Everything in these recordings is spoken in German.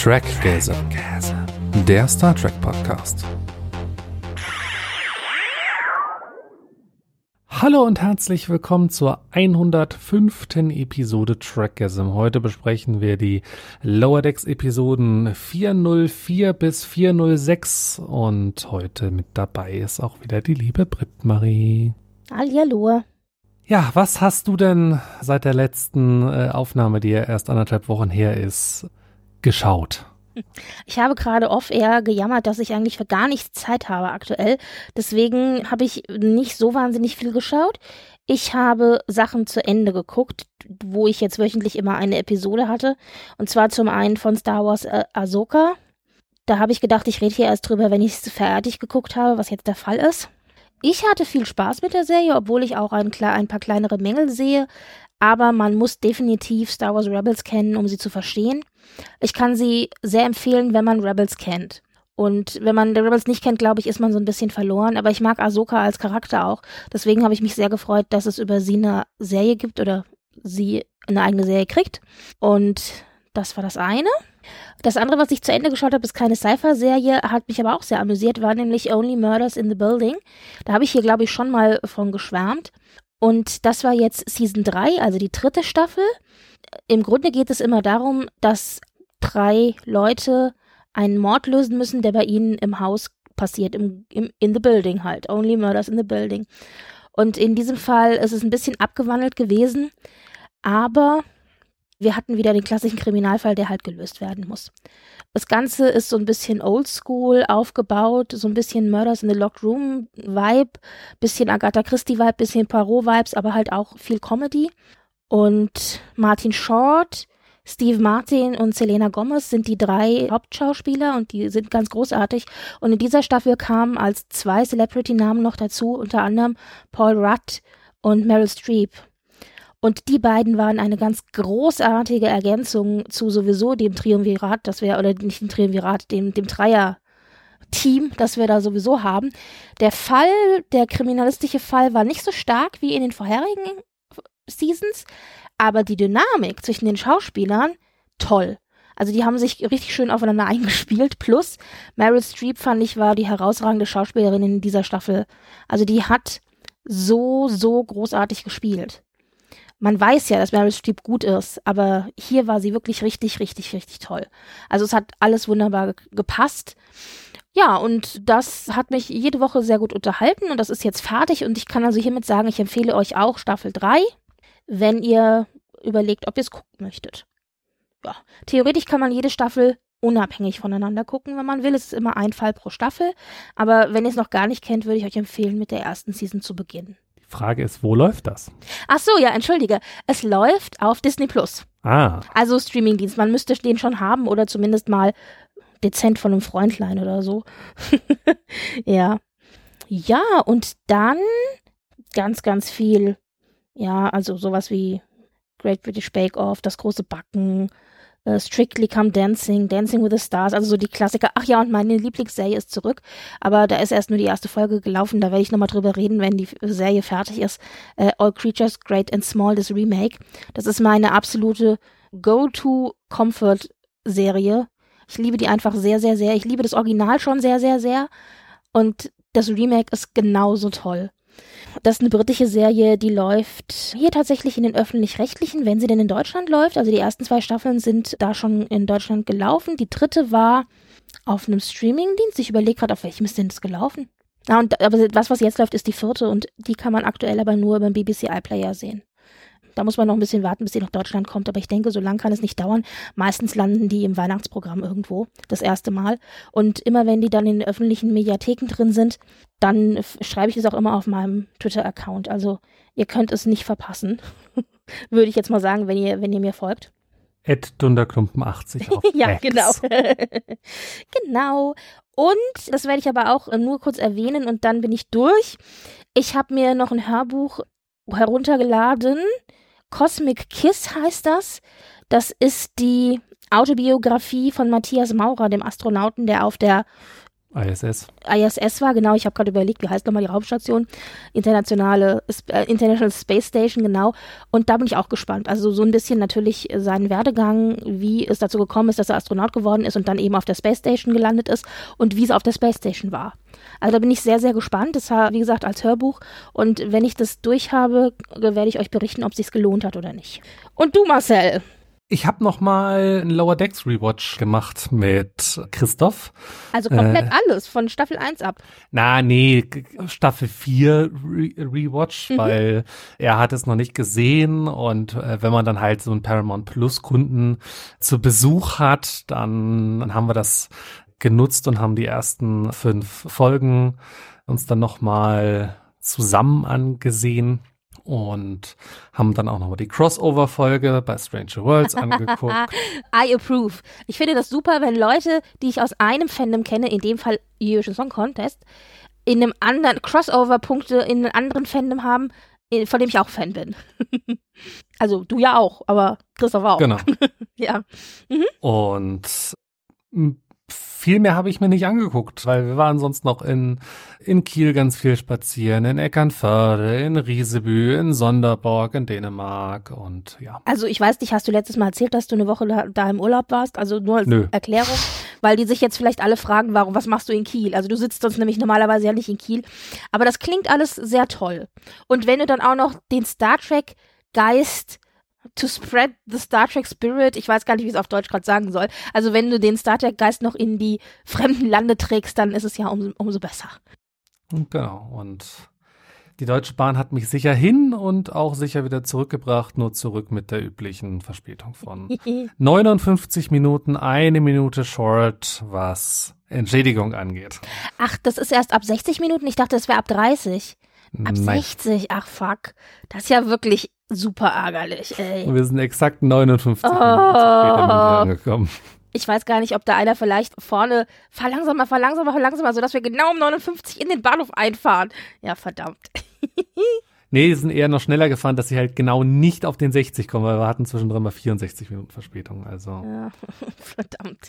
Trackgasm, der Star Trek Podcast. Hallo und herzlich willkommen zur 105. Episode Trackgasm. Heute besprechen wir die Lower Decks Episoden 404 bis 406 und heute mit dabei ist auch wieder die liebe Britt-Marie. Hallihallo. Ja, was hast du denn seit der letzten Aufnahme, die ja erst 1,5 Wochen her ist, geschaut? Ich habe gerade off-air gejammert, dass ich eigentlich für gar nichts Zeit habe aktuell. Deswegen habe ich nicht so wahnsinnig viel geschaut. Ich habe Sachen zu Ende geguckt, wo ich jetzt wöchentlich immer eine Episode hatte. Und zwar zum einen von Star Wars Ahsoka. Da habe ich gedacht, ich rede hier erst drüber, wenn ich es fertig geguckt habe, was jetzt der Fall ist. Ich hatte viel Spaß mit der Serie, obwohl ich auch ein paar kleinere Mängel sehe. Aber man muss definitiv Star Wars Rebels kennen, um sie zu verstehen. Ich kann sie sehr empfehlen, wenn man Rebels kennt. Und wenn man Rebels nicht kennt, glaube ich, ist man so ein bisschen verloren. Aber ich mag Ahsoka als Charakter auch. Deswegen habe ich mich sehr gefreut, dass es über sie eine Serie gibt oder sie eine eigene Serie kriegt. Und das war das eine. Das andere, was ich zu Ende geschaut habe, ist keine Sci-Fi-Serie, hat mich aber auch sehr amüsiert, war nämlich Only Murders in the Building. Da habe ich hier, glaube ich, schon mal von geschwärmt. Und das war jetzt Season 3, also die 3. Staffel. Im Grunde geht es immer darum, dass 3 Leute einen Mord lösen müssen, der bei ihnen im Haus passiert, in the building halt. Only Murders in the Building. Und in diesem Fall ist es ein bisschen abgewandelt gewesen, aber wir hatten wieder den klassischen Kriminalfall, der halt gelöst werden muss. Das Ganze ist so ein bisschen oldschool aufgebaut, so ein bisschen Murders in the Locked Room Vibe, bisschen Agatha Christie Vibe, bisschen Poirot Vibes, aber halt auch viel Comedy. Und Martin Short, Steve Martin und Selena Gomez sind die 3 Hauptschauspieler und die sind ganz großartig. Und in dieser Staffel kamen als 2 Celebrity-Namen noch dazu, unter anderem Paul Rudd und Meryl Streep. Und die beiden waren eine ganz großartige Ergänzung zu sowieso dem Triumvirat, dem Dreier-Team, das wir da sowieso haben. Der kriminalistische Fall war nicht so stark wie in den vorherigen Seasons, aber die Dynamik zwischen den Schauspielern, toll. Also die haben sich richtig schön aufeinander eingespielt. Plus Meryl Streep, fand ich, war die herausragende Schauspielerin in dieser Staffel. Also die hat so großartig gespielt. Man weiß ja, dass Meryl Streep gut ist, aber hier war sie wirklich richtig toll. Also es hat alles wunderbar gepasst. Ja, und das hat mich jede Woche sehr gut unterhalten und das ist jetzt fertig und ich kann also hiermit sagen, ich empfehle euch auch Staffel 3, wenn ihr überlegt, ob ihr es gucken möchtet. Ja, theoretisch kann man jede Staffel unabhängig voneinander gucken, wenn man will. Es ist immer ein Fall pro Staffel, aber wenn ihr es noch gar nicht kennt, würde ich euch empfehlen, mit der ersten Season zu beginnen. Frage ist, wo läuft das? Ach so, ja, entschuldige. Es läuft auf Disney+. Also Streamingdienst. Man müsste den schon haben oder zumindest mal dezent von einem Freundlein oder so. Ja. Ja, und dann ganz viel, ja, also sowas wie Great British Bake Off, Das große Backen, Strictly Come Dancing, Dancing with the Stars, also so die Klassiker. Ach ja, und meine Lieblingsserie ist zurück, aber da ist erst nur die erste Folge gelaufen, da werde ich nochmal drüber reden, wenn die Serie fertig ist. All Creatures Great and Small, das Remake. Das ist meine absolute Go-To-Comfort-Serie. Ich liebe die einfach sehr. Ich liebe das Original schon sehr. Und das Remake ist genauso toll. Das ist eine britische Serie, die läuft hier tatsächlich in den Öffentlich-Rechtlichen, wenn sie denn in Deutschland läuft. Also die ersten 2 Staffeln sind da schon in Deutschland gelaufen. Die 3. war auf einem Streamingdienst. Ich überlege gerade, auf welchem ist denn das gelaufen? Aber was jetzt läuft, ist die 4. und die kann man aktuell aber nur beim BBC iPlayer sehen. Da muss man noch ein bisschen warten, bis die nach Deutschland kommt. Aber ich denke, so lange kann es nicht dauern. Meistens landen die im Weihnachtsprogramm irgendwo, das erste Mal. Und immer wenn die dann in öffentlichen Mediatheken drin sind, dann schreibe ich es auch immer auf meinem Twitter-Account. Also ihr könnt es nicht verpassen. Würde ich jetzt mal sagen, wenn ihr mir folgt. @dunderklumpen80 auf Ja, X. genau. Genau. Und, das werde ich aber auch nur kurz erwähnen und dann bin ich durch. Ich habe mir noch ein Hörbuch heruntergeladen. Cosmic Kiss heißt das. Das ist die Autobiografie von Matthias Maurer, dem Astronauten, der auf der ISS war, genau. Ich habe gerade überlegt, wie heißt nochmal die Raumstation? International Space Station, genau. Und da bin ich auch gespannt. Also so ein bisschen natürlich seinen Werdegang, wie es dazu gekommen ist, dass er Astronaut geworden ist und dann eben auf der Space Station gelandet ist und wie es auf der Space Station war. Also da bin ich sehr, sehr gespannt. Das war, wie gesagt, als Hörbuch. Und wenn ich das durch habe, werde ich euch berichten, ob es sich gelohnt hat oder nicht. Und du, Marcel? Ich habe nochmal einen Lower Decks Rewatch gemacht mit Christoph. Also komplett alles, von Staffel 1 ab. Staffel 4 Rewatch, weil er hat es noch nicht gesehen und wenn man dann halt so einen Paramount Plus Kunden zu Besuch hat, dann haben wir das genutzt und haben die ersten 5 Folgen uns dann nochmal zusammen angesehen. Und haben dann auch nochmal die Crossover-Folge bei Stranger Worlds angeguckt. I approve. Ich finde das super, wenn Leute, die ich aus einem Fandom kenne, in dem Fall Eurovision Song Contest, in einem anderen Crossover-Punkte in einem anderen Fandom haben, von dem ich auch Fan bin. Also du ja auch, aber Christoph auch. Genau. Ja. Und viel mehr habe ich mir nicht angeguckt, weil wir waren sonst noch in Kiel ganz viel spazieren, in Eckernförde, in Riesebü, in Sonderborg, in Dänemark und ja. Also ich weiß nicht, hast du letztes Mal erzählt, dass du eine Woche da im Urlaub warst? Also nur als Erklärung, weil die sich jetzt vielleicht alle fragen, was machst du in Kiel? Also du sitzt sonst nämlich normalerweise ja nicht in Kiel. Aber das klingt alles sehr toll. Und wenn du dann auch noch den Star Trek Geist to spread the Star Trek Spirit, ich weiß gar nicht, wie ich es auf Deutsch gerade sagen soll. Also wenn du den Star Trek Geist noch in die fremden Lande trägst, dann ist es ja umso besser. Genau, und die Deutsche Bahn hat mich sicher hin und auch sicher wieder zurückgebracht, nur zurück mit der üblichen Verspätung von 59 Minuten, 1 Minute short, was Entschädigung angeht. Ach, das ist erst ab 60 Minuten? Ich dachte, es wäre ab 30. Ab 60? Ach, fuck. Das ist ja wirklich super ärgerlich, ey. Wir sind exakt 59 Minuten später angekommen. Ich weiß gar nicht, ob da einer vielleicht vorne verlangsamer, sodass wir genau um 59 in den Bahnhof einfahren. Ja, verdammt. Nee, die sind eher noch schneller gefahren, dass sie halt genau nicht auf den 60 kommen, weil wir hatten zwischendrin mal 64 Minuten Verspätung. Also. Ja, verdammt.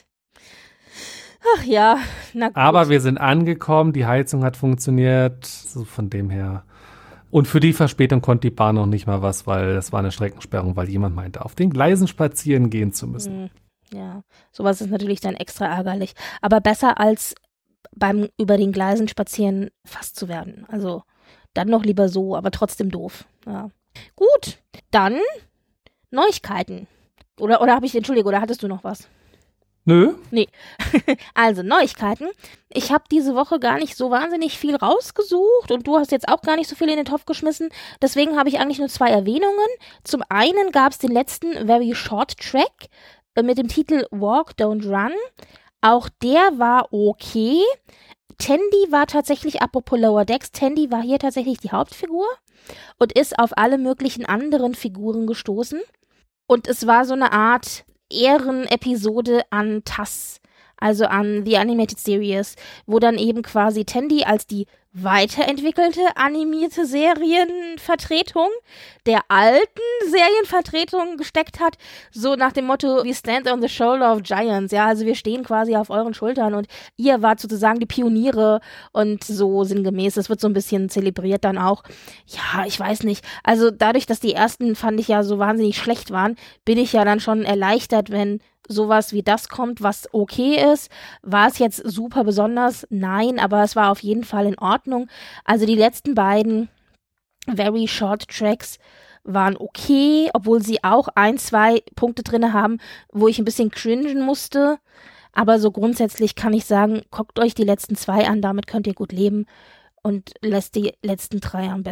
Ach ja, na gut. Aber wir sind angekommen, die Heizung hat funktioniert, so von dem her. Und für die Verspätung konnte die Bahn noch nicht mal was, weil das war eine Streckensperrung, weil jemand meinte, auf den Gleisen spazieren gehen zu müssen. Ja, sowas ist natürlich dann extra ärgerlich. Aber besser als beim über den Gleisen spazieren fast zu werden. Also dann noch lieber so, aber trotzdem doof. Ja. Gut, dann Neuigkeiten. Oder hattest du noch was? Nö. Nee. Also, Neuigkeiten. Ich habe diese Woche gar nicht so wahnsinnig viel rausgesucht und du hast jetzt auch gar nicht so viel in den Topf geschmissen. Deswegen habe ich eigentlich nur 2 Erwähnungen. Zum einen gab es den letzten Very Short Track mit dem Titel Walk, Don't Run. Auch der war okay. Tandy war tatsächlich, apropos Lower Decks, Tandy war hier tatsächlich die Hauptfigur und ist auf alle möglichen anderen Figuren gestoßen. Und es war so eine Art Ehrenepisode an TAS, also an The Animated Series, wo dann eben quasi Tandy als die weiterentwickelte animierte Serienvertretung der alten Serienvertretung gesteckt hat, so nach dem Motto, we stand on the shoulder of giants, ja, also wir stehen quasi auf euren Schultern und ihr wart sozusagen die Pioniere und so sinngemäß, das wird so ein bisschen zelebriert dann auch. Ja, ich weiß nicht, also dadurch, dass die ersten, fand ich ja so wahnsinnig schlecht waren, bin ich ja dann schon erleichtert, wenn sowas wie das kommt, was okay ist. War es jetzt super besonders? Nein, aber es war auf jeden Fall in Ordnung. Also die letzten beiden Very Short Tracks waren okay, obwohl sie auch 1, 2 Punkte drin haben, wo ich ein bisschen cringen musste. Aber so grundsätzlich kann ich sagen, guckt euch die letzten 2 an, damit könnt ihr gut leben und lässt die ersten 3 am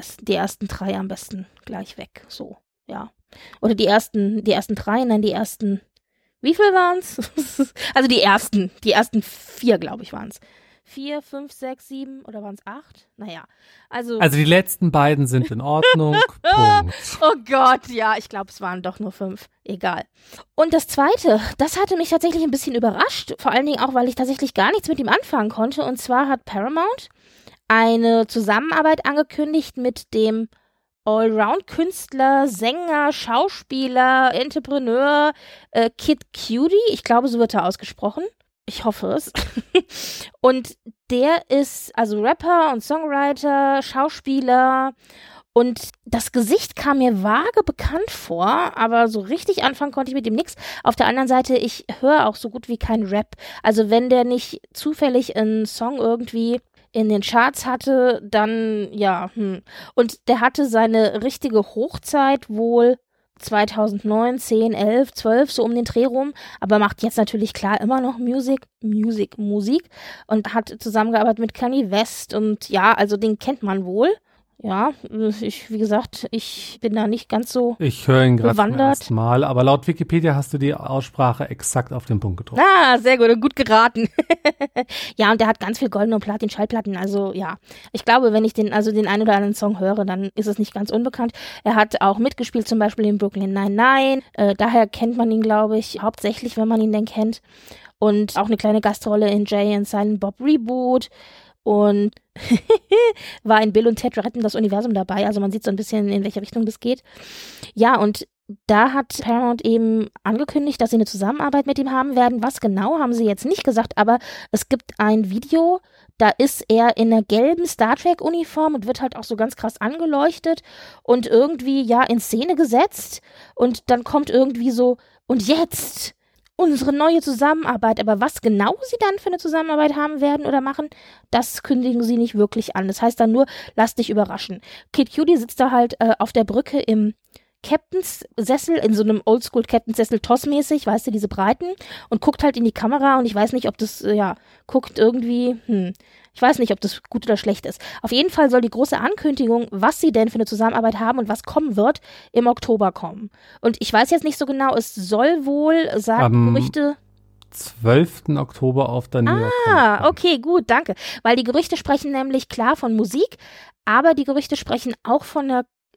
besten gleich weg. So, ja. Oder die ersten 3, nein, die ersten. Wie viel waren's? Also die ersten 4, glaube ich, waren's. 4, 5, 6, 7 oder waren's 8? Naja, also die letzten beiden sind in Ordnung. Punkt. Oh Gott, ja, ich glaube, es waren doch nur 5. Egal. Und das Zweite, das hatte mich tatsächlich ein bisschen überrascht. Vor allen Dingen auch, weil ich tatsächlich gar nichts mit ihm anfangen konnte. Und zwar hat Paramount eine Zusammenarbeit angekündigt mit dem Allround-Künstler, Sänger, Schauspieler, Entrepreneur, Kid Cudi, ich glaube, so wird er ausgesprochen. Ich hoffe es. Und der ist also Rapper und Songwriter, Schauspieler. Und das Gesicht kam mir vage bekannt vor, aber so richtig anfangen konnte ich mit ihm nix. Auf der anderen Seite, ich höre auch so gut wie kein Rap. Also wenn der nicht zufällig einen Song irgendwie in den Charts hatte, dann ja. Und der hatte seine richtige Hochzeit wohl 2009, 10, 11, 12, so um den Dreh rum, aber macht jetzt natürlich klar immer noch Musik und hat zusammengearbeitet mit Kanye West und ja, also den kennt man wohl. Ja, wie gesagt, ich bin da nicht ganz so Ich höre ihn gerade zum bewandert. ersten Mal, aber laut Wikipedia hast du die Aussprache exakt auf den Punkt getroffen. Ah, sehr gut und gut geraten. Ja, und der hat ganz viel goldene und Platin-Schallplatten, also ja. Ich glaube, wenn ich den einen oder anderen Song höre, dann ist es nicht ganz unbekannt. Er hat auch mitgespielt, zum Beispiel in Brooklyn Nine-Nine. Daher kennt man ihn, glaube ich, hauptsächlich, wenn man ihn denn kennt. Und auch eine kleine Gastrolle in Jay and Silent Bob Reboot. Und war in Bill und Ted retten das Universum dabei. Also man sieht so ein bisschen, in welche Richtung das geht. Ja, und da hat Paramount eben angekündigt, dass sie eine Zusammenarbeit mit ihm haben werden. Was genau, haben sie jetzt nicht gesagt, aber es gibt ein Video, da ist er in einer gelben Star Trek-Uniform und wird halt auch so ganz krass angeleuchtet und irgendwie, ja, in Szene gesetzt. Und dann kommt irgendwie so, und jetzt unsere neue Zusammenarbeit. Aber was genau sie dann für eine Zusammenarbeit haben werden oder machen, das kündigen sie nicht wirklich an. Das heißt dann nur, lass dich überraschen. Kid Cudi sitzt da halt auf der Brücke im Captain's Sessel, in so einem Oldschool Captain's Sessel TOS-mäßig, weißt du, diese breiten, und guckt halt in die Kamera und ich weiß nicht, ob das, guckt irgendwie, ich weiß nicht, ob das gut oder schlecht ist. Auf jeden Fall soll die große Ankündigung, was sie denn für eine Zusammenarbeit haben und was kommen wird, im Oktober kommen. Und ich weiß jetzt nicht so genau, es soll wohl, sagen Gerüchte, 12. Oktober auf der New York Comic Con. Okay, gut, danke. Weil die Gerüchte sprechen nämlich klar von Musik, aber die Gerüchte sprechen auch von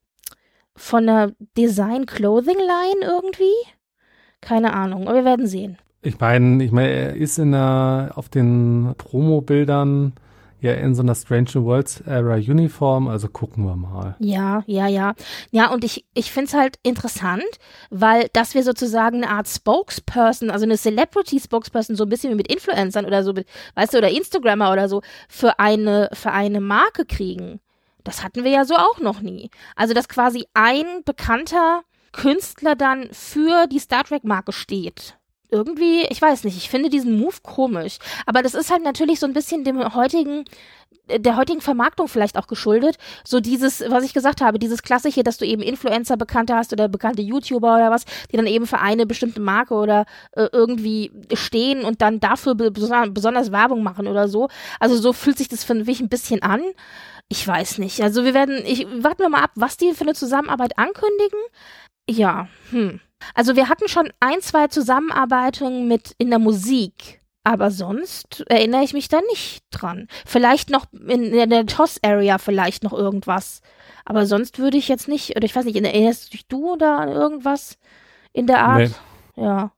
einer Design-Clothing-Line irgendwie? Keine Ahnung, aber wir werden sehen. Ich meine, er ist auf den Promo-Bildern ja in so einer Strange New Worlds-Era-Uniform, also gucken wir mal. Ja. Ja, und ich finde es halt interessant, weil, dass wir sozusagen eine Art Spokesperson, also eine Celebrity-Spokesperson, so ein bisschen wie mit Influencern oder so, weißt du, oder Instagrammer oder so, für eine Marke kriegen. Das hatten wir ja so auch noch nie. Also, dass quasi ein bekannter Künstler dann für die Star Trek-Marke steht. Irgendwie, ich weiß nicht, ich finde diesen Move komisch. Aber das ist halt natürlich so ein bisschen der heutigen Vermarktung vielleicht auch geschuldet. So dieses, was ich gesagt habe, dieses Klassische, dass du eben Influencer Bekannte hast oder bekannte YouTuber oder was, die dann eben für eine bestimmte Marke oder irgendwie stehen und dann dafür besonders Werbung machen oder so. Also so fühlt sich das für mich ein bisschen an. Ich weiß nicht. Also warten wir mal ab, was die für eine Zusammenarbeit ankündigen. Ja, Also wir hatten schon 1, 2 Zusammenarbeitungen in der Musik, aber sonst erinnere ich mich da nicht dran. Vielleicht noch in der TOS-Area vielleicht noch irgendwas, aber sonst würde ich jetzt nicht, oder ich weiß nicht, erinnerst dich du oder an irgendwas in der Art? Nee. Ja,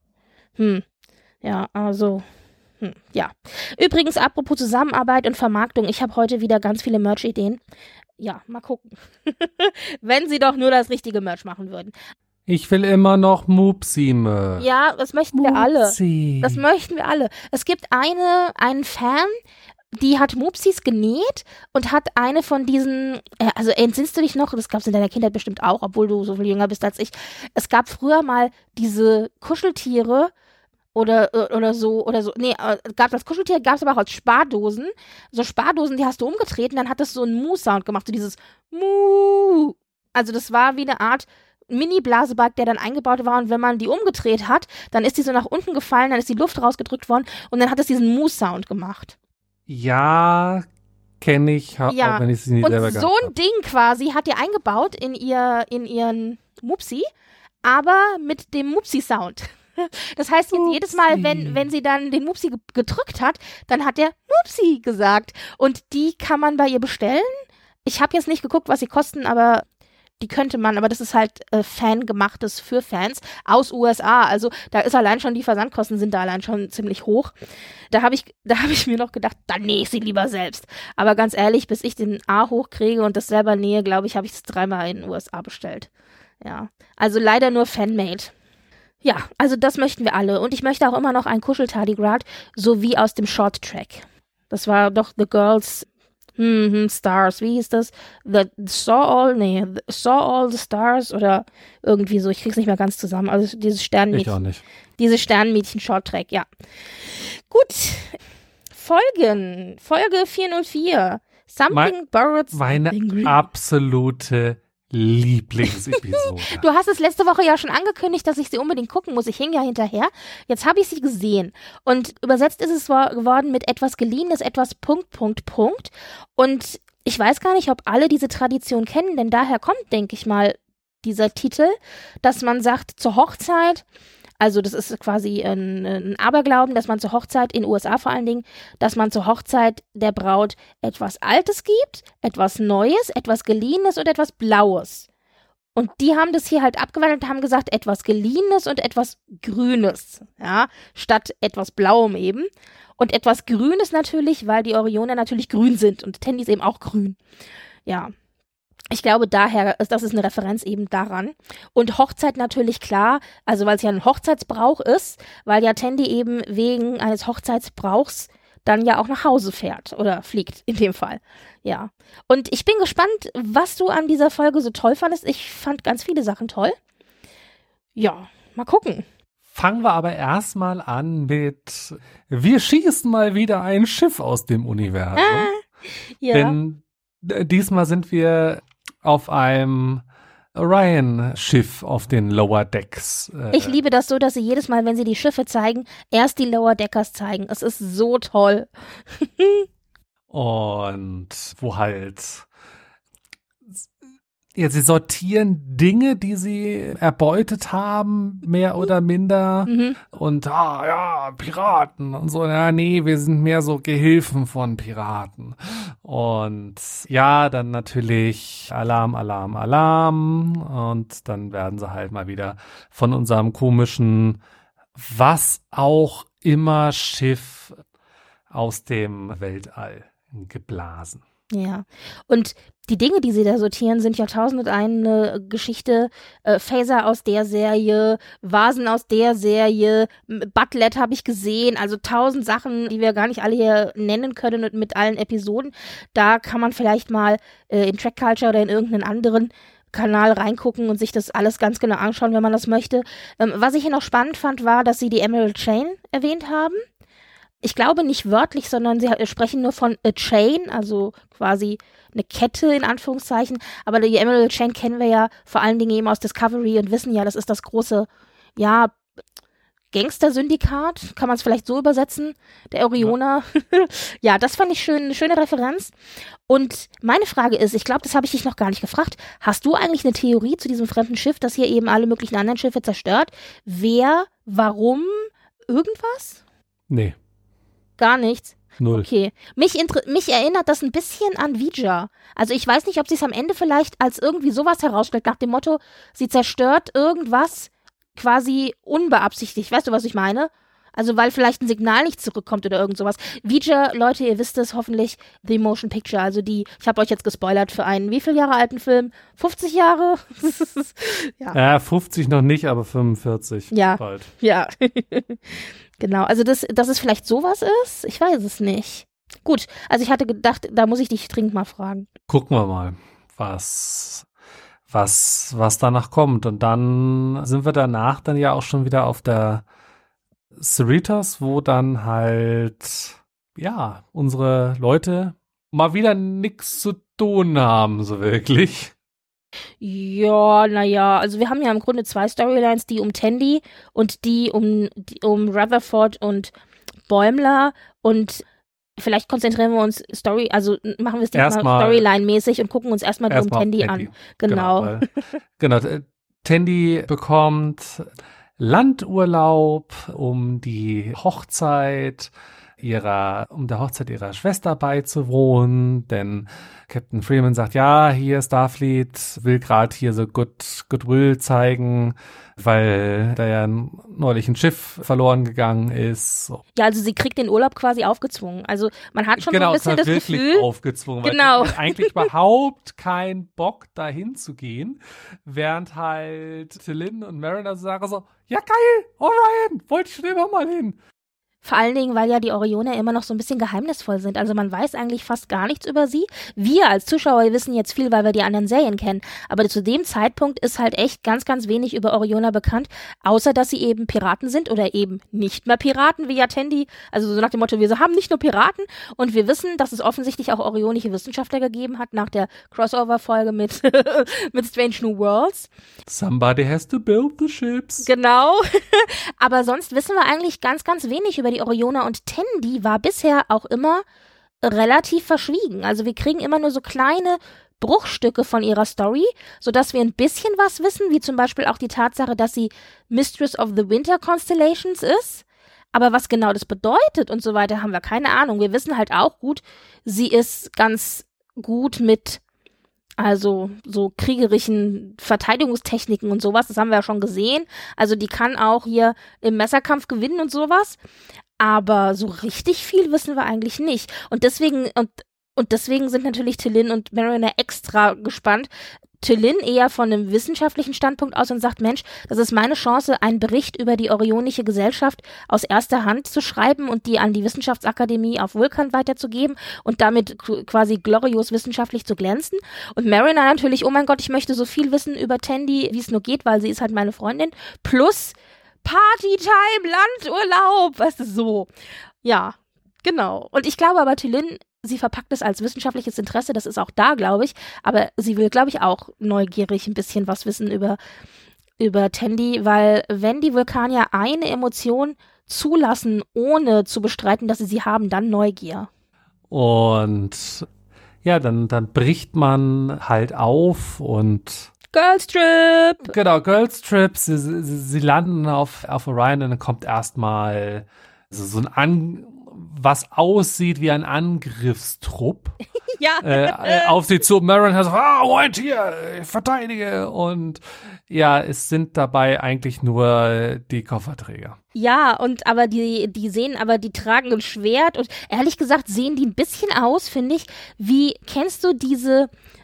ja, also, ja. Übrigens, apropos Zusammenarbeit und Vermarktung, ich habe heute wieder ganz viele Merch-Ideen. Ja, mal gucken. Wenn sie doch nur das richtige Merch machen würden. Ich will immer noch Mupsi-Merch. Ja, das möchten wir alle. Das möchten wir alle. Es gibt einen Fan, die hat Mupsis genäht und hat eine von diesen, also entsinnst du dich noch, das gab es in deiner Kindheit bestimmt auch, obwohl du so viel jünger bist als ich. Es gab früher mal diese Kuscheltiere, oder so, nee, gab das Kuscheltier, gab es aber auch als Spardosen. So Spardosen, die hast du umgetreten, dann hat das so einen Mu-Sound gemacht, so dieses Mu. Also das war wie eine Art Mini-Blasebalg, der dann eingebaut war, und wenn man die umgedreht hat, dann ist die so nach unten gefallen, dann ist die Luft rausgedrückt worden und dann hat es diesen Mu-Sound gemacht. Ja, kenne ich, ja. Auch wenn ich sie nie selber gehabt habe. Und so ein Ding quasi hat ihr eingebaut in ihren Mupsi, aber mit dem Mupsi-Sound. Das heißt jetzt jedes Mal, wenn sie dann den Mupsi gedrückt hat, dann hat der Mupsi gesagt. Und die kann man bei ihr bestellen. Ich habe jetzt nicht geguckt, was sie kosten, aber die könnte man, aber das ist halt Fangemachtes für Fans aus USA. Also da ist allein schon, die Versandkosten sind da allein schon ziemlich hoch. Da hab ich mir noch gedacht, dann nähe ich sie lieber selbst. Aber ganz ehrlich, bis ich den A hochkriege und das selber nähe, glaube ich, habe ich es 3-mal in den USA bestellt. Ja, also leider nur Fanmade. Ja, also das möchten wir alle. Und ich möchte auch immer noch ein Kuscheltardigrad, so wie aus dem Short Track. Das war doch The Girls Stars, wie hieß das? Saw all the Stars oder irgendwie so. Ich krieg's nicht mehr ganz zusammen. Also dieses Sternmädchen. Ich auch nicht. Dieses Sternmädchen-Short-Track, ja. Gut. Folge 404. Something Borrowed. Meine absolute Lieblingsepisode. Du hast es letzte Woche ja schon angekündigt, dass ich sie unbedingt gucken muss. Ich hing ja hinterher. Jetzt habe ich sie gesehen. Und übersetzt ist es geworden mit etwas Geliehenes, etwas ... Und ich weiß gar nicht, ob alle diese Tradition kennen, denn daher kommt, denke ich mal, dieser Titel, dass man sagt, zur Hochzeit, also das ist quasi ein Aberglauben, dass man zur Hochzeit, in den USA vor allen Dingen, dass man zur Hochzeit der Braut etwas Altes gibt, etwas Neues, etwas Geliehenes und etwas Blaues. Und die haben das hier halt abgewandelt und haben gesagt, etwas Geliehenes und etwas Grünes, ja, statt etwas Blauem eben. Und etwas Grünes natürlich, weil die Orioner natürlich grün sind und Tandy ist eben auch grün. Ja. Ich glaube daher, das ist eine Referenz eben daran. Und Hochzeit natürlich klar, also weil es ja ein Hochzeitsbrauch ist, weil ja Tandy eben wegen eines Hochzeitsbrauchs dann ja auch nach Hause fährt oder fliegt in dem Fall. Ja. Und ich bin gespannt, was du an dieser Folge so toll fandest. Ich fand ganz viele Sachen toll. Ja, mal gucken. Fangen wir aber erstmal an mit, wir schießen mal wieder ein Schiff aus dem Universum. Ja. Denn diesmal sind wir auf einem Orion-Schiff auf den Lower Decks. Ich liebe das so, dass sie jedes Mal, wenn sie die Schiffe zeigen, erst die Lower Deckers zeigen. Es ist so toll. Und wo halt, ja, sie sortieren Dinge, die sie erbeutet haben, mehr oder minder. Und ja, Piraten und so. Ja, nee, wir sind mehr so Gehilfen von Piraten. Und ja, dann natürlich Alarm, Alarm, Alarm. Und dann werden sie halt mal wieder von unserem komischen, was auch immer Schiff aus dem Weltall geblasen. Ja, und die Dinge, die sie da sortieren, sind ja 1001 Geschichte, Phaser aus der Serie, Vasen aus der Serie, Butlet habe ich gesehen, also 1000 Sachen, die wir gar nicht alle hier nennen können und mit allen Episoden. Da kann man vielleicht mal in Track Culture oder in irgendeinen anderen Kanal reingucken und sich das alles ganz genau anschauen, wenn man das möchte. Was ich hier noch spannend fand, war, dass sie die Emerald Chain erwähnt haben. Ich glaube nicht wörtlich, sondern sie sprechen nur von a chain, also quasi eine Kette in Anführungszeichen. Aber die Emerald Chain kennen wir ja vor allen Dingen eben aus Discovery und wissen ja, das ist das große, ja, Gangster-Syndikat, kann man es vielleicht so übersetzen, der Orioner. Ja, das fand ich schön, eine schöne Referenz. Und meine Frage ist, ich glaube, das habe ich dich noch gar nicht gefragt, hast du eigentlich eine Theorie zu diesem fremden Schiff, das hier eben alle möglichen anderen Schiffe zerstört? Wer, warum, irgendwas? Nee. Gar nichts? Null. Okay. Mich erinnert das ein bisschen an Vija. Also ich weiß nicht, ob sie es am Ende vielleicht als irgendwie sowas herausstellt, nach dem Motto, sie zerstört irgendwas quasi unbeabsichtigt. Weißt du, was ich meine? Also weil vielleicht ein Signal nicht zurückkommt oder irgend sowas. Vija, Leute, ihr wisst es hoffentlich, The Motion Picture. Also ich habe euch jetzt gespoilert für einen wie viele Jahre alten Film? 50 Jahre? Ja. 50 noch nicht, aber 45 ja. bald. Ja. Genau, also dass es vielleicht sowas ist, ich weiß es nicht. Gut, also ich hatte gedacht, da muss ich dich dringend mal fragen. Gucken wir mal, was danach kommt. Und dann sind wir danach dann ja auch schon wieder auf der Cerritos, wo dann halt, ja, unsere Leute mal wieder nichts zu tun haben, so wirklich. Ja, naja, also wir haben ja im Grunde zwei Storylines, die um Tandy und die um Rutherford und Bäumler, und vielleicht konzentrieren wir uns machen wir es diesmal Storyline-mäßig und gucken uns erstmal die um Tandy an. Genau. Genau, Tandy bekommt Landurlaub um die Hochzeit der Hochzeit ihrer Schwester beizuwohnen, denn Captain Freeman sagt, ja, hier Starfleet will gerade hier so Goodwill zeigen, weil da ja neulich ein Schiff verloren gegangen ist. Ja, also sie kriegt den Urlaub quasi aufgezwungen. Also man hat schon so ein bisschen das wirklich Gefühl, aufgezwungen, genau, weil sie eigentlich überhaupt keinen Bock dahin zu gehen, während halt T'Lyn und Mariner sagen so, ja geil, Orion, wollte ich schon immer mal hin. Vor allen Dingen, weil ja die Orioner immer noch so ein bisschen geheimnisvoll sind. Also man weiß eigentlich fast gar nichts über sie. Wir als Zuschauer wissen jetzt viel, weil wir die anderen Serien kennen. Aber zu dem Zeitpunkt ist halt echt ganz, ganz wenig über Orioner bekannt, außer dass sie eben Piraten sind oder eben nicht mehr Piraten, wie ja Tendi. Also so nach dem Motto, wir haben nicht nur Piraten. Und wir wissen, dass es offensichtlich auch orionische Wissenschaftler gegeben hat nach der Crossover-Folge mit, mit Strange New Worlds. Somebody has to build the ships. Genau. Aber sonst wissen wir eigentlich ganz, ganz wenig über die Orioner, und Tendi war bisher auch immer relativ verschwiegen. Also wir kriegen immer nur so kleine Bruchstücke von ihrer Story, sodass wir ein bisschen was wissen, wie zum Beispiel auch die Tatsache, dass sie Mistress of the Winter Constellations ist. Aber was genau das bedeutet und so weiter, haben wir keine Ahnung. Wir wissen halt auch gut, sie ist ganz gut mit also so kriegerischen Verteidigungstechniken und sowas, das haben wir ja schon gesehen. Also die kann auch hier im Messerkampf gewinnen und sowas. Aber so richtig viel wissen wir eigentlich nicht. Und deswegen sind natürlich T'Lyn und Mariner extra gespannt. T'Lyn eher von einem wissenschaftlichen Standpunkt aus und sagt, Mensch, das ist meine Chance, einen Bericht über die orionische Gesellschaft aus erster Hand zu schreiben und die an die Wissenschaftsakademie auf Vulkan weiterzugeben und damit quasi glorios wissenschaftlich zu glänzen. Und Mariner natürlich, oh mein Gott, ich möchte so viel wissen über Tendi, wie es nur geht, weil sie ist halt meine Freundin. Plus Partytime, Landurlaub, weißt du, so. Ja, genau. Und ich glaube aber, T'Lyn, sie verpackt es als wissenschaftliches Interesse, das ist auch da, glaube ich, aber sie will, glaube ich, auch neugierig ein bisschen was wissen über Tendi, weil wenn die Vulkanier eine Emotion zulassen, ohne zu bestreiten, dass sie haben, dann Neugier. Und ja, dann bricht man halt auf und Girls Trip! Genau, Girls Trip, sie landen auf Orion und dann kommt erstmal so ein was aussieht wie ein Angriffstrupp Ja. auf sie zu. Marin hat so, Moment hier, verteidige. Und ja, es sind dabei eigentlich nur die Kofferträger. Ja, aber die tragen ein Schwert und ehrlich gesagt sehen die ein bisschen aus, finde ich, wie, kennst du diese,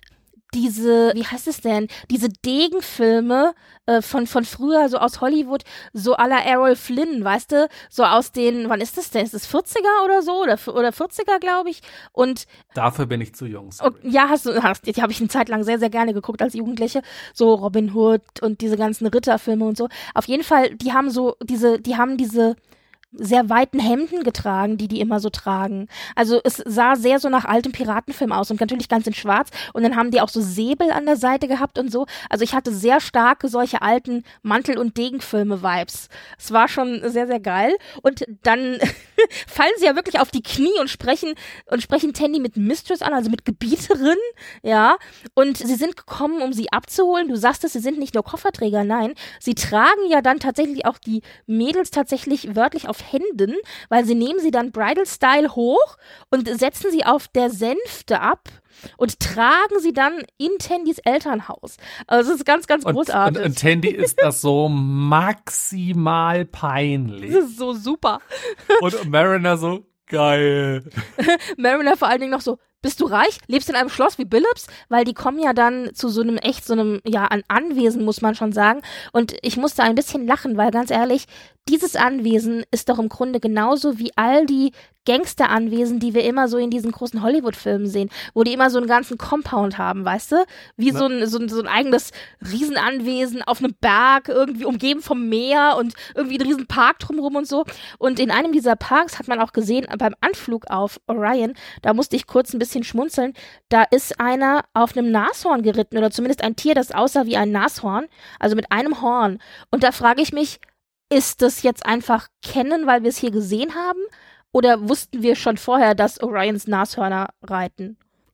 wie heißt es denn, diese Degenfilme von früher, so aus Hollywood, so à la Errol Flynn, weißt du, so aus den, wann ist das denn, ist das 40er oder so, oder 40er, glaube ich, und dafür bin ich zu jung. Ja, die habe ich eine Zeit lang sehr, sehr gerne geguckt als Jugendliche, so Robin Hood und diese ganzen Ritterfilme und so, auf jeden Fall, die haben diese sehr weiten Hemden getragen, die immer so tragen. Also es sah sehr so nach altem Piratenfilm aus und natürlich ganz in schwarz. Und dann haben die auch so Säbel an der Seite gehabt und so. Also ich hatte sehr starke solche alten Mantel- und Degenfilme-Vibes. Es war schon sehr, sehr geil. Und dann fallen sie ja wirklich auf die Knie und sprechen Tendi mit Mistress an, also mit Gebieterin, ja. Und sie sind gekommen, um sie abzuholen. Du sagst es, sie sind nicht nur Kofferträger, nein. Sie tragen ja dann tatsächlich auch die Mädels tatsächlich wörtlich auf Händen, weil sie nehmen sie dann Bridal-Style hoch und setzen sie auf der Sänfte ab und tragen sie dann in Tendys Elternhaus. Also es ist ganz, ganz großartig. Und Tendi ist das so maximal peinlich. Das ist so super. Und Mariner so, geil. Mariner vor allen Dingen noch so, bist du reich? Lebst in einem Schloss wie Billups? Weil die kommen ja dann zu so einem ein Anwesen, muss man schon sagen. Und ich musste ein bisschen lachen, weil ganz ehrlich, dieses Anwesen ist doch im Grunde genauso wie all die Gangsteranwesen, die wir immer so in diesen großen Hollywood-Filmen sehen, wo die immer so einen ganzen Compound haben, weißt du? Wie so ein eigenes Riesenanwesen auf einem Berg, irgendwie umgeben vom Meer und irgendwie ein riesen Park drumherum und so. Und in einem dieser Parks hat man auch gesehen, beim Anflug auf Orion, da musste ich kurz ein bisschen schmunzeln, da ist einer auf einem Nashorn geritten oder zumindest ein Tier, das aussah wie ein Nashorn, also mit einem Horn. Und da frage ich mich, ist das jetzt einfach kennen, weil wir es hier gesehen haben? Oder wussten wir schon vorher, dass Orions Nashörner reiten?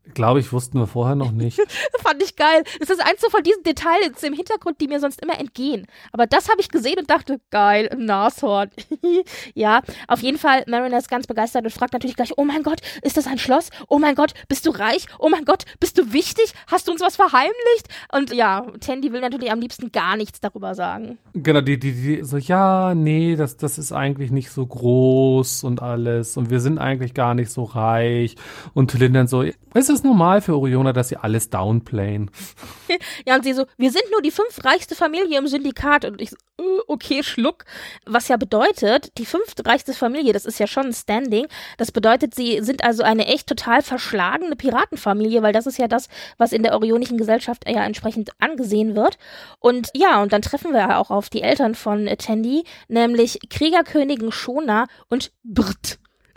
Glaube ich, wussten wir vorher noch nicht. Fand ich geil. Das ist eins so von diesen Details im Hintergrund, die mir sonst immer entgehen. Aber das habe ich gesehen und dachte, geil, ein Nashorn. Ja, auf jeden Fall, Mariner ist ganz begeistert und fragt natürlich gleich, oh mein Gott, ist das ein Schloss? Oh mein Gott, bist du reich? Oh mein Gott, bist du wichtig? Hast du uns was verheimlicht? Und ja, Tandy will natürlich am liebsten gar nichts darüber sagen. Genau, die so, ja, nee, das ist eigentlich nicht so groß und alles und wir sind eigentlich gar nicht so reich. Und T'Lyn dann so, es ist normal für Oriona, dass sie alles downplayen. Ja, und sie so, wir sind nur die 5. reichste Familie im Syndikat. Und ich so, okay, Schluck. Was ja bedeutet, die 5. reichste Familie, das ist ja schon ein Standing. Das bedeutet, sie sind also eine echt total verschlagene Piratenfamilie, weil das ist ja das, was in der orionischen Gesellschaft ja entsprechend angesehen wird. Und ja, und dann treffen wir ja auch auf die Eltern von Tandy, nämlich Kriegerkönigin Shona und Brt.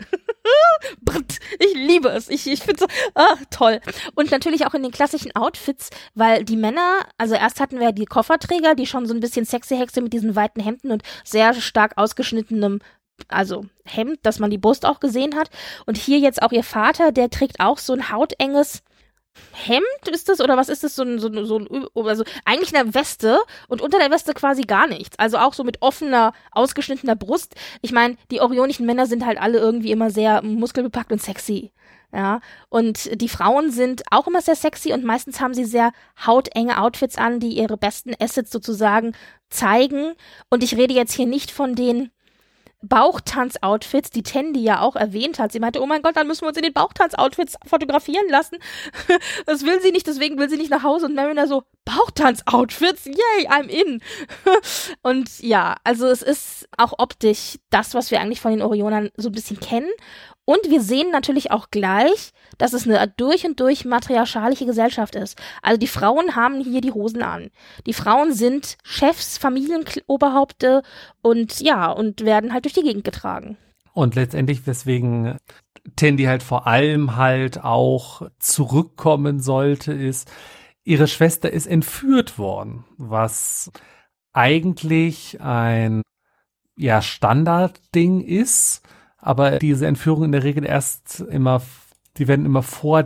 Brt, ich liebe es. Ich finde so, toll. Und natürlich auch in den klassischen Outfits, weil die Männer, also erst hatten wir die Kofferträger, die schon so ein bisschen sexy Hexe mit diesen weiten Hemden und sehr stark ausgeschnittenem, also Hemd, dass man die Brust auch gesehen hat. Und hier jetzt auch ihr Vater, der trägt auch so ein hautenges Hemd ist das oder was ist das? So ein also eigentlich eine Weste und unter der Weste quasi gar nichts. Also auch so mit offener, ausgeschnittener Brust. Ich meine, die orionischen Männer sind halt alle irgendwie immer sehr muskelbepackt und sexy. Ja, und die Frauen sind auch immer sehr sexy und meistens haben sie sehr hautenge Outfits an, die ihre besten Assets sozusagen zeigen. Und ich rede jetzt hier nicht von den Bauchtanz-Outfits, die Tandy ja auch erwähnt hat. Sie meinte, oh mein Gott, dann müssen wir uns in den Bauchtanz-Outfits fotografieren lassen. Das will sie nicht, deswegen will sie nicht nach Hause. Und Mariner so, Bauchtanz-Outfits? Yay, I'm in. Und ja, also es ist auch optisch das, was wir eigentlich von den Orionern so ein bisschen kennen. Und wir sehen natürlich auch gleich, dass es eine durch und durch matriarchalische Gesellschaft ist. Also die Frauen haben hier die Hosen an. Die Frauen sind Chefs, Familienoberhaupte und ja, und werden halt durch die Gegend getragen. Und letztendlich, weswegen Tandy halt vor allem halt auch zurückkommen sollte, ist, ihre Schwester ist entführt worden, was eigentlich ein ja Standardding ist. Aber diese Entführungen in der Regel die werden immer vor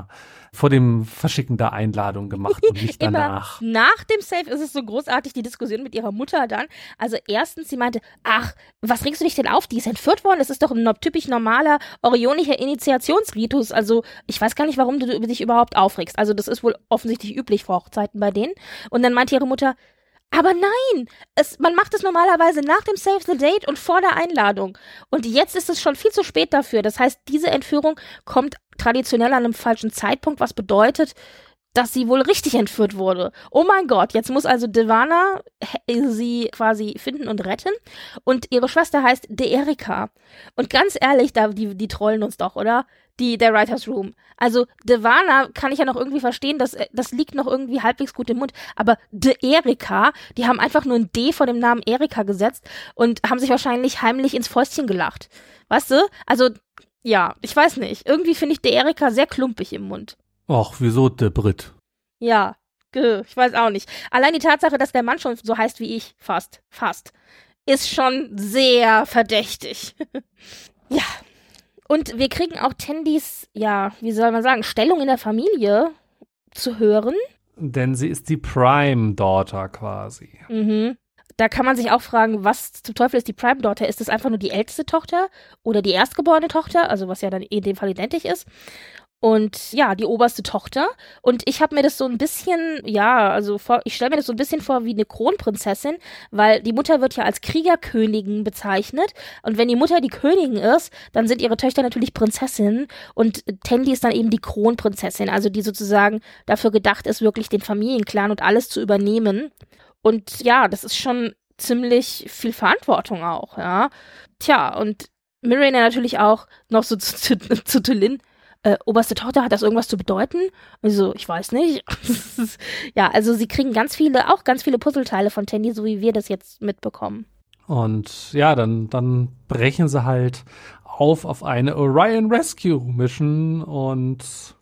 dem Verschicken der Einladung gemacht und nicht danach. Nach dem Safe ist es so großartig, die Diskussion mit ihrer Mutter dann. Also erstens, sie meinte, ach, was regst du dich denn auf? Die ist entführt worden? Das ist doch ein typisch normaler orionischer Initiationsritus. Also ich weiß gar nicht, warum du dich überhaupt aufregst. Also das ist wohl offensichtlich üblich vor Hochzeiten bei denen. Und dann meinte ihre Mutter, aber nein, man macht es normalerweise nach dem Save the Date und vor der Einladung. Und jetzt ist es schon viel zu spät dafür. Das heißt, diese Entführung kommt traditionell an einem falschen Zeitpunkt, was bedeutet, dass sie wohl richtig entführt wurde. Oh mein Gott, jetzt muss also Devana sie quasi finden und retten. Und ihre Schwester heißt Deerika. Und ganz ehrlich, die trollen uns doch, oder? Der Writers Room. Also Devana kann ich ja noch irgendwie verstehen, das liegt noch irgendwie halbwegs gut im Mund. Aber Deerika, die haben einfach nur ein D vor dem Namen Erika gesetzt und haben sich wahrscheinlich heimlich ins Fäustchen gelacht. Weißt du? Also, ja, ich weiß nicht. Irgendwie finde ich Deerika sehr klumpig im Mund. Och, wieso der Brit? Ja, ich weiß auch nicht. Allein die Tatsache, dass der Mann schon so heißt wie ich, fast, ist schon sehr verdächtig. Ja. Und wir kriegen auch Tandys, ja, wie soll man sagen, Stellung in der Familie zu hören. Denn sie ist die Prime-Daughter quasi. Mhm. Da kann man sich auch fragen, was zum Teufel ist die Prime-Daughter? Ist das einfach nur die älteste Tochter oder die erstgeborene Tochter? Also was ja dann in dem Fall identisch ist. Und ja, die oberste Tochter. Und ich habe mir das so ein bisschen, ich stelle mir das so ein bisschen vor wie eine Kronprinzessin, weil die Mutter wird ja als Kriegerkönigin bezeichnet. Und wenn die Mutter die Königin ist, dann sind ihre Töchter natürlich Prinzessinnen. Und Tandy ist dann eben die Kronprinzessin, also die sozusagen dafür gedacht ist, wirklich den Familienclan und alles zu übernehmen. Und ja, das ist schon ziemlich viel Verantwortung auch, ja. Tja, und Mariner natürlich auch noch so zu T'Lyn. Oberste Tochter, hat das irgendwas zu bedeuten? Also, ich weiß nicht. Ja, also sie kriegen ganz viele Puzzleteile von Tandy, so wie wir das jetzt mitbekommen. Und ja, dann brechen sie halt auf eine Orion Rescue Mission und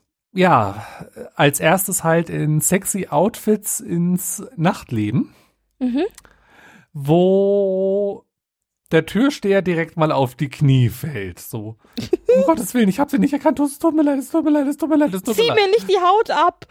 ja, als erstes halt in sexy Outfits ins Nachtleben, wo der Türsteher direkt mal auf die Knie fällt. So, um Gottes Willen, ich habe sie nicht erkannt. Es tut mir leid, es tut mir leid, es tut mir leid, es tut mir leid. Zieh mir nicht die Haut ab.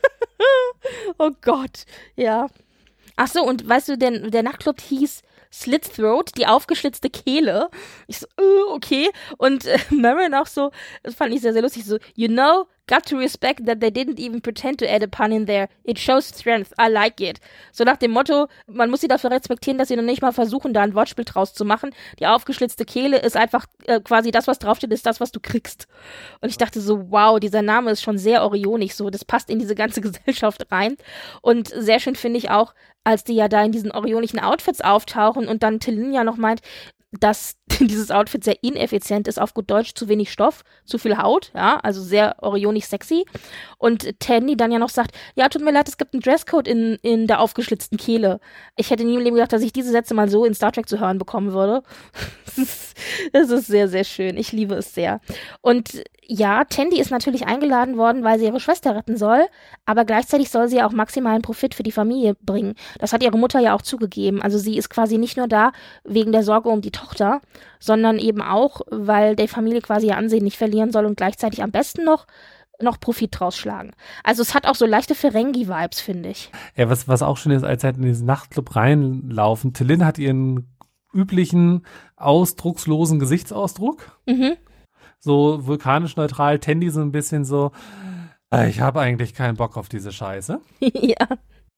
Oh Gott, ja. Ach so, und weißt du, der Nachtclub hieß Slit Throat, die aufgeschlitzte Kehle. Ich so, okay. Und Marin auch so, das fand ich sehr, sehr lustig, so, you know, got to respect that they didn't even pretend to add a pun in there. It shows strength. I like it. So nach dem Motto, man muss sie dafür respektieren, dass sie noch nicht mal versuchen, da ein Wortspiel draus zu machen. Die aufgeschlitzte Kehle ist einfach quasi das, was draufsteht, ist das, was du kriegst. Und ich dachte so, wow, dieser Name ist schon sehr orionisch, so, das passt in diese ganze Gesellschaft rein. Und sehr schön finde ich auch, als die ja da in diesen orionischen Outfits auftauchen und dann T'Lyn ja noch meint, dass dieses Outfit sehr ineffizient ist, auf gut Deutsch zu wenig Stoff, zu viel Haut, ja, also sehr orionisch sexy. Und Tandy dann ja noch sagt, ja, tut mir leid, es gibt einen Dresscode in der aufgeschlitzten Kehle. Ich hätte nie im Leben gedacht, dass ich diese Sätze mal so in Star Trek zu hören bekommen würde. Das ist sehr, sehr schön. Ich liebe es sehr. Und ja, Tandy ist natürlich eingeladen worden, weil sie ihre Schwester retten soll, aber gleichzeitig soll sie auch maximalen Profit für die Familie bringen. Das hat ihre Mutter ja auch zugegeben. Also sie ist quasi nicht nur da wegen der Sorge um die Tochter, sondern eben auch, weil der Familie quasi ihr Ansehen nicht verlieren soll und gleichzeitig am besten noch Profit draus schlagen. Also es hat auch so leichte Ferengi-Vibes, finde ich. Ja, was auch schön ist, als sie halt in diesen Nachtclub reinlaufen, T'Lyn hat ihren üblichen ausdruckslosen Gesichtsausdruck. Mhm. So vulkanisch neutral, Tandy so ein bisschen so, ich habe eigentlich keinen Bock auf diese Scheiße. Ja.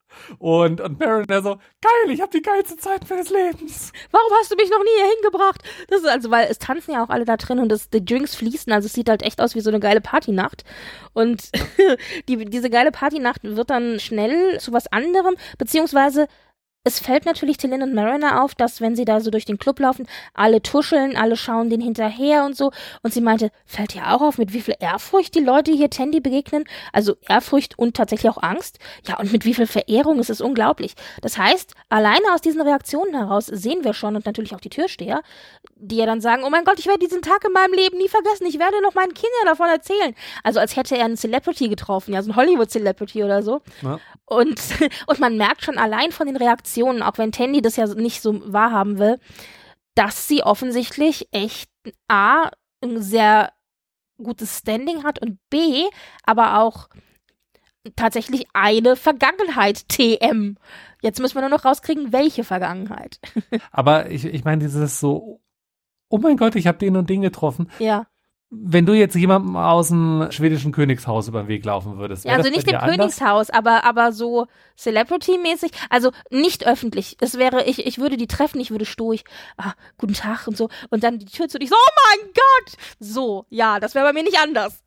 Und Marin der so, geil, ich habe die geilste Zeit meines Lebens. Warum hast du mich noch nie hier hingebracht? Das ist also, weil es tanzen ja auch alle da drin und die Drinks fließen, also es sieht halt echt aus wie so eine geile Partynacht. Und diese geile Partynacht wird dann schnell zu was anderem, beziehungsweise es fällt natürlich T'Lyn und Mariner auf, dass, wenn sie da so durch den Club laufen, alle tuscheln, alle schauen denen hinterher und so. Und sie meinte, fällt dir auch auf, mit wie viel Ehrfurcht die Leute hier Tandy begegnen? Also Ehrfurcht und tatsächlich auch Angst. Ja, und mit wie viel Verehrung, es ist unglaublich. Das heißt, alleine aus diesen Reaktionen heraus sehen wir schon, und natürlich auch die Türsteher, die ja dann sagen, oh mein Gott, ich werde diesen Tag in meinem Leben nie vergessen, ich werde noch meinen Kindern davon erzählen. Also als hätte er einen Celebrity getroffen, ja, so ein Hollywood-Celebrity oder so. Ja. Und man merkt schon allein von den Reaktionen, auch wenn Tandy das ja nicht so wahrhaben will, dass sie offensichtlich echt A, ein sehr gutes Standing hat und B, aber auch tatsächlich eine Vergangenheit TM. Jetzt müssen wir nur noch rauskriegen, welche Vergangenheit. Aber ich meine, dieses so, oh mein Gott, ich habe den und den getroffen. Ja. Wenn du jetzt jemandem aus dem schwedischen Königshaus über den Weg laufen würdest. Ja, also nicht dem Königshaus, aber so Celebrity-mäßig, also nicht öffentlich. Es wäre, ich würde die treffen, ich würde stoisch, guten Tag und so, und dann die Tür zu dich, so, oh mein Gott! So, ja, das wäre bei mir nicht anders.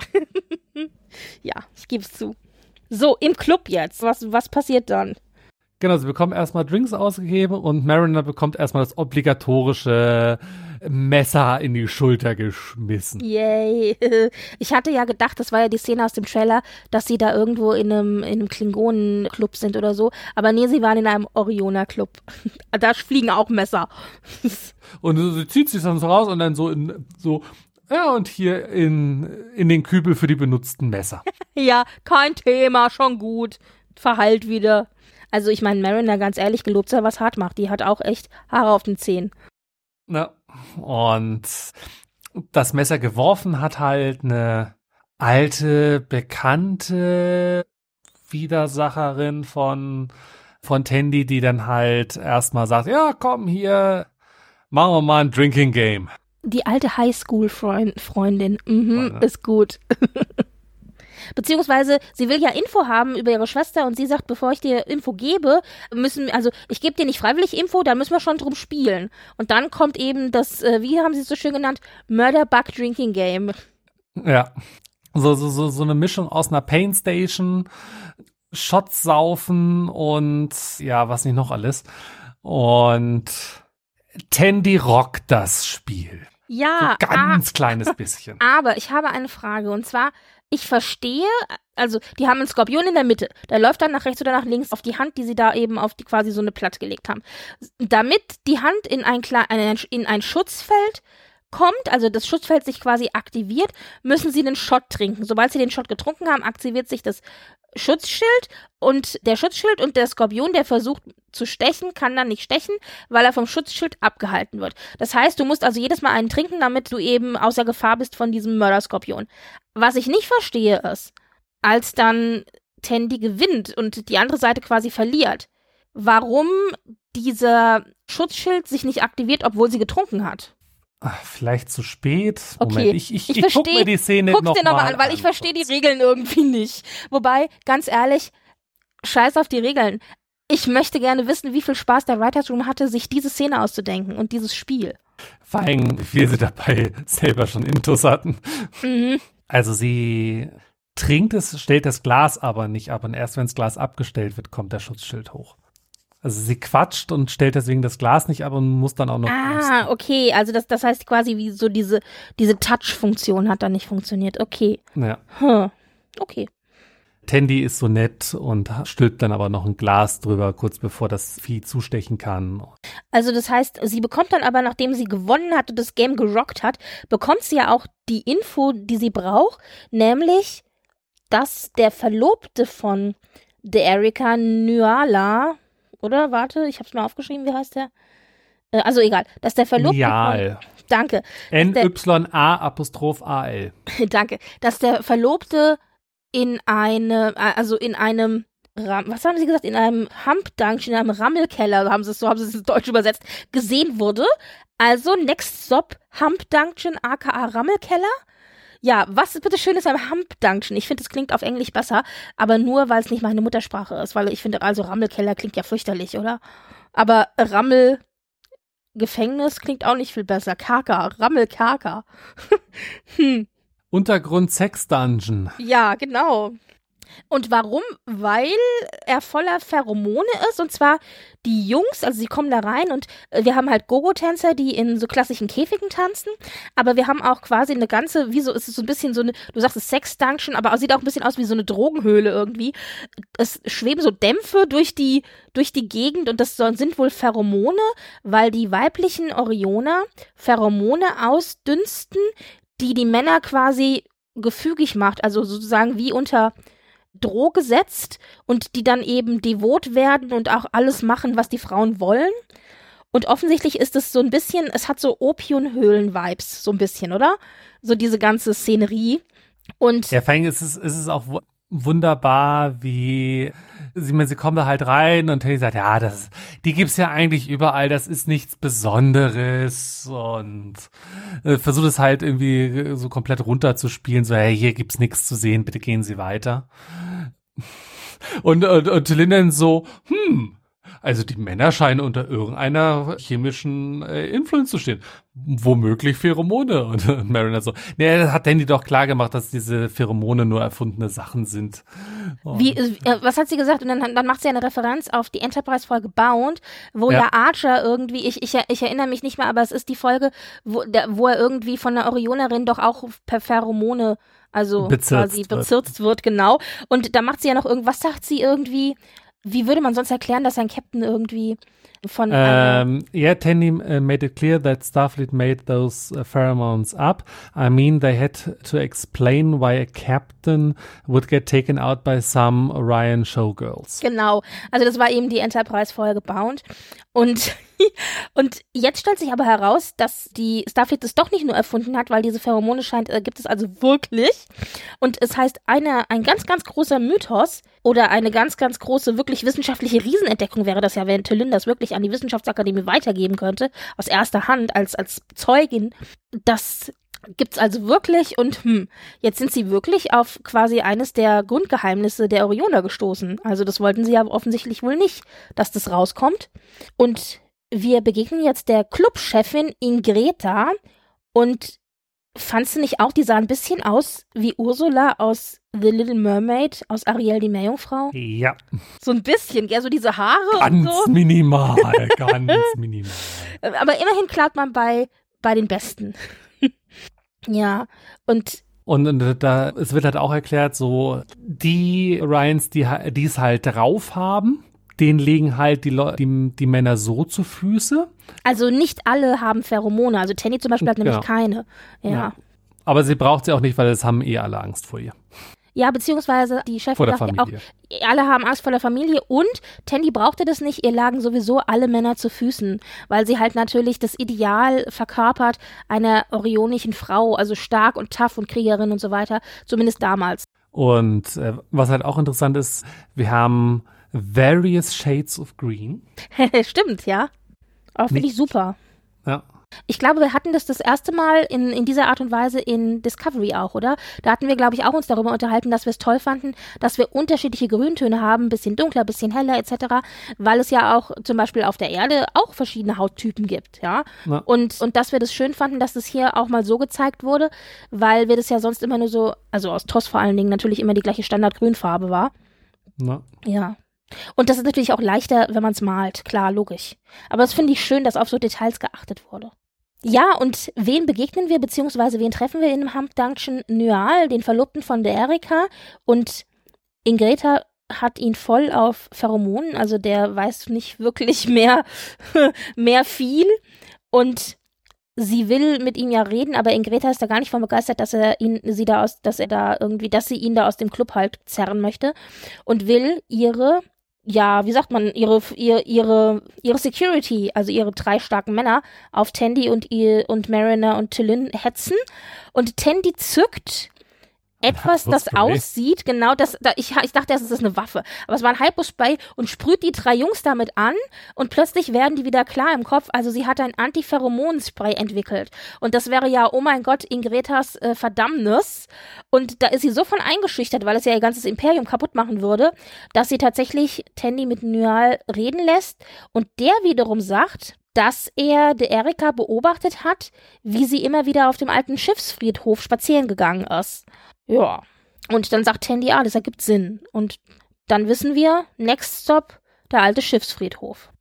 Ja, ich gebe es zu. So, im Club jetzt, was passiert dann? Genau, sie bekommen erstmal Drinks ausgegeben und Mariner bekommt erstmal das obligatorische Messer in die Schulter geschmissen. Yay. Ich hatte ja gedacht, das war ja die Szene aus dem Trailer, dass sie da irgendwo in einem Klingonen-Club sind oder so. Aber nee, sie waren in einem Orioner-Club. Da fliegen auch Messer. Und sie zieht sich dann so raus und dann so ja, und hier in den Kübel für die benutzten Messer. Ja, kein Thema, schon gut. Verheilt wieder. Also ich meine, Mariner, ganz ehrlich, gelobt sei, was hart macht. Die hat auch echt Haare auf den Zähnen. Na, und das Messer geworfen hat halt eine alte, bekannte Widersacherin von Tandy, die dann halt erstmal sagt, ja, komm hier, machen wir mal ein Drinking Game. Die alte Highschool-Freundin, ist gut. Beziehungsweise, sie will ja Info haben über ihre Schwester und sie sagt, bevor ich dir Info gebe, ich gebe dir nicht freiwillig Info, dann müssen wir schon drum spielen. Und dann kommt eben das, wie haben sie es so schön genannt, Murder Bug Drinking Game. Ja, so eine Mischung aus einer Pain Station, Shots saufen und ja, was nicht noch alles. Und Tandy rockt das Spiel. Ja. So ganz kleines bisschen. Aber ich habe eine Frage und zwar, ich verstehe, also die haben einen Skorpion in der Mitte, der läuft dann nach rechts oder nach links auf die Hand, die sie da eben auf die quasi so eine Platte gelegt haben. Damit die Hand in ein Schutzfeld kommt, also das Schutzfeld sich quasi aktiviert, müssen sie den Shot trinken. Sobald sie den Shot getrunken haben, aktiviert sich das Schutzschild und der Schutzschild und der Skorpion, der versucht zu stechen, kann dann nicht stechen, weil er vom Schutzschild abgehalten wird. Das heißt, du musst also jedes Mal einen trinken, damit du eben außer Gefahr bist von diesem Mörderskorpion. Was ich nicht verstehe ist, als dann Tandy gewinnt und die andere Seite quasi verliert, warum dieser Schutzschild sich nicht aktiviert, obwohl sie getrunken hat. Vielleicht zu spät. Okay. Moment, ich guck mir die Szene noch mal an, weil ich verstehe die Regeln irgendwie nicht. Wobei, ganz ehrlich, scheiß auf die Regeln. Ich möchte gerne wissen, wie viel Spaß der Writers Room hatte, sich diese Szene auszudenken und dieses Spiel. Vor allem, wie viel sie dabei selber schon Intus hatten. Mhm. Also sie trinkt es, stellt das Glas aber nicht ab und erst wenn das Glas abgestellt wird, kommt der Schutzschild hoch. Also sie quatscht und stellt deswegen das Glas nicht ab und muss dann auch noch pusten. Okay, also das heißt quasi wie so diese Touch-Funktion hat dann nicht funktioniert. Okay. Ja. Okay. Tandy ist so nett und stülpt dann aber noch ein Glas drüber, kurz bevor das Vieh zustechen kann. Also das heißt, sie bekommt dann aber, nachdem sie gewonnen hat und das Game gerockt hat, bekommt sie ja auch die Info, die sie braucht, nämlich, dass der Verlobte von Erika Nyala, oder? Warte, ich hab's mal aufgeschrieben, wie heißt der? Also egal, dass der Verlobte Nyal. Danke. N-Y-A-Apostroph-A-L. Danke. Dass der Verlobte in einem, was haben sie gesagt, in einem Hump-Dungeon, in einem Rammelkeller, so haben sie es in Deutsch übersetzt, gesehen wurde. Also Next Stop Hump-Dungeon aka Rammelkeller. Ja, was bitte schön ist ein Hump-Dungeon? Ich finde, es klingt auf Englisch besser, aber nur, weil es nicht meine Muttersprache ist, weil ich finde, also Rammelkeller klingt ja fürchterlich, oder? Aber Rammel-Gefängnis klingt auch nicht viel besser. Kerker, Rammelkerker. Untergrund-Sex-Dungeon. Ja, genau. Und warum? Weil er voller Pheromone ist, und zwar die Jungs, also sie kommen da rein und wir haben halt Gogo-Tänzer, die in so klassischen Käfigen tanzen, aber wir haben auch quasi eine ganze, ist es so ein bisschen so eine, du sagst es Sex-Dungeon, aber sieht auch ein bisschen aus wie so eine Drogenhöhle irgendwie. Es schweben so Dämpfe durch die Gegend und das sind wohl Pheromone, weil die weiblichen Orioner Pheromone ausdünsten, die Männer quasi gefügig macht, also sozusagen wie unter Droge setzt und die dann eben devot werden und auch alles machen, was die Frauen wollen. Und offensichtlich ist es so ein bisschen, es hat so Opiumhöhlen-Vibes, so ein bisschen, oder? So diese ganze Szenerie. Und ja, vor allem ist es auch wunderbar, wie sie kommen da halt rein und Tandy sagt, ja, die gibt's ja eigentlich überall, das ist nichts Besonderes und versucht es halt irgendwie so komplett runterzuspielen, so, hey, hier gibt's nichts zu sehen, bitte gehen Sie weiter. Und Linden so, also die Männer scheinen unter irgendeiner chemischen Influence zu stehen. Womöglich Pheromone. Und Mariner so, nee, hat Tandy doch klar gemacht, dass diese Pheromone nur erfundene Sachen sind. Was hat sie gesagt? Und dann macht sie eine Referenz auf die Enterprise-Folge Bound, wo ja Archer irgendwie, ich erinnere mich nicht mehr, aber es ist die Folge, wo er irgendwie von einer Orionerin doch auch per Pheromone, also quasi bezirzt wird, genau. Und da macht sie ja noch irgendwas, sagt sie irgendwie, wie würde man sonst erklären, dass ein Captain irgendwie von Tandy made it clear that Starfleet made those pheromones up. I mean, they had to explain why a captain would get taken out by some Orion showgirls. Genau, also das war eben die Enterprise-Folge Bound. Und jetzt stellt sich aber heraus, dass die Starfleet das doch nicht nur erfunden hat, weil diese Pheromone gibt es also wirklich. Und es heißt, ein ganz, ganz großer Mythos oder eine ganz, ganz große, wirklich wissenschaftliche Riesenentdeckung wäre das ja, wenn T'Lyn das wirklich an die Wissenschaftsakademie weitergeben könnte, aus erster Hand, als Zeugin. Das gibt's also wirklich und jetzt sind sie wirklich auf quasi eines der Grundgeheimnisse der Orioner gestoßen. Also das wollten sie ja offensichtlich wohl nicht, dass das rauskommt. Und wir begegnen jetzt der Clubchefin Ingreta und fandst du nicht auch, die sah ein bisschen aus wie Ursula aus The Little Mermaid, aus Ariel die Meerjungfrau? Ja. So ein bisschen, gell, so diese Haare ganz und so. Minimal, ganz minimal. Aber immerhin klappt man bei den Besten. Ja, und es wird halt auch erklärt, so die Ryans, die es halt drauf haben, denen legen halt die Männer so zu Füße. Also nicht alle haben Pheromone, also Tandy zum Beispiel hat nämlich keine. Ja. Aber sie braucht sie auch nicht, weil es haben alle Angst vor ihr. Ja, beziehungsweise die Chefin Vor der sagt ja auch, Familie. alle haben Angst vor der Familie und Tandy brauchte das nicht, ihr lagen sowieso alle Männer zu Füßen, weil sie halt natürlich das Ideal verkörpert einer orionischen Frau, also stark und tough und Kriegerin und so weiter, zumindest damals. Und was halt auch interessant ist, wir haben various shades of green. Stimmt, ja. Aber finde ich super. Ja. Ich glaube, wir hatten das erste Mal in dieser Art und Weise in Discovery auch, oder? Da hatten wir, glaube ich, auch uns darüber unterhalten, dass wir es toll fanden, dass wir unterschiedliche Grüntöne haben, ein bisschen dunkler, ein bisschen heller etc., weil es ja auch zum Beispiel auf der Erde auch verschiedene Hauttypen gibt, ja? Und dass wir das schön fanden, dass das hier auch mal so gezeigt wurde, weil wir das ja sonst immer nur so, also aus TOS vor allen Dingen natürlich immer die gleiche Standardgrünfarbe war. Ja. Und das ist natürlich auch leichter, wenn man es malt, klar, logisch. Aber das finde ich schön, dass auf so Details geachtet wurde. Ja, und wen begegnen wir, beziehungsweise wen treffen wir in dem Hump Dungeon? Nyal, den Verlobten von der Erika, und Ingreta hat ihn voll auf Pheromonen, also der weiß nicht wirklich mehr viel, und sie will mit ihm ja reden, aber Ingreta ist da gar nicht von begeistert, dass sie ihn da aus dem Club halt zerren möchte und will ihre Security, also ihre 3 starken Männer, auf Tandy und Mariner und T'Lyn hetzen. Und Tandy zückt etwas, das aussieht, genau, ich dachte, das ist eine Waffe. Aber es war ein Hypospray und sprüht die 3 Jungs damit an und plötzlich werden die wieder klar im Kopf. Also sie hat ein Anti-Pheromonspray entwickelt. Und das wäre ja, oh mein Gott, Ingretas Verdammnis. Und da ist sie so von eingeschüchtert, weil es ja ihr ganzes Imperium kaputt machen würde, dass sie tatsächlich Tandy mit Nyal reden lässt. Und der wiederum sagt, dass er der Erika beobachtet hat, wie sie immer wieder auf dem alten Schiffsfriedhof spazieren gegangen ist. Ja, und dann sagt Tandy, das ergibt Sinn. Und dann wissen wir, next stop, der alte Schiffsfriedhof.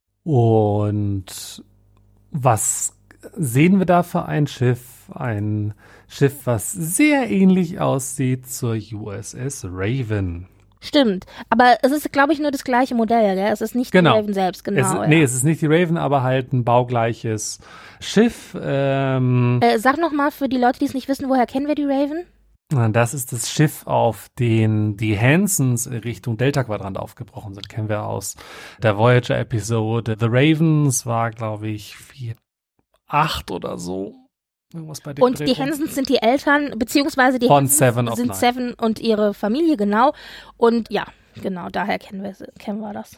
Und was sehen wir da für ein Schiff? Ein Schiff, was sehr ähnlich aussieht zur USS Raven. Stimmt, aber es ist, glaube ich, nur das gleiche Modell, gell? Es ist nicht die Raven selbst, genau. Es ist nicht die Raven, aber halt ein baugleiches Schiff. Sag nochmal für die Leute, die es nicht wissen, woher kennen wir die Raven? Das ist das Schiff, auf den die Hansons Richtung Delta-Quadrant aufgebrochen sind. Kennen wir aus der Voyager-Episode. The Ravens war, glaube ich, 4-8 oder so. Irgendwas bei dem und die Hansons sind die Eltern, beziehungsweise die Hansons sind Seven und ihre Familie, genau. Und ja, genau, daher kennen wir das.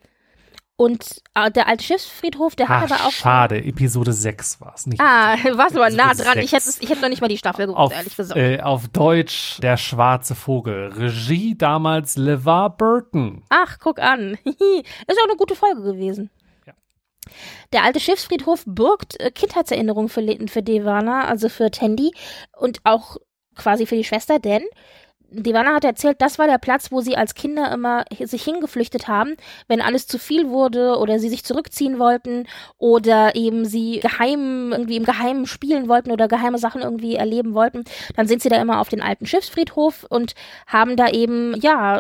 Und der alte Schiffsfriedhof, der hat aber auch... Schade, Episode 6 war es nicht. Warst aber nah dran. Ich hätte noch nicht mal die Staffel geguckt, ehrlich gesagt. Auf Deutsch Der schwarze Vogel. Regie damals LeVar Burton. Ach, guck an. Ist auch eine gute Folge gewesen. Ja. Der alte Schiffsfriedhof birgt Kindheitserinnerungen für Devana, also für Tandy und auch quasi für die Schwester, denn Devana hat erzählt, das war der Platz, wo sie als Kinder immer sich hingeflüchtet haben, wenn alles zu viel wurde oder sie sich zurückziehen wollten oder eben sie im Geheimen spielen wollten oder geheime Sachen irgendwie erleben wollten. Dann sind sie da immer auf den alten Schiffsfriedhof und haben da eben,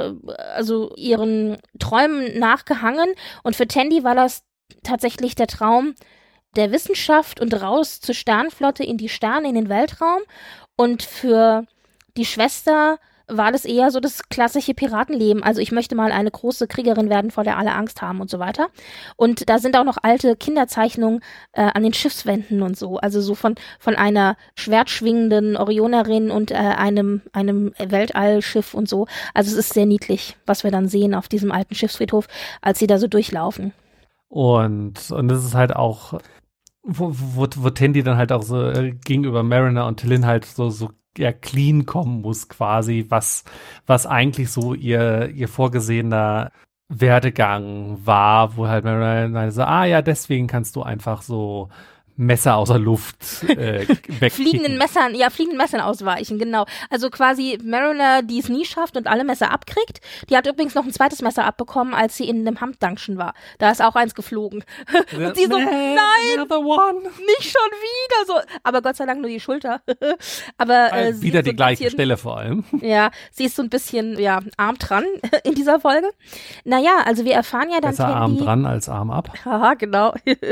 also ihren Träumen nachgehangen. Und für Tandy war das tatsächlich der Traum der Wissenschaft und raus zur Sternflotte in die Sterne, in den Weltraum. Und für die Schwester war das eher so das klassische Piratenleben. Also ich möchte mal eine große Kriegerin werden, vor der alle Angst haben und so weiter. Und da sind auch noch alte Kinderzeichnungen an den Schiffswänden und so. Also so von einer schwertschwingenden Orionerin und einem Weltallschiff und so. Also es ist sehr niedlich, was wir dann sehen auf diesem alten Schiffsfriedhof, als sie da so durchlaufen. Und das ist halt auch, wo Tandy dann halt auch so gegenüber Mariner und T'Lyn halt so clean kommen muss quasi, was eigentlich so ihr vorgesehener Werdegang war, wo halt Mariner so, deswegen kannst du einfach so Messer aus der Luft wegkicken. Fliegenden Messern ausweichen, genau. Also quasi Mariner, die es nie schafft und alle Messer abkriegt. Die hat übrigens noch ein zweites Messer abbekommen, als sie in einem Hump Dungeon war. Da ist auch eins geflogen. Und sie so, nein, nicht schon wieder so. Aber Gott sei Dank nur die Schulter. Aber wieder die gleiche Stelle vor allem. Ja, sie ist so ein bisschen, arm dran in dieser Folge. Naja, also wir erfahren ja dann besser Tandy, Arm dran als Arm ab. Haha, genau.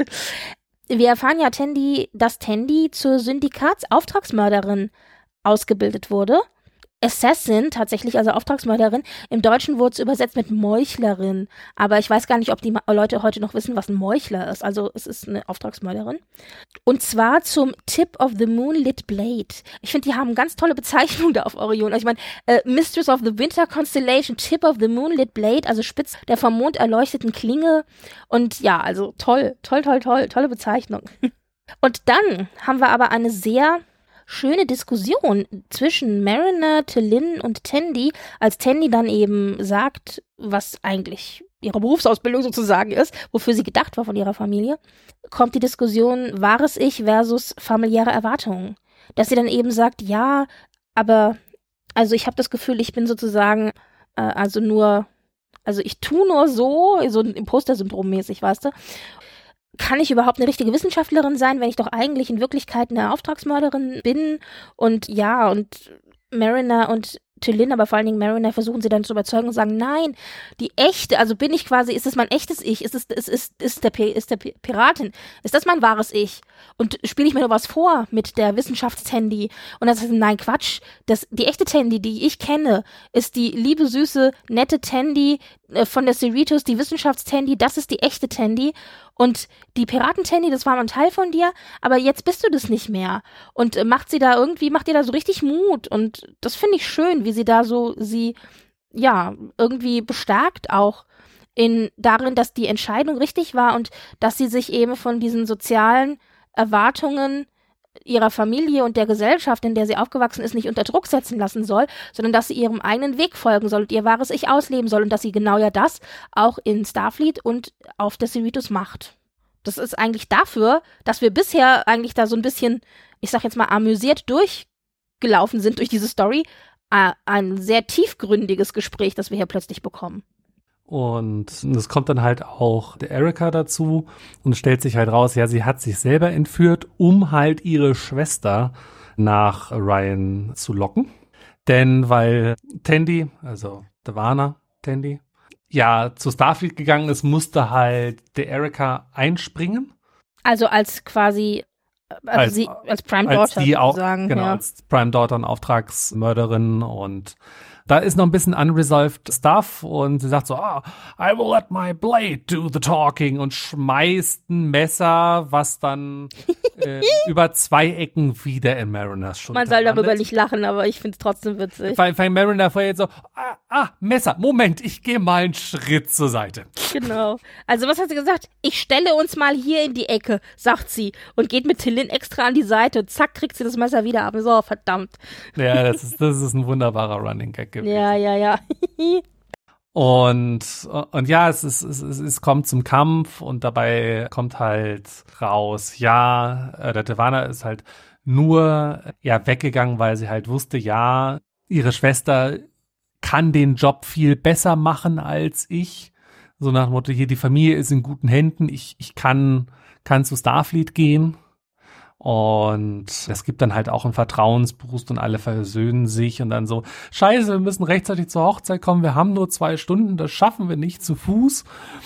Wir erfahren ja dass Tandy zur Syndikatsauftragsmörderin ausgebildet wurde. Assassin tatsächlich, also Auftragsmörderin. Im Deutschen wurde es übersetzt mit Meuchlerin. Aber ich weiß gar nicht, ob die Leute heute noch wissen, was ein Meuchler ist. Also es ist eine Auftragsmörderin. Und zwar zum Tip of the Moonlit Blade. Ich finde, die haben ganz tolle Bezeichnungen da auf Orion. Also ich meine, Mistress of the Winter Constellation, Tip of the Moonlit Blade, also Spitz der vom Mond erleuchteten Klinge. Und ja, also tolle Bezeichnung. Und dann haben wir aber eine sehr schöne Diskussion zwischen Mariner, T'Lyn und Tendi, als Tendi dann eben sagt, was eigentlich ihre Berufsausbildung sozusagen ist, wofür sie gedacht war von ihrer Familie, kommt die Diskussion wahres Ich versus familiäre Erwartungen. Dass sie dann eben sagt, ja, aber also ich habe das Gefühl, ich bin sozusagen ich tue nur so ein Imposter-Syndrom mäßig, weißt du. Kann ich überhaupt eine richtige Wissenschaftlerin sein, wenn ich doch eigentlich in Wirklichkeit eine Auftragsmörderin bin? Und ja, und Mariner und T'Lyn, aber vor allen Dingen Mariner, versuchen sie dann zu überzeugen und sagen, nein, die echte, also bin ich quasi, ist es mein echtes Ich? Ist der Piratin? Ist das mein wahres Ich? Und spiele ich mir nur was vor mit der Wissenschaftstendi? Und dann sagt sie, nein, Quatsch, die echte Tendi, die ich kenne, ist die liebe, süße, nette Tendi von der Cerritos, die Wissenschaftstendi, das ist die echte Tendi. Und die Piratentendi, das war mal ein Teil von dir, aber jetzt bist du das nicht mehr. Und macht ihr da so richtig Mut. Und das finde ich schön, wie sie da so irgendwie bestärkt auch darin, dass die Entscheidung richtig war und dass sie sich eben von diesen sozialen Erwartungen ihrer Familie und der Gesellschaft, in der sie aufgewachsen ist, nicht unter Druck setzen lassen soll, sondern dass sie ihrem eigenen Weg folgen soll und ihr wahres Ich ausleben soll und dass sie genau ja das auch in Starfleet und auf der Cerritos macht. Das ist eigentlich dafür, dass wir bisher eigentlich da so ein bisschen, ich sag jetzt mal, amüsiert durchgelaufen sind durch diese Story, ein sehr tiefgründiges Gespräch, das wir hier plötzlich bekommen. Und es kommt dann halt auch der Erika dazu und stellt sich halt raus, ja, sie hat sich selber entführt, um halt ihre Schwester nach Ryan zu locken. Denn weil Tendi, also D'Vana Tendi, ja zu Starfleet gegangen ist, musste halt der Erika einspringen. Also als quasi als Prime Daughter sozusagen. Genau, als Prime Daughter und Auftragsmörderin und da ist noch ein bisschen unresolved Stuff und sie sagt so, I will let my blade do the talking und schmeißt ein Messer, was dann über 2 Ecken wieder in Mariners Schulter Man soll darüber nicht lachen, aber ich finde es trotzdem witzig. Weil Mariner vorher jetzt so, Messer, Moment, ich gehe mal einen Schritt zur Seite. Genau. Also was hat sie gesagt? Ich stelle uns mal hier in die Ecke, sagt sie und geht mit T'Lyn extra an die Seite. Zack, kriegt sie das Messer wieder ab. So, verdammt. Ja, das ist ein wunderbarer Running Gag gewesen. Ja. Und ja, es kommt zum Kampf und dabei kommt halt raus, ja, der D'Vana ist halt nur weggegangen, weil sie halt wusste, ja, ihre Schwester kann den Job viel besser machen als ich. So nach dem Motto, hier, die Familie ist in guten Händen, ich kann zu Starfleet gehen. Und es gibt dann halt auch einen Vertrauensboost und alle versöhnen sich und dann so, scheiße, wir müssen rechtzeitig zur Hochzeit kommen, wir haben nur 2 Stunden, das schaffen wir nicht zu Fuß.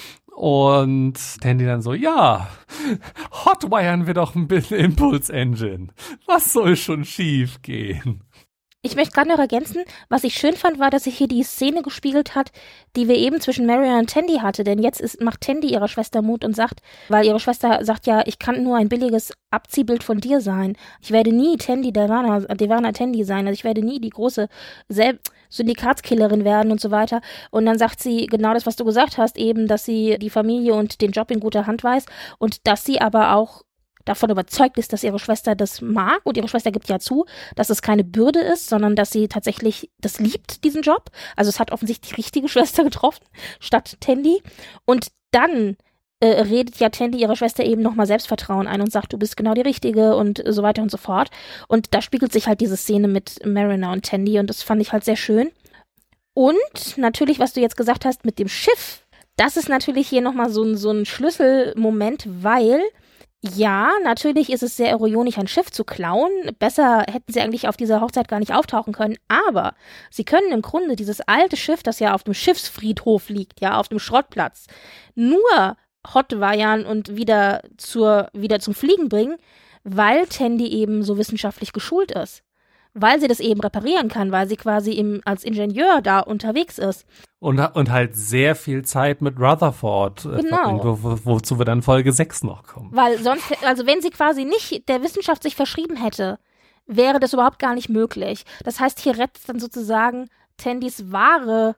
Und Tendi dann so, ja, hotwiren wir doch ein bisschen Impulse Engine. Was soll schon schief gehen? Ich möchte gerade noch ergänzen, was ich schön fand, war, dass sich hier die Szene gespiegelt hat, die wir eben zwischen Mariner und Tendi hatte. Denn jetzt macht Tendi ihrer Schwester Mut und sagt, weil ihre Schwester sagt ja, ich kann nur ein billiges Abziehbild von dir sein. Ich werde nie D'Vana Tendi sein. Also ich werde nie die große Syndikatskillerin werden und so weiter. Und dann sagt sie genau das, was du gesagt hast, eben, dass sie die Familie und den Job in guter Hand weiß und dass sie aber auch davon überzeugt ist, dass ihre Schwester das mag und ihre Schwester gibt ja zu, dass es keine Bürde ist, sondern dass sie tatsächlich das liebt, diesen Job. Also es hat offensichtlich die richtige Schwester getroffen, statt Tendi. Und dann redet ja Tendi ihrer Schwester eben nochmal Selbstvertrauen ein und sagt, du bist genau die Richtige und so weiter und so fort. Und da spiegelt sich halt diese Szene mit Mariner und Tendi und das fand ich halt sehr schön. Und natürlich, was du jetzt gesagt hast mit dem Schiff, das ist natürlich hier nochmal so ein Schlüsselmoment, weil ja, natürlich ist es sehr eroionisch, ein Schiff zu klauen. Besser hätten sie eigentlich auf dieser Hochzeit gar nicht auftauchen können. Aber sie können im Grunde dieses alte Schiff, das ja auf dem Schiffsfriedhof liegt, ja, auf dem Schrottplatz, nur hotwiren und wieder zum Fliegen bringen, weil Tendi eben so wissenschaftlich geschult ist. weil sie das eben reparieren kann, weil sie quasi als Ingenieur da unterwegs ist. Und halt sehr viel Zeit mit Rutherford verbringt, wozu wir dann Folge 6 noch kommen. Weil sonst, also wenn sie quasi nicht der Wissenschaft sich verschrieben hätte, wäre das überhaupt gar nicht möglich. Das heißt, hier rettet dann sozusagen Tandys wahres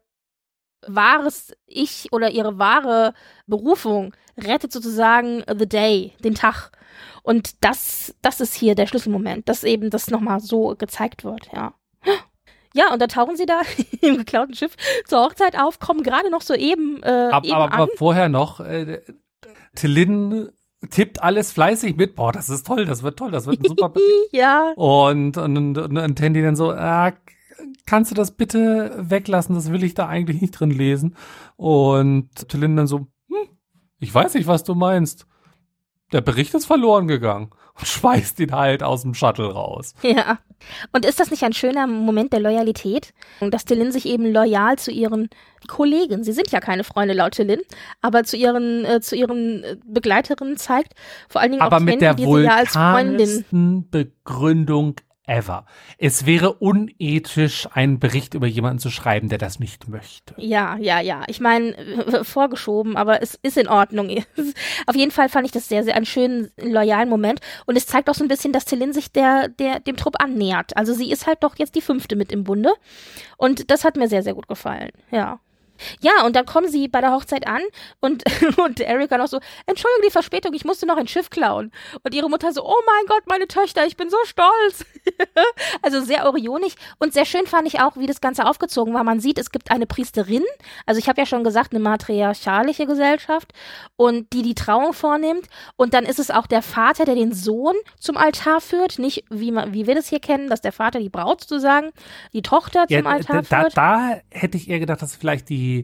Ich oder ihre wahre Berufung, rettet sozusagen the day, den Tag. Und das ist hier der Schlüsselmoment, dass eben das nochmal so gezeigt wird, ja. Ja, und dann tauchen sie da im geklauten Schiff zur Hochzeit auf, kommen gerade noch so eben aber vorher noch, T'Lyn tippt alles fleißig mit. Boah, das ist toll, das wird ein super Bericht. Ja. Und Tandy dann so, kannst du das bitte weglassen? Das will ich da eigentlich nicht drin lesen. Und T'Lyn dann so, ich weiß nicht, was du meinst. Der Bericht ist verloren gegangen. Und schmeißt ihn halt aus dem Shuttle raus. Ja. Und ist das nicht ein schöner Moment der Loyalität? Dass T'Lyn sich eben loyal zu ihren Kollegen, sie sind ja keine Freunde laut T'Lyn, aber zu ihren Begleiterinnen zeigt. Vor allen Dingen aber auch mit Tandy, der die sie ja als Freundin. Begründung ever. Es wäre unethisch, einen Bericht über jemanden zu schreiben, der das nicht möchte. Ja. Ich meine, vorgeschoben, aber es ist in Ordnung. Auf jeden Fall fand ich das sehr, sehr einen schönen, loyalen Moment. Und es zeigt auch so ein bisschen, dass T'Lyn sich dem Trupp annähert. Also sie ist halt doch jetzt die 5. mit im Bunde. Und das hat mir sehr, sehr gut gefallen. Ja. Ja, und dann kommen sie bei der Hochzeit an und Erika noch so, Entschuldigung die Verspätung, ich musste noch ein Schiff klauen. Und ihre Mutter so, oh mein Gott, meine Töchter, ich bin so stolz. Also sehr orionig und sehr schön fand ich auch, wie das Ganze aufgezogen war. Man sieht, es gibt eine Priesterin, also ich habe ja schon gesagt, eine matriarchalische Gesellschaft und die Trauung vornimmt und dann ist es auch der Vater, der den Sohn zum Altar führt, nicht wie wir das hier kennen, dass der Vater die Braut sozusagen, die Tochter zum Altar führt. Da hätte ich eher gedacht, dass vielleicht die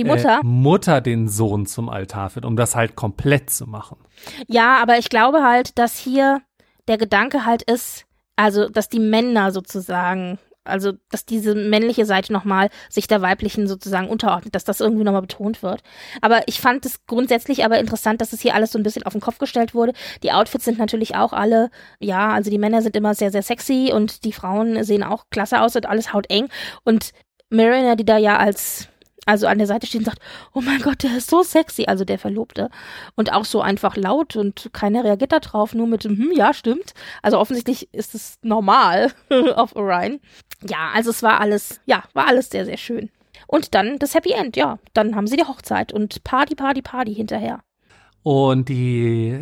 Mutter den Sohn zum Altar führt, um das halt komplett zu machen. Ja, aber ich glaube halt, dass hier der Gedanke halt ist, also dass die Männer sozusagen, also dass diese männliche Seite nochmal sich der weiblichen sozusagen unterordnet, dass das irgendwie nochmal betont wird. Aber ich fand es grundsätzlich aber interessant, dass es hier alles so ein bisschen auf den Kopf gestellt wurde. Die Outfits sind natürlich auch alle, ja, also die Männer sind immer sehr, sehr sexy und die Frauen sehen auch klasse aus und alles hauteng. Und Mariner, die da ja also an der Seite steht und sagt, oh mein Gott, der ist so sexy, also der Verlobte. Und auch so einfach laut und keiner reagiert da drauf, nur mit dem, ja, stimmt. Also offensichtlich ist es normal auf Orion. Ja, also es war alles sehr, sehr schön. Und dann das Happy End, ja. Dann haben sie die Hochzeit und Party, Party, Party hinterher. Und die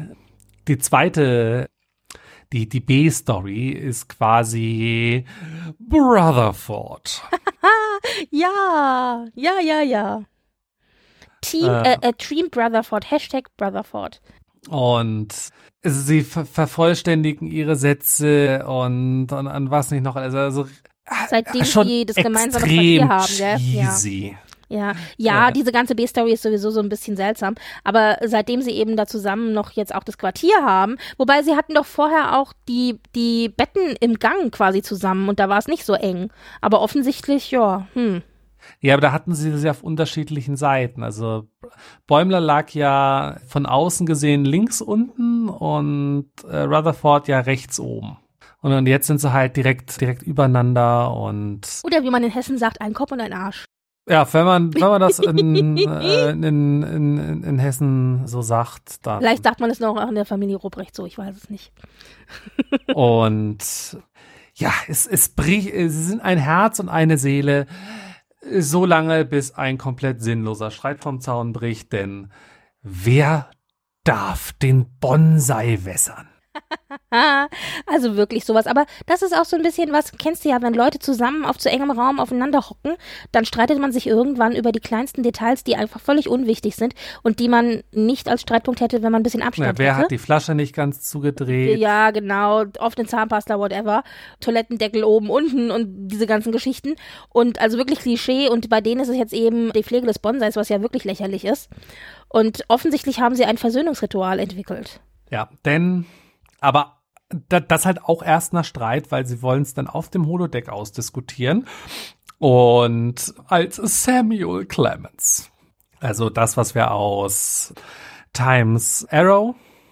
zweite die B-Story ist quasi Brotherford. Ja. Team Brotherford, #Brotherford. Und sie vervollständigen ihre Sätze und an was nicht noch. Also seitdem schon sie das gemeinsame Quartier haben, cheesy. Ja, diese ganze B-Story ist sowieso so ein bisschen seltsam. Aber seitdem sie eben da zusammen noch jetzt auch das Quartier haben, wobei sie hatten doch vorher auch die Betten im Gang quasi zusammen und da war es nicht so eng. Aber offensichtlich, ja, Ja, aber da hatten sie auf unterschiedlichen Seiten. Also Bäumler lag ja von außen gesehen links unten und Rutherford ja rechts oben. Und jetzt sind sie halt direkt übereinander und oder wie man in Hessen sagt, ein Kopf und ein Arsch. Ja, wenn man das in Hessen so sagt, dann. Vielleicht sagt man es noch auch in der Familie Ruprecht so, ich weiß es nicht. Und ja, sie sind ein Herz und eine Seele, so lange, bis ein komplett sinnloser Streit vom Zaun bricht, denn wer darf den Bonsai wässern? Also wirklich sowas. Aber das ist auch so ein bisschen was, kennst du ja, wenn Leute zusammen auf zu engem Raum aufeinander hocken, dann streitet man sich irgendwann über die kleinsten Details, die einfach völlig unwichtig sind und die man nicht als Streitpunkt hätte, wenn man ein bisschen Abstand hätte. Wer hat die Flasche nicht ganz zugedreht? Ja, genau. Oft eine Zahnpasta, whatever. Toilettendeckel oben, unten und diese ganzen Geschichten. Und also wirklich Klischee. Und bei denen ist es jetzt eben die Pflege des Bonsais, was ja wirklich lächerlich ist. Und offensichtlich haben sie ein Versöhnungsritual entwickelt. Ja, aber das halt auch erst nach Streit, weil sie wollen es dann auf dem Holodeck ausdiskutieren. Und als Samuel Clemens, also das, was wir aus Times Arrow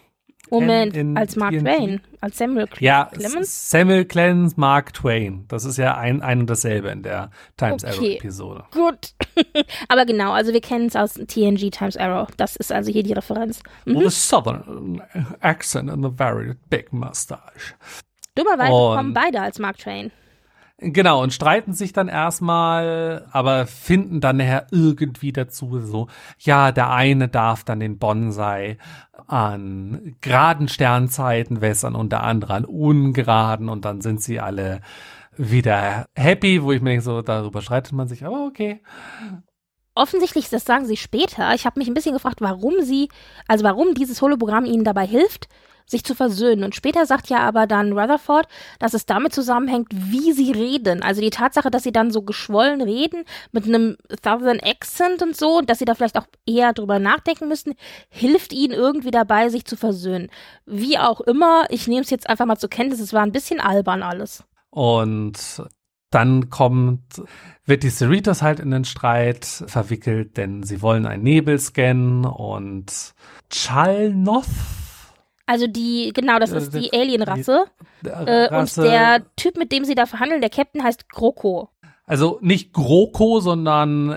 Moment, kennen in als Mark TNG. Twain, als Samuel Clemens? Samuel Clemens, Mark Twain. Das ist ja ein und dasselbe in der Times Arrow-Episode. Gut. Aber genau, also wir kennen es aus TNG Times Arrow. Das ist also hier die Referenz. With a southern accent and a very big mustache. Dummerweise kommen beide als Mark Twain. Genau, und streiten sich dann erstmal, aber finden dann nachher irgendwie dazu so, ja, der eine darf dann den Bonsai an geraden Sternzeiten wässern und der andere an ungeraden und dann sind sie alle wieder happy, wo ich mir denke, so, darüber streitet man sich, aber okay. Offensichtlich, das sagen sie später. Ich habe mich ein bisschen gefragt, warum dieses Hologramm ihnen dabei hilft, sich zu versöhnen. Und später sagt ja aber dann Rutherford, dass es damit zusammenhängt, wie sie reden. Also die Tatsache, dass sie dann so geschwollen reden, mit einem Southern Accent und so, und dass sie da vielleicht auch eher drüber nachdenken müssen, hilft ihnen irgendwie dabei, sich zu versöhnen. Wie auch immer, ich nehme es jetzt einfach mal zur Kenntnis, es war ein bisschen albern alles. Und dann wird die Cerritos halt in den Streit verwickelt, denn sie wollen einen Nebel scannen und Chalnoth. Also das ist die Alien-Rasse. Und der Typ, mit dem sie da verhandeln, der Captain, heißt Kroko. Also nicht GroKo, sondern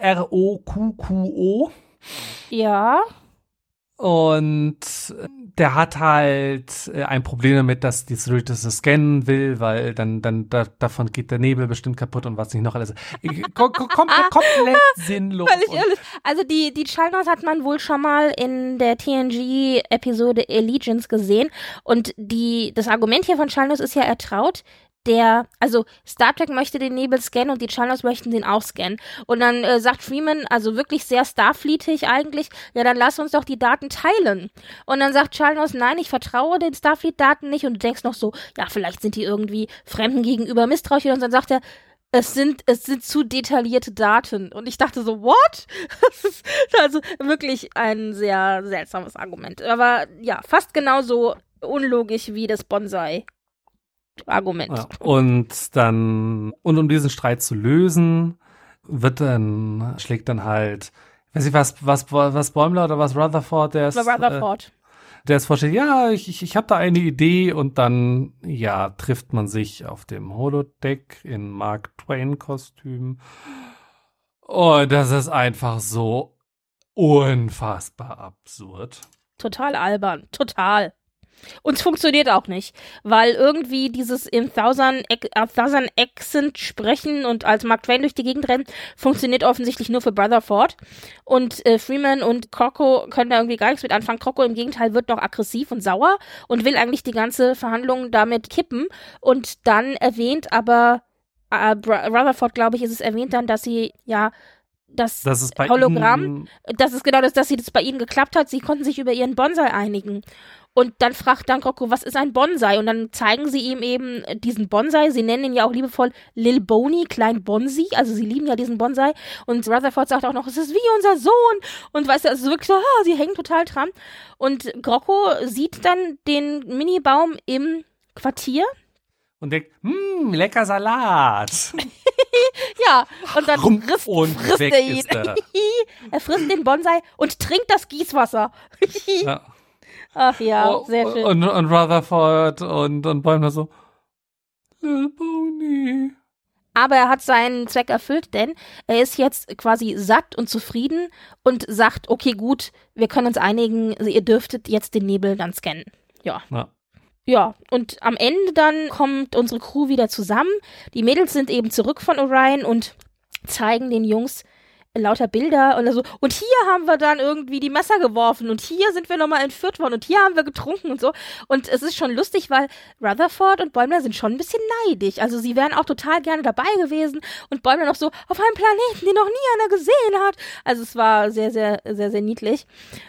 CROQQO. Ja. Und der hat halt ein Problem damit, dass die Cerritos es scannen will, weil dann davon geht der Nebel bestimmt kaputt und was nicht noch alles. Komplett sinnlos. Völlig irre. Also die Chalnos hat man wohl schon mal in der TNG-Episode Allegiance gesehen. Und das Argument hier von Chalnos ist ja ertraut. Also Star Trek möchte den Nebel scannen und die Chalnos möchten den auch scannen. Und dann sagt Freeman, also wirklich sehr Starfleetig eigentlich, ja, dann lass uns doch die Daten teilen. Und dann sagt Chalnos, nein, ich vertraue den Starfleet-Daten nicht. Und du denkst noch so, ja, vielleicht sind die irgendwie Fremden gegenüber misstrauisch. Und dann sagt er, es sind zu detaillierte Daten. Und ich dachte so, what? Das ist also wirklich ein sehr seltsames Argument. Aber ja, fast genauso unlogisch wie das Bonsai-Argument. Ja, und um diesen Streit zu lösen, schlägt dann halt, weiß ich was Bäumler oder was Rutherford, der es vorstellt, ja, ich habe da eine Idee und dann, ja, trifft man sich auf dem Holodeck in Mark Twain-Kostüm. Und das ist einfach so unfassbar absurd. Total albern, total. Und es funktioniert auch nicht, weil irgendwie dieses in Southern Accent sprechen und als Mark Twain durch die Gegend rennen, funktioniert offensichtlich nur für Rutherford. Und Freeman und Kroko können da irgendwie gar nichts mit anfangen. Kroko im Gegenteil wird noch aggressiv und sauer und will eigentlich die ganze Verhandlung damit kippen. Und dann erwähnt aber Rutherford, glaube ich, ist es erwähnt dann, dass sie das Hologramm, dass sie das bei ihnen geklappt hat. Sie konnten sich über ihren Bonsai einigen. Und dann fragt dann Kroko, was ist ein Bonsai? Und dann zeigen sie ihm eben diesen Bonsai. Sie nennen ihn ja auch liebevoll Lil Boney, Klein Bonsi. Also sie lieben ja diesen Bonsai. Und Rutherford sagt auch noch, es ist wie unser Sohn. Und weißt du, es ist wirklich so, sie hängen total dran. Und Kroko sieht dann den Mini-Baum im Quartier. Und denkt, lecker Salat. Ja, und dann frisst weg er ihn. Ist er. Er frisst den Bonsai und trinkt das Gießwasser. Ja. Ach ja, sehr schön. Und Rutherford und Bäumler so, Lil Boney. Aber er hat seinen Zweck erfüllt, denn er ist jetzt quasi satt und zufrieden und sagt, okay, gut, wir können uns einigen, ihr dürftet jetzt den Nebel dann scannen. Ja. Ja, und am Ende dann kommt unsere Crew wieder zusammen. Die Mädels sind eben zurück von Orion und zeigen den Jungs lauter Bilder und so. Und hier haben wir dann irgendwie die Messer geworfen und hier sind wir nochmal entführt worden und hier haben wir getrunken und so. Und es ist schon lustig, weil Rutherford und Bäumler sind schon ein bisschen neidisch. Also sie wären auch total gerne dabei gewesen und Bäumler noch so auf einem Planeten, den noch nie einer gesehen hat. Also es war sehr, sehr, sehr, sehr niedlich.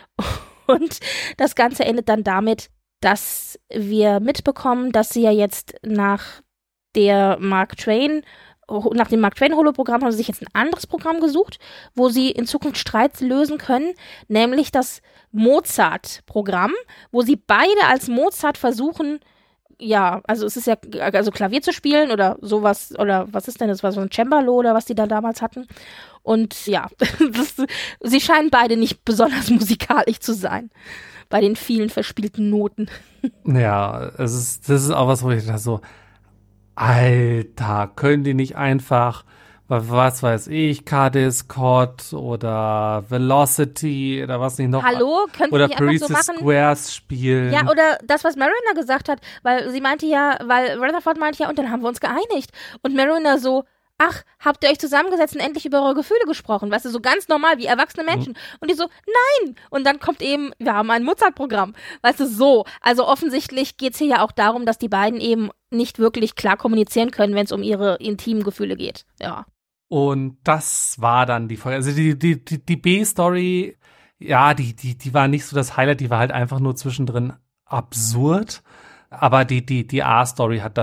Und das Ganze endet dann damit, dass wir mitbekommen, dass sie ja jetzt nach dem Mark Twain Holoprogramm haben sie sich jetzt ein anderes Programm gesucht, wo sie in Zukunft Streit lösen können, nämlich das Mozart-Programm, wo sie beide als Mozart versuchen, ja, also es ist ja, also Klavier zu spielen oder sowas, oder was ist denn das, was so ein Cembalo oder was die da damals hatten. Und ja, sie scheinen beide nicht besonders musikalisch zu sein. bei den vielen verspielten Noten. Ja, das ist auch was, wo ich dachte so, Alter, können die nicht einfach, was weiß ich, Cardiscott oder Velocity oder was nicht noch. Hallo, können wir oder nicht einfach so Princess machen? Squares spielen. Ja, oder das, was Mariner gesagt hat, weil sie meinte ja, weil Rutherford meinte ja, und dann haben wir uns geeinigt. Und Mariner so, ach, habt ihr euch zusammengesetzt und endlich über eure Gefühle gesprochen? Weißt du, so ganz normal, wie erwachsene Menschen. Und die so, nein! Und dann kommt eben, wir haben ein Mozart-Programm. Weißt du, so. Also offensichtlich geht's hier ja auch darum, dass die beiden eben nicht wirklich klar kommunizieren können, wenn es um ihre intimen Gefühle geht. Ja. Und das war dann die Folge. Also die B-Story, ja, die war nicht so das Highlight, die war halt einfach nur zwischendrin absurd. Aber die A-Story hat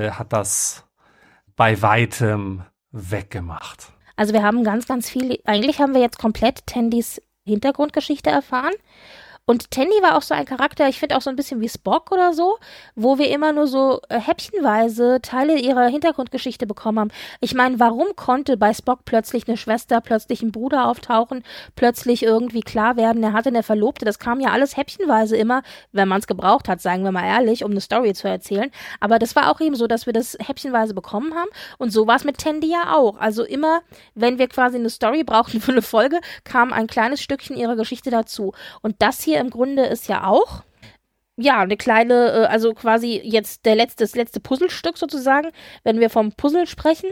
das bei weitem weggemacht. Also wir haben ganz, ganz viel, eigentlich haben wir jetzt komplett Tandys Hintergrundgeschichte erfahren. Und Tandy war auch so ein Charakter, ich finde auch so ein bisschen wie Spock oder so, wo wir immer nur so häppchenweise Teile ihrer Hintergrundgeschichte bekommen haben. Ich meine, warum konnte bei Spock plötzlich eine Schwester, plötzlich ein Bruder auftauchen, plötzlich irgendwie klar werden, er hatte eine Verlobte? Das kam ja alles häppchenweise immer, wenn man es gebraucht hat, sagen wir mal ehrlich, um eine Story zu erzählen. Aber das war auch eben so, dass wir das häppchenweise bekommen haben. Und so war es mit Tandy ja auch. Also immer, wenn wir quasi eine Story brauchten für eine Folge, kam ein kleines Stückchen ihrer Geschichte dazu. Und das hier im Grunde ist ja auch, ja, eine kleine, also quasi jetzt das letzte Puzzlestück sozusagen, wenn wir vom Puzzle sprechen.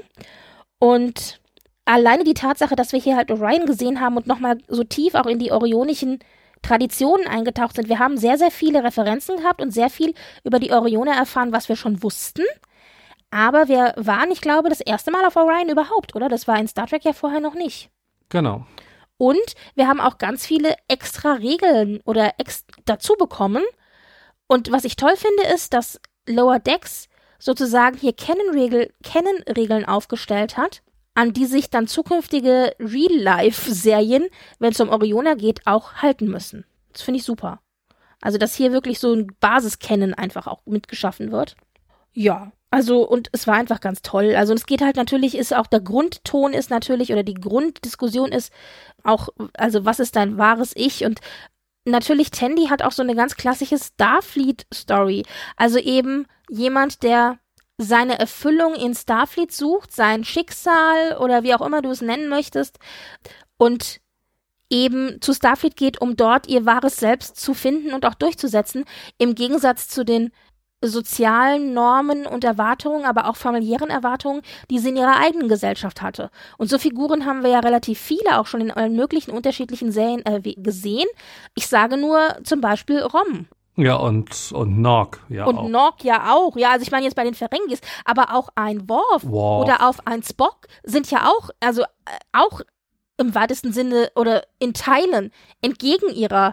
Und alleine die Tatsache, dass wir hier halt Orion gesehen haben und nochmal so tief auch in die orionischen Traditionen eingetaucht sind. Wir haben sehr, sehr viele Referenzen gehabt und sehr viel über die Orioner erfahren, was wir schon wussten. Aber wir waren, ich glaube, das erste Mal auf Orion überhaupt, oder? Das war in Star Trek ja vorher noch nicht. Genau. Und wir haben auch ganz viele extra Regeln oder dazu bekommen. Und was ich toll finde, ist, dass Lower Decks sozusagen hier Canon-Regeln aufgestellt hat, an die sich dann zukünftige Real-Life-Serien, wenn es um Orioner geht, auch halten müssen. Das finde ich super. Also, dass hier wirklich so ein Basis-Canon einfach auch mitgeschaffen wird. Ja, also, und es war einfach ganz toll. Also, es geht halt natürlich, ist auch der Grundton ist natürlich, oder die Grunddiskussion ist auch, also, was ist dein wahres Ich? Und natürlich, Tandy hat auch so eine ganz klassische Starfleet-Story. Also eben jemand, der seine Erfüllung in Starfleet sucht, sein Schicksal oder wie auch immer du es nennen möchtest und eben zu Starfleet geht, um dort ihr wahres Selbst zu finden und auch durchzusetzen, im Gegensatz zu den sozialen Normen und Erwartungen, aber auch familiären Erwartungen, die sie in ihrer eigenen Gesellschaft hatte. Und so Figuren haben wir ja relativ viele auch schon in allen möglichen unterschiedlichen Serien gesehen. Ich sage nur zum Beispiel Rom. Ja, und Nog, ja und auch. Und Nog ja auch. Ja, also ich meine jetzt bei den Ferengis, aber auch ein Worf oder auf ein Spock sind ja auch, also auch im weitesten Sinne oder in Teilen entgegen ihrer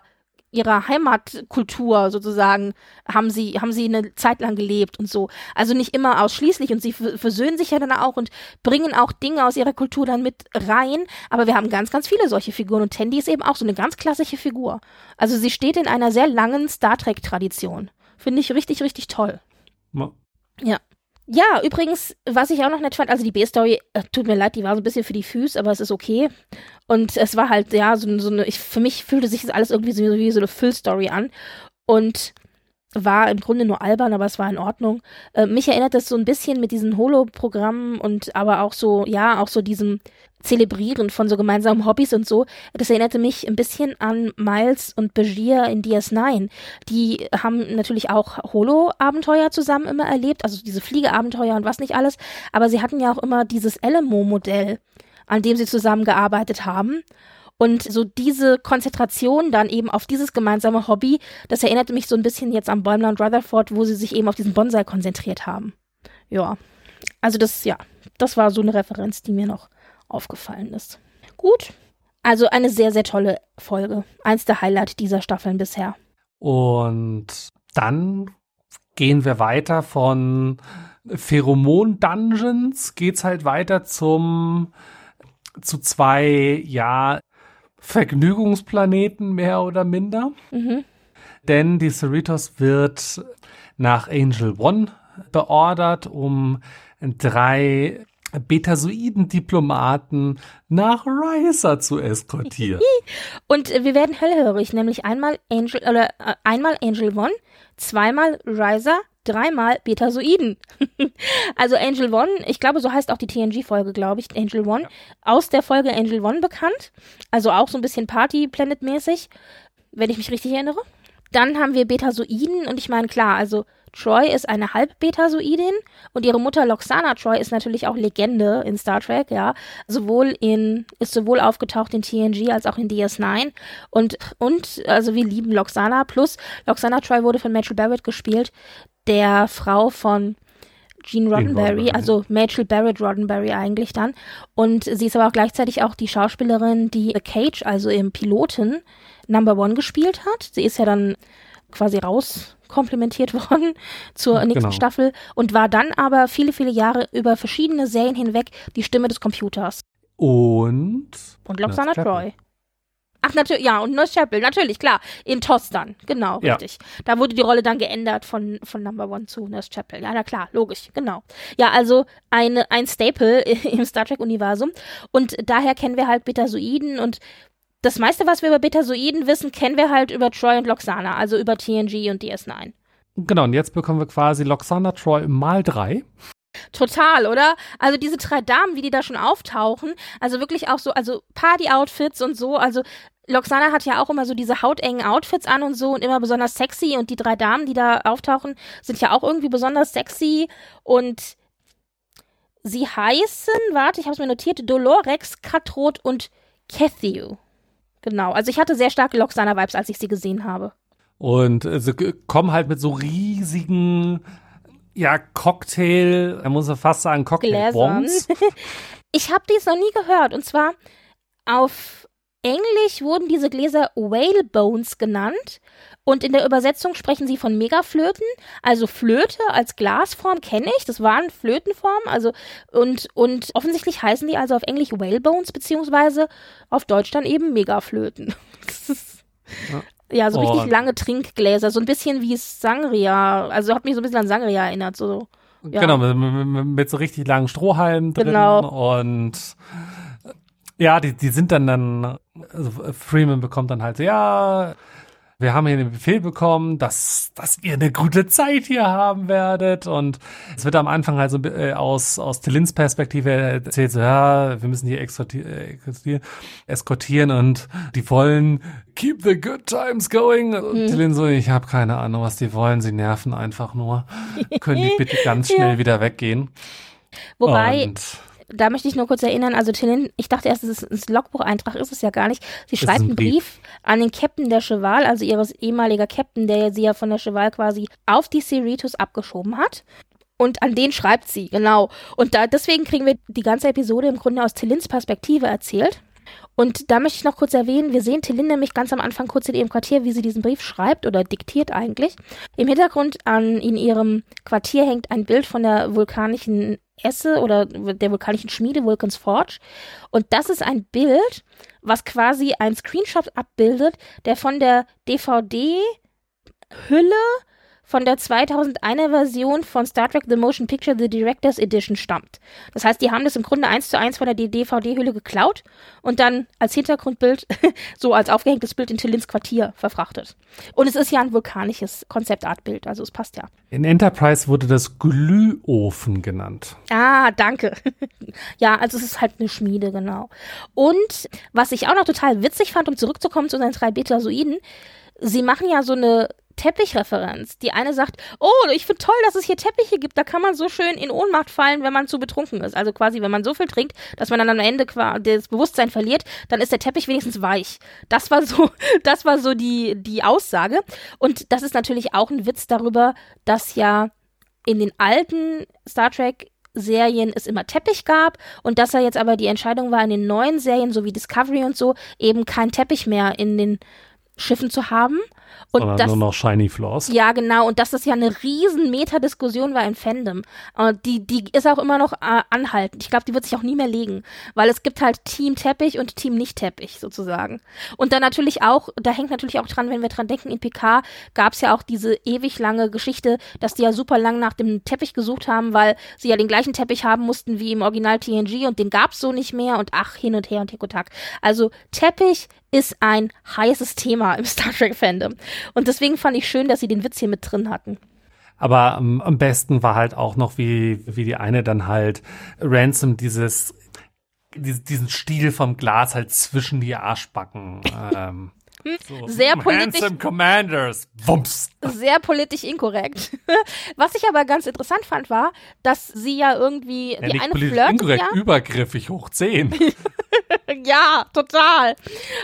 Heimatkultur sozusagen haben sie eine Zeit lang gelebt und so. Also nicht immer ausschließlich und sie versöhnen sich ja dann auch und bringen auch Dinge aus ihrer Kultur dann mit rein. Aber wir haben ganz, ganz viele solche Figuren und Tandy ist eben auch so eine ganz klassische Figur. Also sie steht in einer sehr langen Star Trek-Tradition. Finde ich richtig, richtig toll. Ja. Ja, übrigens, was ich auch noch nett fand, also die B-Story, tut mir leid, die war so ein bisschen für die Füße, aber es ist okay. Und es war halt, ja, so eine, für mich fühlte sich das alles irgendwie so wie so eine Füllstory an. Und war im Grunde nur albern, aber es war in Ordnung. Mich erinnert das so ein bisschen mit diesen Holo-Programmen und aber auch so, ja, auch so diesem Zelebrieren von so gemeinsamen Hobbys und so. Das erinnerte mich ein bisschen an Miles und Bashir in DS9. Die haben natürlich auch Holo-Abenteuer zusammen immer erlebt, also diese Fliegeabenteuer und was nicht alles. Aber sie hatten ja auch immer dieses Alamo-Modell, an dem sie zusammengearbeitet haben. Und so diese Konzentration dann eben auf dieses gemeinsame Hobby, das erinnerte mich so ein bisschen jetzt an Bäumler und Rutherford, wo sie sich eben auf diesen Bonsai konzentriert haben. Ja, also das war so eine Referenz, die mir noch aufgefallen ist. Gut, also eine sehr, sehr tolle Folge. Eins der Highlights dieser Staffeln bisher. Und dann gehen wir weiter von Pheromon-Dungeons, geht's halt weiter zu 2, Vergnügungsplaneten mehr oder minder. Mhm. Denn die Cerritos wird nach Angel One beordert, um 3 Betasoiden-Diplomaten nach Risa zu eskortieren. Und wir werden hellhörig, nämlich einmal Angel One, zweimal Risa, dreimal Betasoiden. Also Angel One, ich glaube, so heißt auch die TNG-Folge, glaube ich, Angel One. Ja. Aus der Folge Angel One bekannt. Also auch so ein bisschen Party-Planet-mäßig, wenn ich mich richtig erinnere. Dann haben wir Betasoiden und ich meine, klar, also Troi ist eine Halb-Betasoidin und ihre Mutter Lwaxana Troi ist natürlich auch Legende in Star Trek, ja. Ist sowohl aufgetaucht in TNG als auch in DS9 und also wir lieben Lwaxana. Plus Lwaxana Troi wurde von Machel Barrett gespielt, der Frau von Gene Roddenberry, also Machel Barrett Roddenberry eigentlich dann. Und sie ist aber auch gleichzeitig auch die Schauspielerin, die The Cage, also im Piloten Number One gespielt hat. Sie ist ja dann quasi rauskomplimentiert worden zur nächsten Staffel und war dann aber viele, viele Jahre über verschiedene Serien hinweg die Stimme des Computers. Und Lwaxana Troi. Ach, natürlich, ja, und Nurse Chapel, natürlich, klar. In TOS dann, genau, richtig. Da wurde die Rolle dann geändert von Number One zu Nurse Chapel. Ja, na klar, logisch, genau. Ja, also ein Staple im Star Trek-Universum. Und daher kennen wir halt Betasoiden und das meiste, was wir über Betasoiden wissen, kennen wir halt über Troi und Lwaxana, also über TNG und DS9. Genau, und jetzt bekommen wir quasi Lwaxana Troi mal 3. Total, oder? Also diese 3 Damen, wie die da schon auftauchen, also wirklich auch so, also Party-Outfits und so, also Lwaxana hat ja auch immer so diese hautengen Outfits an und so und immer besonders sexy und die 3 Damen, die da auftauchen, sind ja auch irgendwie besonders sexy und sie heißen, warte, ich habe es mir notiert, Dolorex, Katrot und Kethew. Genau, also ich hatte sehr starke Lwaxana-Vibes, als ich sie gesehen habe. Und sie kommen halt mit so riesigen, ja, Cocktail, man muss ja fast sagen, Cocktail-Bombs. Ich habe dies noch nie gehört. Und zwar auf Englisch wurden diese Gläser Whale Bones genannt. Und in der Übersetzung sprechen sie von Megaflöten. Also Flöte als Glasform kenne ich. Das waren Flötenformen. Also und offensichtlich heißen die also auf Englisch Whale Bones, beziehungsweise auf Deutsch dann eben Megaflöten. Ja, so richtig lange Trinkgläser. So ein bisschen wie Sangria. Also hat mich so ein bisschen an Sangria erinnert. So. Ja. Genau, mit so richtig langen Strohhalmen drin. Genau. Und ja, die sind dann, also Freeman bekommt dann halt so, ja, wir haben hier den Befehl bekommen, dass ihr eine gute Zeit hier haben werdet. Und es wird am Anfang halt so aus T'Lins Perspektive erzählt, so, ja, wir müssen hier eskortieren und die wollen keep the good times going. Und T'Lin so, ich habe keine Ahnung, was die wollen. Sie nerven einfach nur. Können die bitte ganz schnell wieder weggehen? Wobei... Da möchte ich nur kurz erinnern, also T'Lin, ich dachte erst, es ist ein Logbucheintrag, ist es ja gar nicht. Sie schreibt einen Brief an den Captain der Cheval, also ihres ehemaliger Captain, der sie ja von der Cheval quasi auf die Cerritos abgeschoben hat. Und an den schreibt sie, genau. Und deswegen kriegen wir die ganze Episode im Grunde aus T'Lins Perspektive erzählt. Und da möchte ich noch kurz erwähnen, wir sehen T'Lin nämlich ganz am Anfang kurz in ihrem Quartier, wie sie diesen Brief schreibt oder diktiert eigentlich. Im Hintergrund in ihrem Quartier hängt ein Bild von der vulkanischen Esse oder der vulkanischen Schmiede Vulcan's Forge. Und das ist ein Bild, was quasi ein Screenshot abbildet, der von der DVD-Hülle von der 2001er Version von Star Trek The Motion Picture The Director's Edition stammt. Das heißt, die haben das im Grunde 1:1 von der DVD-Hülle geklaut und dann als Hintergrundbild, so als aufgehängtes Bild in T'Lins Quartier verfrachtet. Und es ist ja ein vulkanisches Konzeptartbild, also es passt ja. In Enterprise wurde das Glühofen genannt. Ah, danke. Ja, also es ist halt eine Schmiede, genau. Und was ich auch noch total witzig fand, um zurückzukommen zu unseren 3 Betasoiden, sie machen ja so eine Teppichreferenz. Die eine sagt, oh, ich finde toll, dass es hier Teppiche gibt, da kann man so schön in Ohnmacht fallen, wenn man zu betrunken ist. Also quasi, wenn man so viel trinkt, dass man dann am Ende das Bewusstsein verliert, dann ist der Teppich wenigstens weich. Das war so die Aussage. Und das ist natürlich auch ein Witz darüber, dass ja in den alten Star Trek Serien es immer Teppich gab und dass jetzt aber die Entscheidung war, in den neuen Serien, so wie Discovery und so, eben kein Teppich mehr in den Schiffen zu haben. Und sondern das, nur noch Shiny Floors. ja, genau. Und dass das ja eine riesen Meta-Diskussion war im Fandom. Die ist auch immer noch anhaltend. Ich glaube, die wird sich auch nie mehr legen. Weil es gibt halt Team Teppich und Team Nicht-Teppich sozusagen. Und dann natürlich auch, da hängt natürlich auch dran, wenn wir dran denken, in PK gab es ja auch diese ewig lange Geschichte, dass die ja super lang nach dem Teppich gesucht haben, weil sie ja den gleichen Teppich haben mussten wie im Original TNG und den gab es so nicht mehr und ach, hin und her und Hikotak. Also Teppich ist ein heißes Thema im Star Trek-Fandom. Und deswegen fand ich schön, dass sie den Witz hier mit drin hatten. Aber am besten war halt auch noch, wie die eine dann halt Ransom diesen Stiel vom Glas halt zwischen die Arschbacken. So, Sehr politisch. Handsome Commanders. Wumps. Sehr politisch inkorrekt. Was ich aber ganz interessant fand, war, dass sie ja irgendwie, Ja, die nicht eine politisch flirtet inkorrekt, ja. übergriffig hoch 10. Ja, total.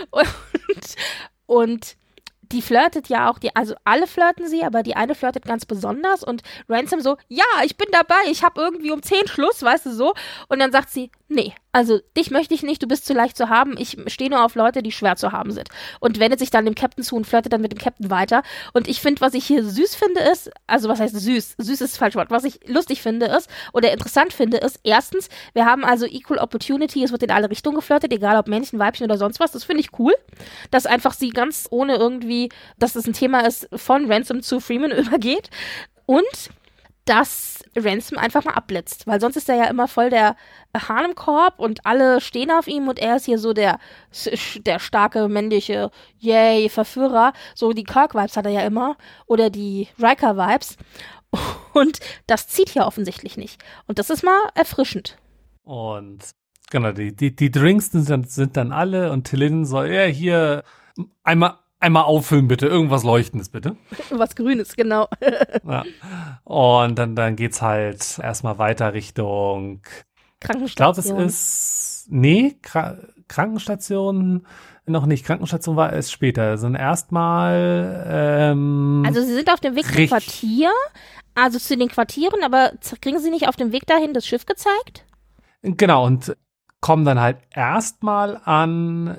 Und die flirtet ja auch, also alle flirten sie, aber die eine flirtet ganz besonders und Ransom so, ja, ich bin dabei, ich habe irgendwie um 10 Schluss, weißt du so. Und dann sagt sie, nee, also dich möchte ich nicht, du bist zu leicht zu haben, ich stehe nur auf Leute, die schwer zu haben sind. Und wendet sich dann dem Captain zu und flirtet dann mit dem Captain weiter. Und ich finde, was ich hier süß finde ist, also was heißt süß? Süß ist das falsche Wort. Was ich lustig finde ist, oder interessant finde ist, erstens, wir haben also Equal Opportunity, es wird in alle Richtungen geflirtet, egal ob Männchen, Weibchen oder sonst was. Das finde ich cool, dass einfach sie ganz ohne irgendwie, dass das ein Thema ist, von Ransom zu Freeman übergeht. Und dass Ransom einfach mal abblitzt, weil sonst ist er ja immer voll der Harlem-Korb und alle stehen auf ihm und er ist hier so der starke, männliche, yay, Verführer. So die Kirk-Vibes hat er ja immer oder die Riker-Vibes und das zieht hier offensichtlich nicht. Und das ist mal erfrischend. Und genau, die Drinks sind dann alle und T'Lyn soll, ja, hier einmal auffüllen bitte, irgendwas Leuchtendes bitte. Was Grünes, genau. Ja. Und dann geht's halt erstmal weiter Richtung Krankenstation. Ich glaube, es ist Krankenstation noch nicht. Krankenstation war es später. Sind erstmal also sie sind auf dem Weg zum Quartier, also zu den Quartieren, aber kriegen sie nicht auf dem Weg dahin das Schiff gezeigt? Genau, und kommen dann halt erstmal an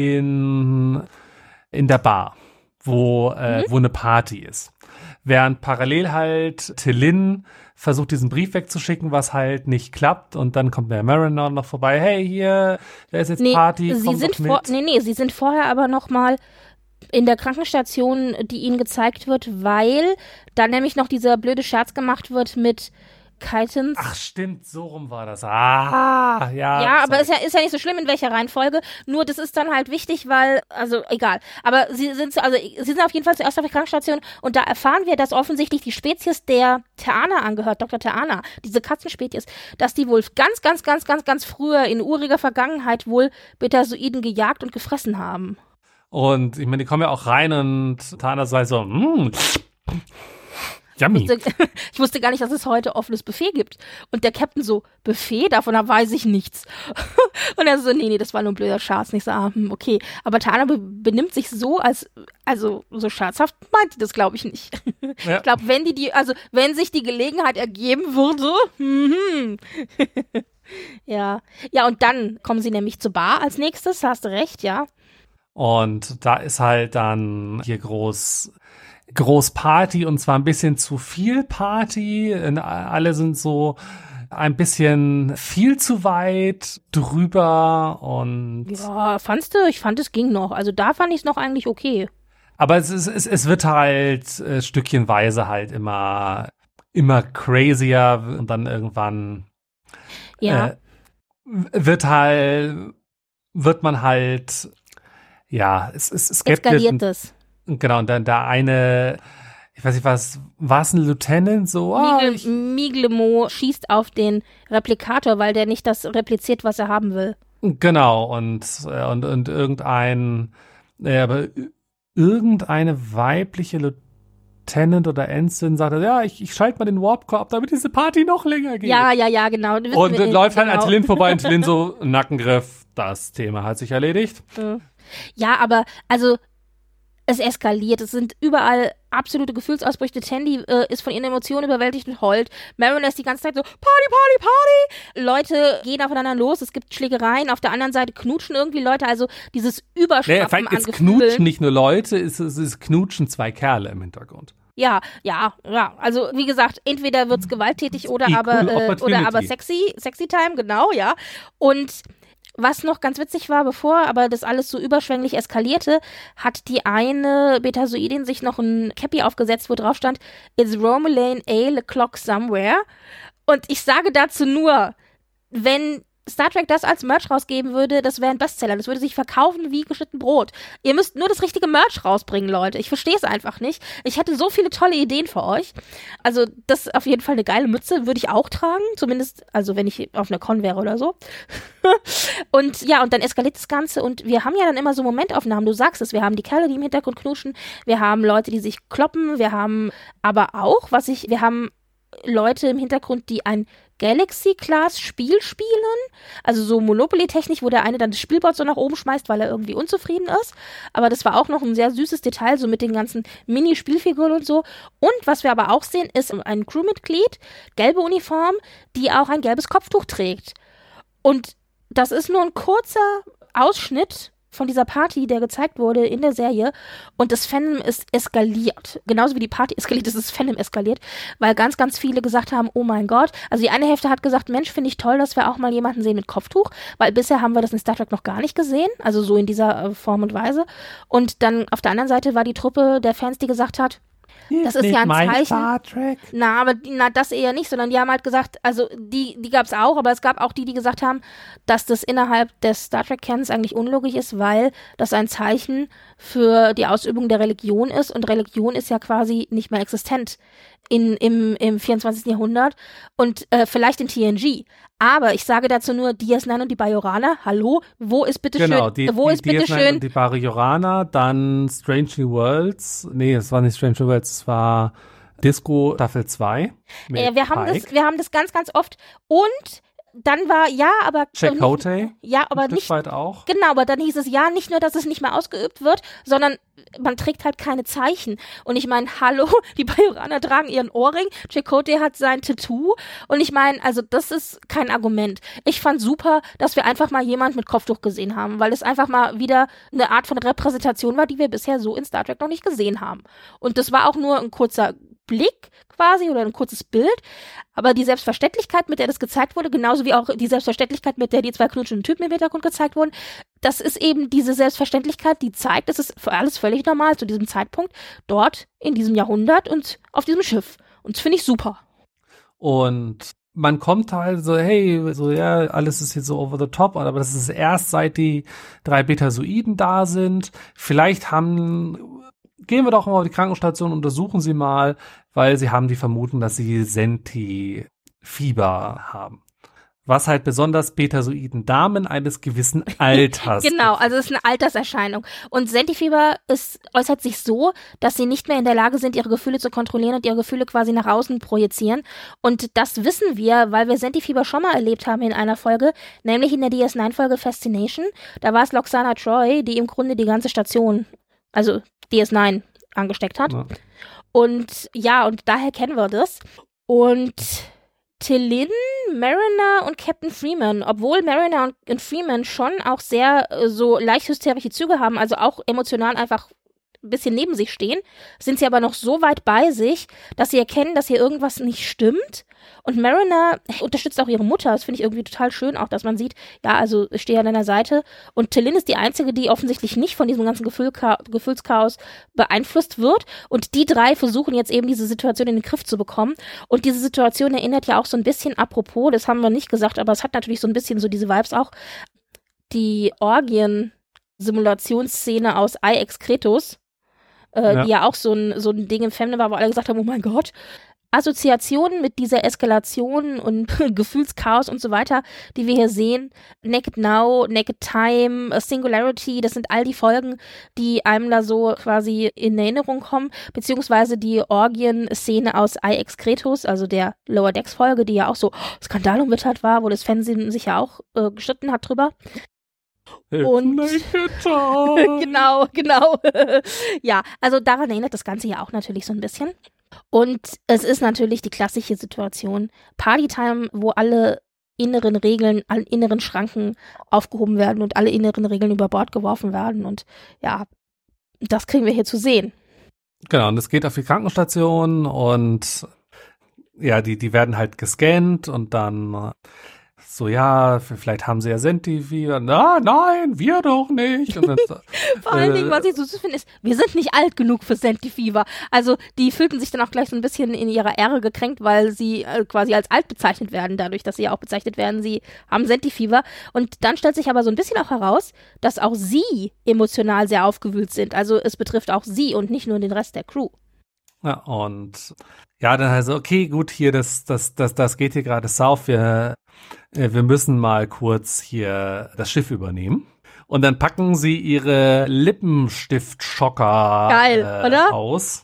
in der Bar, wo eine Party ist. Während parallel halt T'Lyn versucht, diesen Brief wegzuschicken, was halt nicht klappt. Und dann kommt der Mariner noch vorbei. Hey, hier, da ist jetzt Party, komm doch mit. Sie sind vorher aber noch mal in der Krankenstation, die ihnen gezeigt wird, weil dann nämlich noch dieser blöde Scherz gemacht wird mit Kaitens. Ach stimmt, so rum war das. Ja. Ja, aber ist ja nicht so schlimm, in welcher Reihenfolge. Nur das ist dann halt wichtig, weil, also egal. Aber sie sind auf jeden Fall zuerst auf der Krankenstation und da erfahren wir, dass offensichtlich die Spezies der T'Ana angehört, Dr. T'Ana, diese Katzenspezies, dass die wohl ganz früher in uriger Vergangenheit wohl Betasoiden gejagt und gefressen haben. Und ich meine, die kommen ja auch rein und T'Ana sei so, yummy. Ich wusste gar nicht, dass es heute offenes Buffet gibt. Und der Captain so, Buffet? Davon weiß ich nichts. Und er so, nee, das war nur ein blöder Scherz. Nicht so, okay. Aber T'Ana benimmt sich so, also so scherzhaft meint die das, glaube ich, nicht. Ja. Ich glaube, wenn sich die Gelegenheit ergeben würde, Ja. Ja, und dann kommen sie nämlich zur Bar als nächstes, hast du recht, ja. Und da ist halt dann hier groß Party und zwar ein bisschen zu viel Party. Alle sind so ein bisschen viel zu weit drüber und ja, fandst du? Ich fand, es ging noch. Also da fand ich es noch eigentlich okay. Aber es wird halt stückchenweise halt immer crazier und dann irgendwann wird man halt ja, es eskaliert es. Genau, und dann der eine, ich weiß nicht, war es ein Lieutenant so? Miglemo schießt auf den Replikator, weil der nicht das repliziert, was er haben will. Genau, und irgendeine weibliche Lieutenant oder Ensign sagte, ja, ich schalte mal den Warp-Core ab, damit diese Party noch länger geht. Ja, genau. Und läuft halt an T'Lyn vorbei und T'Lyn so, Nackengriff, das Thema hat sich erledigt. Ja, aber, also Es eskaliert, es sind überall absolute Gefühlsausbrüche. Tandy ist von ihren Emotionen überwältigt und heult. Mariner ist die ganze Zeit so, Party, Party, Party. Leute gehen aufeinander los, es gibt Schlägereien. Auf der anderen Seite knutschen irgendwie Leute. Also dieses Überschwappen an Gefühlen. Knutschen nicht nur Leute, es knutschen zwei Kerle im Hintergrund. Ja. Also wie gesagt, entweder wird's gewalttätig oder aber sexy Time, genau, ja. Und was noch ganz witzig war, bevor aber das alles so überschwänglich eskalierte, hat die eine Betazoidin sich noch ein Cappy aufgesetzt, wo drauf stand, It's Romulan Ale O'Clock Somewhere. Und ich sage dazu nur, wenn Star Trek das als Merch rausgeben würde, das wäre ein Bestseller. Das würde sich verkaufen wie geschnitten Brot. Ihr müsst nur das richtige Merch rausbringen, Leute. Ich verstehe es einfach nicht. Ich hätte so viele tolle Ideen für euch. Also das ist auf jeden Fall eine geile Mütze, würde ich auch tragen. Zumindest, also wenn ich auf einer Con wäre oder so. Und ja, und dann eskaliert das Ganze und wir haben ja dann immer so Momentaufnahmen. Du sagst es, wir haben die Kerle, die im Hintergrund knuschen. Wir haben Leute, die sich kloppen. Wir haben aber auch, wir haben Leute im Hintergrund, die ein Galaxy-Class-Spiel spielen, also so Monopoly-Technik, wo der eine dann das Spielboard so nach oben schmeißt, weil er irgendwie unzufrieden ist, aber das war auch noch ein sehr süßes Detail, so mit den ganzen Mini-Spielfiguren und so. Und was wir aber auch sehen, ist ein Crewmitglied, gelbe Uniform, die auch ein gelbes Kopftuch trägt. Und das ist nur ein kurzer Ausschnitt von dieser Party, der gezeigt wurde in der Serie, und das Fandom ist eskaliert. Genauso wie die Party eskaliert ist, das Fandom eskaliert, weil ganz, ganz viele gesagt haben, oh mein Gott, also die eine Hälfte hat gesagt, Mensch, finde ich toll, dass wir auch mal jemanden sehen mit Kopftuch, weil bisher haben wir das in Star Trek noch gar nicht gesehen, also so in dieser Form und Weise. Und dann auf der anderen Seite war die Truppe der Fans, die gesagt hat, das ist ja ein Zeichen. Star Trek. Das eher nicht, sondern die haben halt gesagt, also die gab es auch, aber es gab auch die gesagt haben, dass das innerhalb des Star Trek-Kerns eigentlich unlogisch ist, weil das ein Zeichen für die Ausübung der Religion ist und Religion ist ja quasi nicht mehr existent im 24. Jahrhundert und vielleicht in TNG. Aber ich sage dazu nur DS9 und die Bajoraner. Hallo, wo ist bitte schön? Genau, DS9 und die Bajoraner, dann Strange New Worlds. Nee, es war nicht Strange New Worlds, es war Disco Staffel 2. Wir haben das ganz, ganz oft. Und dann war, Chakotay, ja, aber nicht weit auch. Genau, aber dann hieß es ja nicht nur, dass es nicht mehr ausgeübt wird, sondern man trägt halt keine Zeichen. Und ich meine, hallo, die Bajoraner tragen ihren Ohrring, Chakotay hat sein Tattoo und ich meine, also das ist kein Argument. Ich fand super, dass wir einfach mal jemand mit Kopftuch gesehen haben, weil es einfach mal wieder eine Art von Repräsentation war, die wir bisher so in Star Trek noch nicht gesehen haben. Und das war auch nur ein kurzer Blick quasi oder ein kurzes Bild, aber die Selbstverständlichkeit, mit der das gezeigt wurde, genauso wie auch die Selbstverständlichkeit, mit der die zwei knutschenden Typen im Hintergrund gezeigt wurden, das ist eben diese Selbstverständlichkeit, die zeigt, es ist für alles völlig normal zu diesem Zeitpunkt dort in diesem Jahrhundert und auf diesem Schiff. Und das finde ich super. Und man kommt halt so, hey, so ja, alles ist jetzt so over the top, aber das ist erst seit die 3 Betazoiden da sind. Vielleicht gehen wir doch mal auf die Krankenstation, untersuchen sie mal, weil sie haben die Vermutung, dass sie Senti-Fieber haben. Was halt besonders betasoiden Damen eines gewissen Alters. Genau, also es ist eine Alterserscheinung. Und Sentifieber äußert sich so, dass sie nicht mehr in der Lage sind, ihre Gefühle zu kontrollieren und ihre Gefühle quasi nach außen projizieren. Und das wissen wir, weil wir Sentifieber schon mal erlebt haben in einer Folge, nämlich in der DS9-Folge Fascination. Da war es Loxana Troy, die im Grunde die ganze Station, also DS9, angesteckt hat. Ja. Und ja, und daher kennen wir das. Und T'Lyn, Mariner und Captain Freeman, obwohl Mariner und Freeman schon auch sehr so leicht hysterische Züge haben, also auch emotional einfach ein bisschen neben sich stehen, sind sie aber noch so weit bei sich, dass sie erkennen, dass hier irgendwas nicht stimmt. Und Mariner unterstützt auch ihre Mutter. Das finde ich irgendwie total schön, auch dass man sieht, ja, also ich stehe an deiner Seite. Und T'Lyn ist die Einzige, die offensichtlich nicht von diesem ganzen Gefühlschaos beeinflusst wird. Und die 3 versuchen jetzt eben diese Situation in den Griff zu bekommen. Und diese Situation erinnert ja auch so ein bisschen, apropos, das haben wir nicht gesagt, aber es hat natürlich so ein bisschen so diese Vibes auch, die Orgien-Simulationsszene aus I Excretus, die ja auch so ein Ding im Fandom war, wo alle gesagt haben, oh mein Gott. Assoziationen mit dieser Eskalation und Gefühlschaos und so weiter, die wir hier sehen. Naked Now, Naked Time, Singularity, das sind all die Folgen, die einem da so quasi in Erinnerung kommen, beziehungsweise die Orgien-Szene aus I Excretus, also der Lower Decks-Folge, die ja auch so skandalumwittert war, wo das Fernsehen sich ja auch gestritten hat drüber. Und genau. Ja, also daran erinnert das Ganze ja auch natürlich so ein bisschen. Und es ist natürlich die klassische Situation, Partytime, wo alle inneren Regeln, alle inneren Schranken aufgehoben werden und alle inneren Regeln über Bord geworfen werden. Und ja, das kriegen wir hier zu sehen. Genau, und es geht auf die Krankenstation und ja, die werden halt gescannt und dann so, ja, vielleicht haben sie ja Senti-Fieber. Nein, wir doch nicht. Und dann, Vor allen Dingen, was ich so finde, ist, wir sind nicht alt genug für Senti-Fieber. Also die fühlten sich dann auch gleich so ein bisschen in ihrer Ehre gekränkt, weil sie quasi als alt bezeichnet werden, dadurch, dass sie ja auch bezeichnet werden, sie haben Senti-Fieber. Und dann stellt sich aber so ein bisschen auch heraus, dass auch sie emotional sehr aufgewühlt sind. Also es betrifft auch sie und nicht nur den Rest der Crew. Ja, und ja, dann also, okay, gut, hier, das geht hier gerade sauf, wir müssen mal kurz hier das Schiff übernehmen. Und dann packen sie ihre Lippenstift-Schocker aus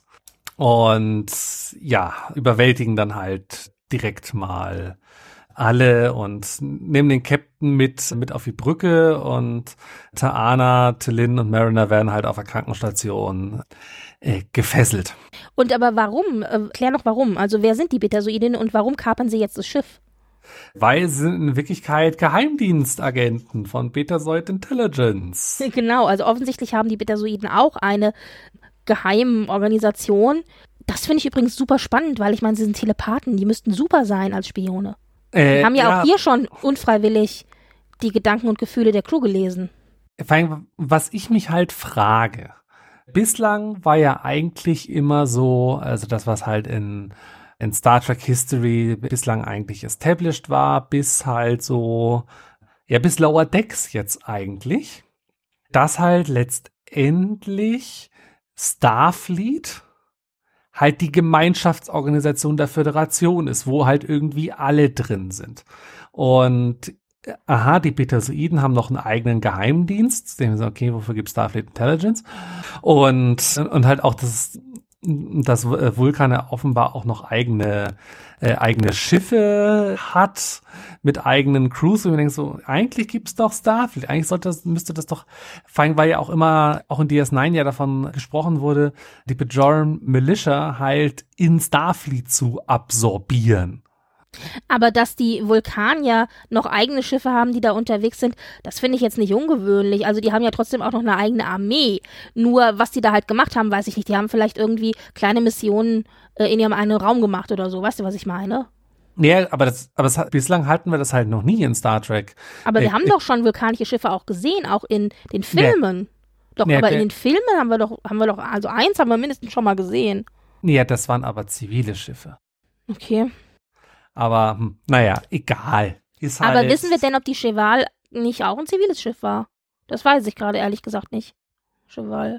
und ja, überwältigen dann halt direkt mal alle und nehmen den Captain mit auf die Brücke und T'Ana, T'Lyn und Mariner werden halt auf der Krankenstation gefesselt. Und aber warum? Klär noch warum. Also wer sind die Betasoiden und warum kapern sie jetzt das Schiff? Weil sie sind in Wirklichkeit Geheimdienstagenten von Betazoid Intelligence. Genau, also offensichtlich haben die Betasoiden auch eine Geheimorganisation. Das finde ich übrigens super spannend, weil ich meine, sie sind Telepathen, die müssten super sein als Spione. Die haben ja auch hier schon unfreiwillig die Gedanken und Gefühle der Crew gelesen. Vor allem, was ich mich halt frage, bislang war ja eigentlich immer so, also das, was halt in Star Trek History bislang eigentlich established war, bis halt so, ja, bis Lower Decks jetzt eigentlich, dass halt letztendlich Starfleet halt die Gemeinschaftsorganisation der Föderation ist, wo halt irgendwie alle drin sind. Und die Betasoiden haben noch einen eigenen Geheimdienst, den wir sagen, okay, wofür gibt Starfleet Intelligence? Und halt auch dass Vulkan ja offenbar auch noch eigene Schiffe hat mit eigenen Crews. Und wir denken so, eigentlich gibt's doch Starfleet. Eigentlich müsste das doch, vor allem, weil ja auch immer, auch in DS9 ja davon gesprochen wurde, die Bajoran Militia halt in Starfleet zu absorbieren. Aber dass die Vulkanier noch eigene Schiffe haben, die da unterwegs sind, das finde ich jetzt nicht ungewöhnlich. Also die haben ja trotzdem auch noch eine eigene Armee. Nur was die da halt gemacht haben, weiß ich nicht. Die haben vielleicht irgendwie kleine Missionen in ihrem eigenen Raum gemacht oder so. Weißt du, was ich meine? Ja, aber bislang hatten wir das halt noch nie in Star Trek. Aber wir haben doch schon vulkanische Schiffe auch gesehen, auch in den Filmen. Doch, aber in den Filmen haben wir doch, also eins haben wir mindestens schon mal gesehen. Ja, das waren aber zivile Schiffe. Okay. Aber, naja, egal. Ist halt aber wissen wir denn, ob die Cheval nicht auch ein ziviles Schiff war? Das weiß ich gerade ehrlich gesagt nicht. Cheval.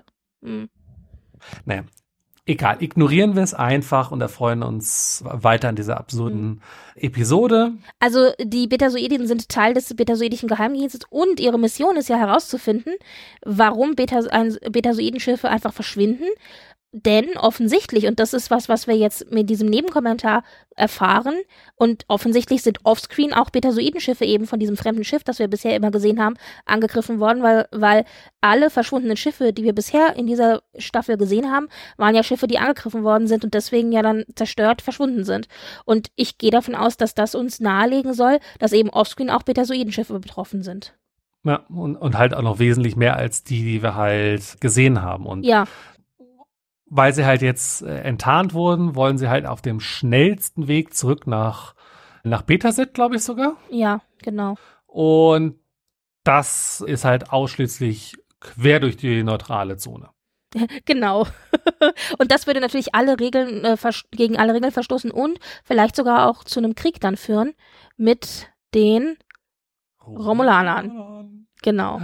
Naja, egal. Ignorieren wir es einfach und erfreuen uns weiter an dieser absurden Episode. Also die Betasoiden sind Teil des betasoidischen Geheimdienstes und ihre Mission ist ja herauszufinden, warum Betasoidenschiffe einfach verschwinden. Denn offensichtlich, und das ist was wir jetzt mit diesem Nebenkommentar erfahren, und offensichtlich sind offscreen auch Betasoidenschiffe eben von diesem fremden Schiff, das wir bisher immer gesehen haben, angegriffen worden, weil alle verschwundenen Schiffe, die wir bisher in dieser Staffel gesehen haben, waren ja Schiffe, die angegriffen worden sind und deswegen ja dann zerstört verschwunden sind. Und ich gehe davon aus, dass das uns nahelegen soll, dass eben offscreen auch Betasoidenschiffe betroffen sind. Ja, und halt auch noch wesentlich mehr als die wir halt gesehen haben. Und ja. Weil sie halt jetzt enttarnt wurden, wollen sie halt auf dem schnellsten Weg zurück nach Betaset, glaube ich sogar. Ja, genau. Und das ist halt ausschließlich quer durch die neutrale Zone. Genau. Und das würde natürlich alle Regeln gegen alle Regeln verstoßen und vielleicht sogar auch zu einem Krieg dann führen mit den Romulanern. Genau.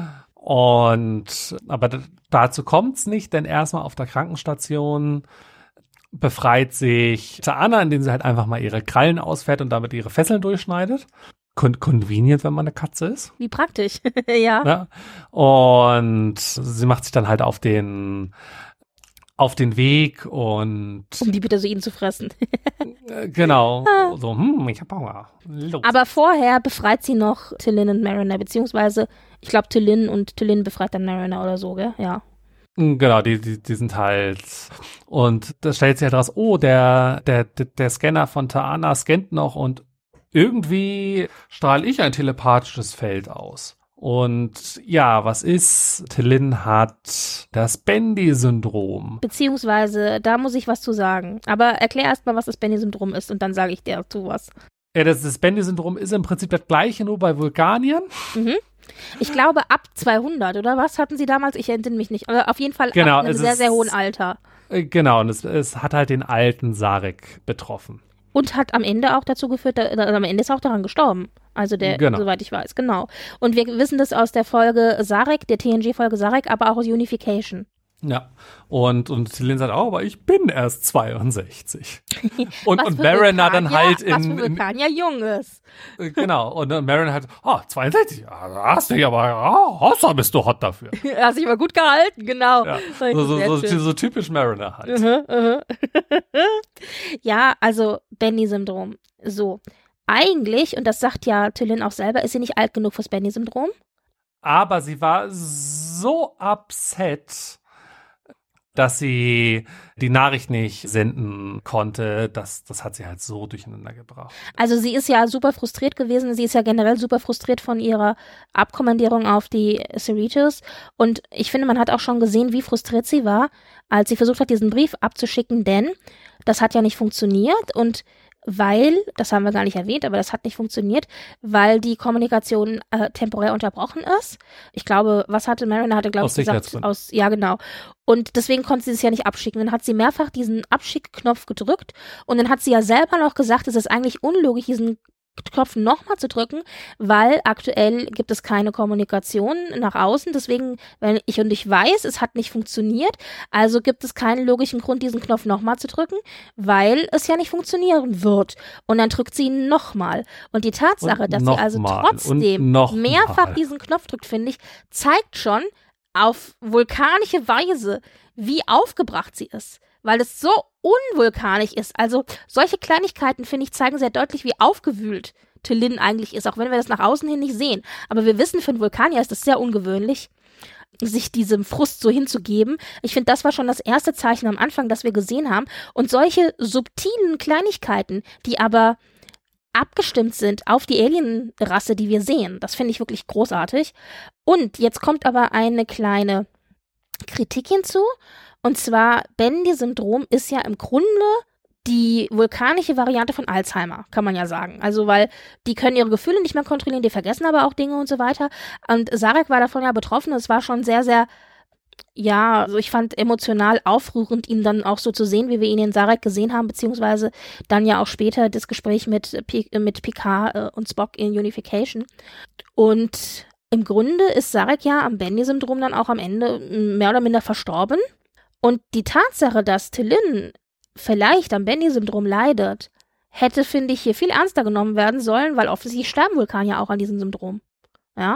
Aber dazu kommt's nicht, denn erstmal auf der Krankenstation befreit sich T'Ana, indem sie halt einfach mal ihre Krallen ausfährt und damit ihre Fesseln durchschneidet. Convenient, wenn man eine Katze ist. Wie praktisch, ja. Und sie macht sich dann halt auf den auf den Weg und Um die Betasoiden zu fressen. genau, so, ich hab Hunger. Los. Aber vorher befreit sie noch T'Lyn und Mariner, beziehungsweise, ich glaube, T'Lyn befreit dann Mariner oder so, gell? Ja. Genau, die sind halt, und da stellt sich halt raus, der Scanner von Ta'ana scannt noch und irgendwie strahle ich ein telepathisches Feld aus. Und ja, was ist? T'Lyn hat das Bendy-Syndrom. Beziehungsweise, da muss ich was zu sagen. Aber erklär erst mal, was das Bendy-Syndrom ist und dann sage ich dir dazu was. Ja, das Bendy-Syndrom ist im Prinzip das gleiche, nur bei Vulkaniern. Mhm. Ich glaube, ab 200, oder was hatten sie damals? Ich entsinne mich nicht. Aber auf jeden Fall genau, ab einem sehr, sehr hohen Alter. Genau, und es hat halt den alten Sarek betroffen. Und hat am Ende auch dazu geführt, am Ende ist er auch daran gestorben. Also soweit ich weiß, genau. Und wir wissen das aus der Folge Sarek, der TNG-Folge Sarek, aber auch aus Unification. Ja, und T'Lyn sagt auch, aber ich bin erst 62. und Mariner dann halt was für Vulkanier jung ist. Genau, und dann Mariner halt, 62, hast du aber, bist du hot dafür. Hast dich aber gut gehalten, genau. Ja, so typisch Mariner halt. Ja, also Bendy-Syndrom. So, eigentlich, und das sagt ja T'Lyn auch selber, ist sie nicht alt genug fürs Bendy-Syndrom. Aber sie war so upset, dass sie die Nachricht nicht senden konnte, das hat sie halt so durcheinander gebracht. Also sie ist ja super frustriert gewesen, sie ist ja generell super frustriert von ihrer Abkommandierung auf die Cerritos und ich finde, man hat auch schon gesehen, wie frustriert sie war, als sie versucht hat, diesen Brief abzuschicken, denn das hat ja nicht funktioniert und weil, das haben wir gar nicht erwähnt, aber das hat nicht funktioniert, weil die Kommunikation temporär unterbrochen ist. Ich glaube, was hatte Mariner, glaube ich, gesagt, ja genau. Und deswegen konnte sie es ja nicht abschicken. Dann hat sie mehrfach diesen Abschickknopf gedrückt und dann hat sie ja selber noch gesagt, es ist eigentlich unlogisch, diesen Knopf nochmal zu drücken, weil aktuell gibt es keine Kommunikation nach außen, deswegen, wenn ich weiß, es hat nicht funktioniert, also gibt es keinen logischen Grund, diesen Knopf nochmal zu drücken, weil es ja nicht funktionieren wird. Und dann drückt sie ihn nochmal. Und die Tatsache, dass sie also trotzdem mehrfach diesen Knopf drückt, finde ich, zeigt schon auf vulkanische Weise, wie aufgebracht sie ist. Weil es so unvulkanisch ist. Also solche Kleinigkeiten, finde ich, zeigen sehr deutlich, wie aufgewühlt T'Lyn eigentlich ist, auch wenn wir das nach außen hin nicht sehen. Aber wir wissen, für einen Vulkanier ist es sehr ungewöhnlich, sich diesem Frust so hinzugeben. Ich finde, das war schon das erste Zeichen am Anfang, das wir gesehen haben. Und solche subtilen Kleinigkeiten, die aber abgestimmt sind auf die Alien-Rasse, die wir sehen, das finde ich wirklich großartig. Und jetzt kommt aber eine kleine Kritik hinzu. Und zwar, Bendy-Syndrom ist ja im Grunde die vulkanische Variante von Alzheimer, kann man ja sagen. Also, weil die können ihre Gefühle nicht mehr kontrollieren, die vergessen aber auch Dinge und so weiter. Und Sarek war davon ja betroffen. Es war schon sehr, sehr, ja, also ich fand emotional aufrührend, ihn dann auch so zu sehen, wie wir ihn in Sarek gesehen haben, beziehungsweise dann ja auch später das Gespräch mit Picard und Spock in Unification. Und im Grunde ist Sarek ja am Bendy-Syndrom dann auch am Ende mehr oder minder verstorben. Und die Tatsache, dass T'Lyn vielleicht am Bendy-Syndrom leidet, hätte, finde ich, hier viel ernster genommen werden sollen, weil offensichtlich sterben Vulkanier auch an diesem Syndrom. Ja.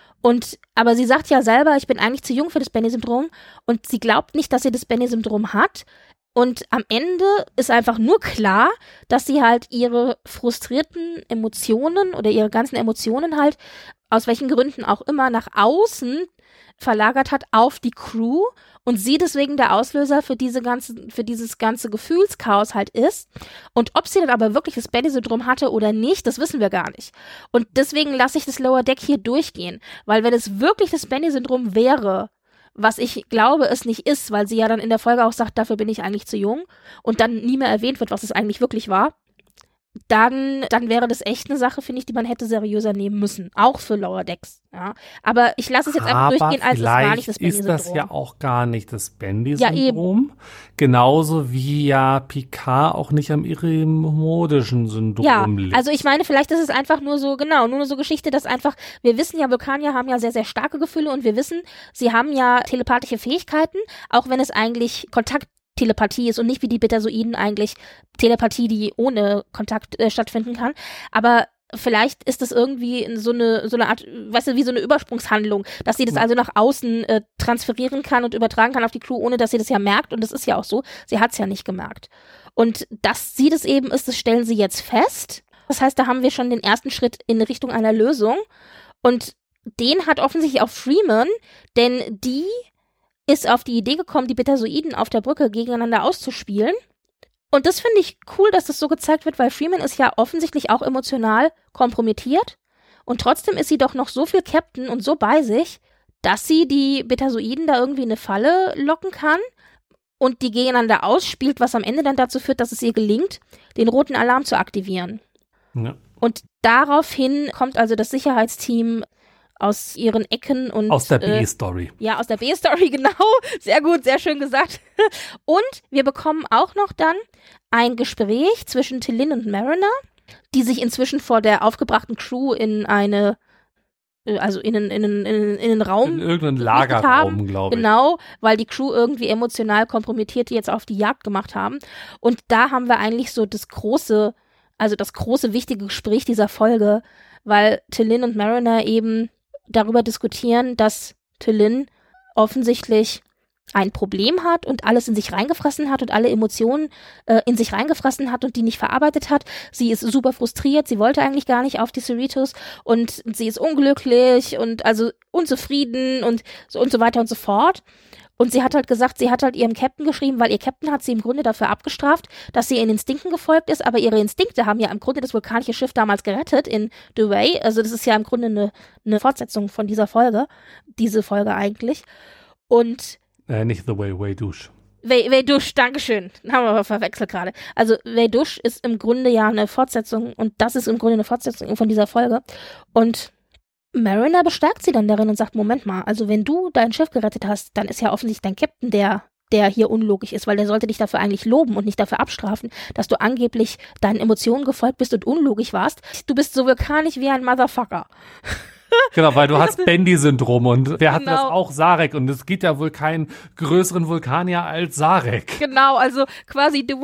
Aber sie sagt ja selber, ich bin eigentlich zu jung für das Bendy-Syndrom und sie glaubt nicht, dass sie das Bendy-Syndrom hat. Und am Ende ist einfach nur klar, dass sie halt ihre frustrierten Emotionen oder ihre ganzen Emotionen halt, aus welchen Gründen auch immer, nach außen verlagert hat auf die Crew und sie deswegen der Auslöser für dieses ganze Gefühlschaos halt ist. Und ob sie dann aber wirklich das Bendy-Syndrom hatte oder nicht, das wissen wir gar nicht. Und deswegen lasse ich das Lower Deck hier durchgehen, weil wenn es wirklich das Bendy-Syndrom wäre, was ich glaube, es nicht ist, weil sie ja dann in der Folge auch sagt, dafür bin ich eigentlich zu jung und dann nie mehr erwähnt wird, was es eigentlich wirklich war, dann wäre das echt eine Sache, finde ich, die man hätte seriöser nehmen müssen. Auch für Lower Decks. Ja. Aber ich lasse es jetzt einfach durchgehen, als es war nicht das Bendy-Syndrom. Ist das ja auch gar nicht das Bendy-Syndrom. Ja, genauso wie ja Picard auch nicht am iremodischen Syndrom liegt. Also ich meine, vielleicht ist es einfach nur so, genau, nur so Geschichte, dass einfach, wir wissen ja, Vulkanier haben ja sehr, sehr starke Gefühle und wir wissen, sie haben ja telepathische Fähigkeiten, auch wenn es eigentlich Kontakttelepathie ist und nicht wie die Betasoiden eigentlich Telepathie, die ohne Kontakt stattfinden kann. Aber vielleicht ist das irgendwie so eine Art, weißt du, wie so eine Übersprungshandlung, dass sie das also nach außen transferieren kann und übertragen kann auf die Crew, ohne dass sie das ja merkt. Und das ist ja auch so. Sie hat es ja nicht gemerkt. Und dass sie das eben ist, das stellen sie jetzt fest. Das heißt, da haben wir schon den ersten Schritt in Richtung einer Lösung. Und den hat offensichtlich auch Freeman, denn die ist auf die Idee gekommen, die Betasoiden auf der Brücke gegeneinander auszuspielen. Und das finde ich cool, dass das so gezeigt wird, weil Freeman ist ja offensichtlich auch emotional kompromittiert. Und trotzdem ist sie doch noch so viel Captain und so bei sich, dass sie die Betasoiden da irgendwie in eine Falle locken kann und die gegeneinander ausspielt, was am Ende dann dazu führt, dass es ihr gelingt, den roten Alarm zu aktivieren. Ja. Und daraufhin kommt also das Sicherheitsteam aus ihren Ecken und aus der B-Story. Ja, aus der B-Story, genau. Sehr gut, sehr schön gesagt. Und wir bekommen auch noch dann ein Gespräch zwischen T'Lyn und Mariner, die sich inzwischen vor der aufgebrachten Crew in einen Raum in irgendeinen Lagerraum, glaube ich. Genau, weil die Crew irgendwie emotional kompromittiert, die jetzt auf die Jagd gemacht haben. Und da haben wir eigentlich so das große wichtige Gespräch dieser Folge, weil T'Lyn und Mariner eben darüber diskutieren, dass T'Lyn offensichtlich ein Problem hat und alles in sich reingefressen hat und alle Emotionen in sich reingefressen hat und die nicht verarbeitet hat. Sie ist super frustriert, sie wollte eigentlich gar nicht auf die Cerritos und sie ist unglücklich und also unzufrieden und so weiter und so fort. Und sie hat halt gesagt, sie hat halt ihrem Captain geschrieben, weil ihr Captain hat sie im Grunde dafür abgestraft, dass sie ihren Instinkten gefolgt ist, aber ihre Instinkte haben ja im Grunde das vulkanische Schiff damals gerettet in The Way. Also das ist ja im Grunde eine Fortsetzung von dieser Folge, diese Folge eigentlich. Und nicht The Way Douche. Way Douche, Dankeschön. Haben wir aber verwechselt gerade. Also Way Douche ist im Grunde ja eine Fortsetzung und das ist im Grunde eine Fortsetzung von dieser Folge. Und Mariner bestärkt sie dann darin und sagt, Moment mal, also wenn du dein Schiff gerettet hast, dann ist ja offensichtlich dein Captain der hier unlogisch ist, weil der sollte dich dafür eigentlich loben und nicht dafür abstrafen, dass du angeblich deinen Emotionen gefolgt bist und unlogisch warst. Du bist so vulkanisch wie ein Motherfucker. Genau, weil du hast Bendy-Syndrom und wir hatten das auch, Sarek, und es gibt ja wohl keinen größeren Vulkanier als Sarek. Genau, also quasi du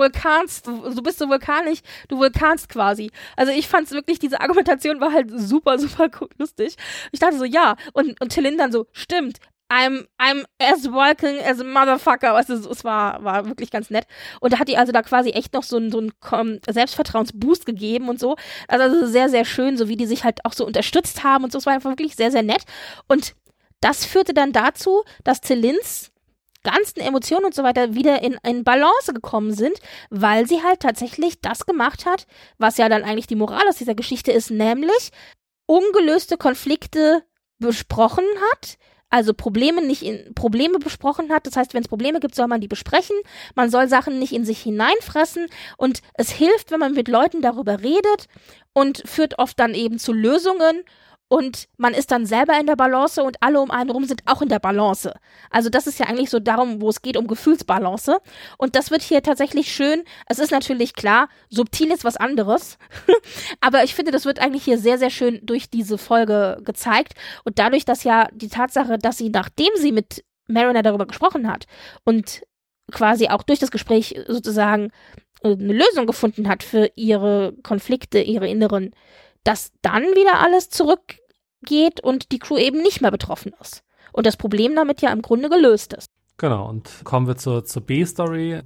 bist so vulkanisch, du vulkanst quasi. Also ich fand's wirklich, diese Argumentation war halt super, super lustig. Ich dachte so, ja, und T'Lyn dann so, stimmt, I'm as welcome as a motherfucker. Also es war wirklich ganz nett. Und da hat die also da quasi echt noch so einen Selbstvertrauensboost gegeben und so. Also sehr, sehr schön, so wie die sich halt auch so unterstützt haben und so. Es war einfach wirklich sehr, sehr nett. Und das führte dann dazu, dass T'Lyns ganzen Emotionen und so weiter wieder in Balance gekommen sind, weil sie halt tatsächlich das gemacht hat, was ja dann eigentlich die Moral aus dieser Geschichte ist, nämlich ungelöste Konflikte besprochen hat, also Probleme besprochen hat. Das heißt, wenn es Probleme gibt, soll man die besprechen. Man soll Sachen nicht in sich hineinfressen. Und es hilft, wenn man mit Leuten darüber redet und führt oft dann eben zu Lösungen. Und man ist dann selber in der Balance und alle um einen rum sind auch in der Balance. Also das ist ja eigentlich so darum, wo es geht, um Gefühlsbalance. Und das wird hier tatsächlich schön. Es ist natürlich klar, subtil ist was anderes. Aber ich finde, das wird eigentlich hier sehr, sehr schön durch diese Folge gezeigt. Und dadurch, dass ja die Tatsache, dass sie, nachdem sie mit Mariner darüber gesprochen hat und quasi auch durch das Gespräch sozusagen eine Lösung gefunden hat für ihre Konflikte, ihre inneren, dass dann wieder alles zurückgeht und die Crew eben nicht mehr betroffen ist. Und das Problem damit ja im Grunde gelöst ist. Genau, und kommen wir zur B-Story,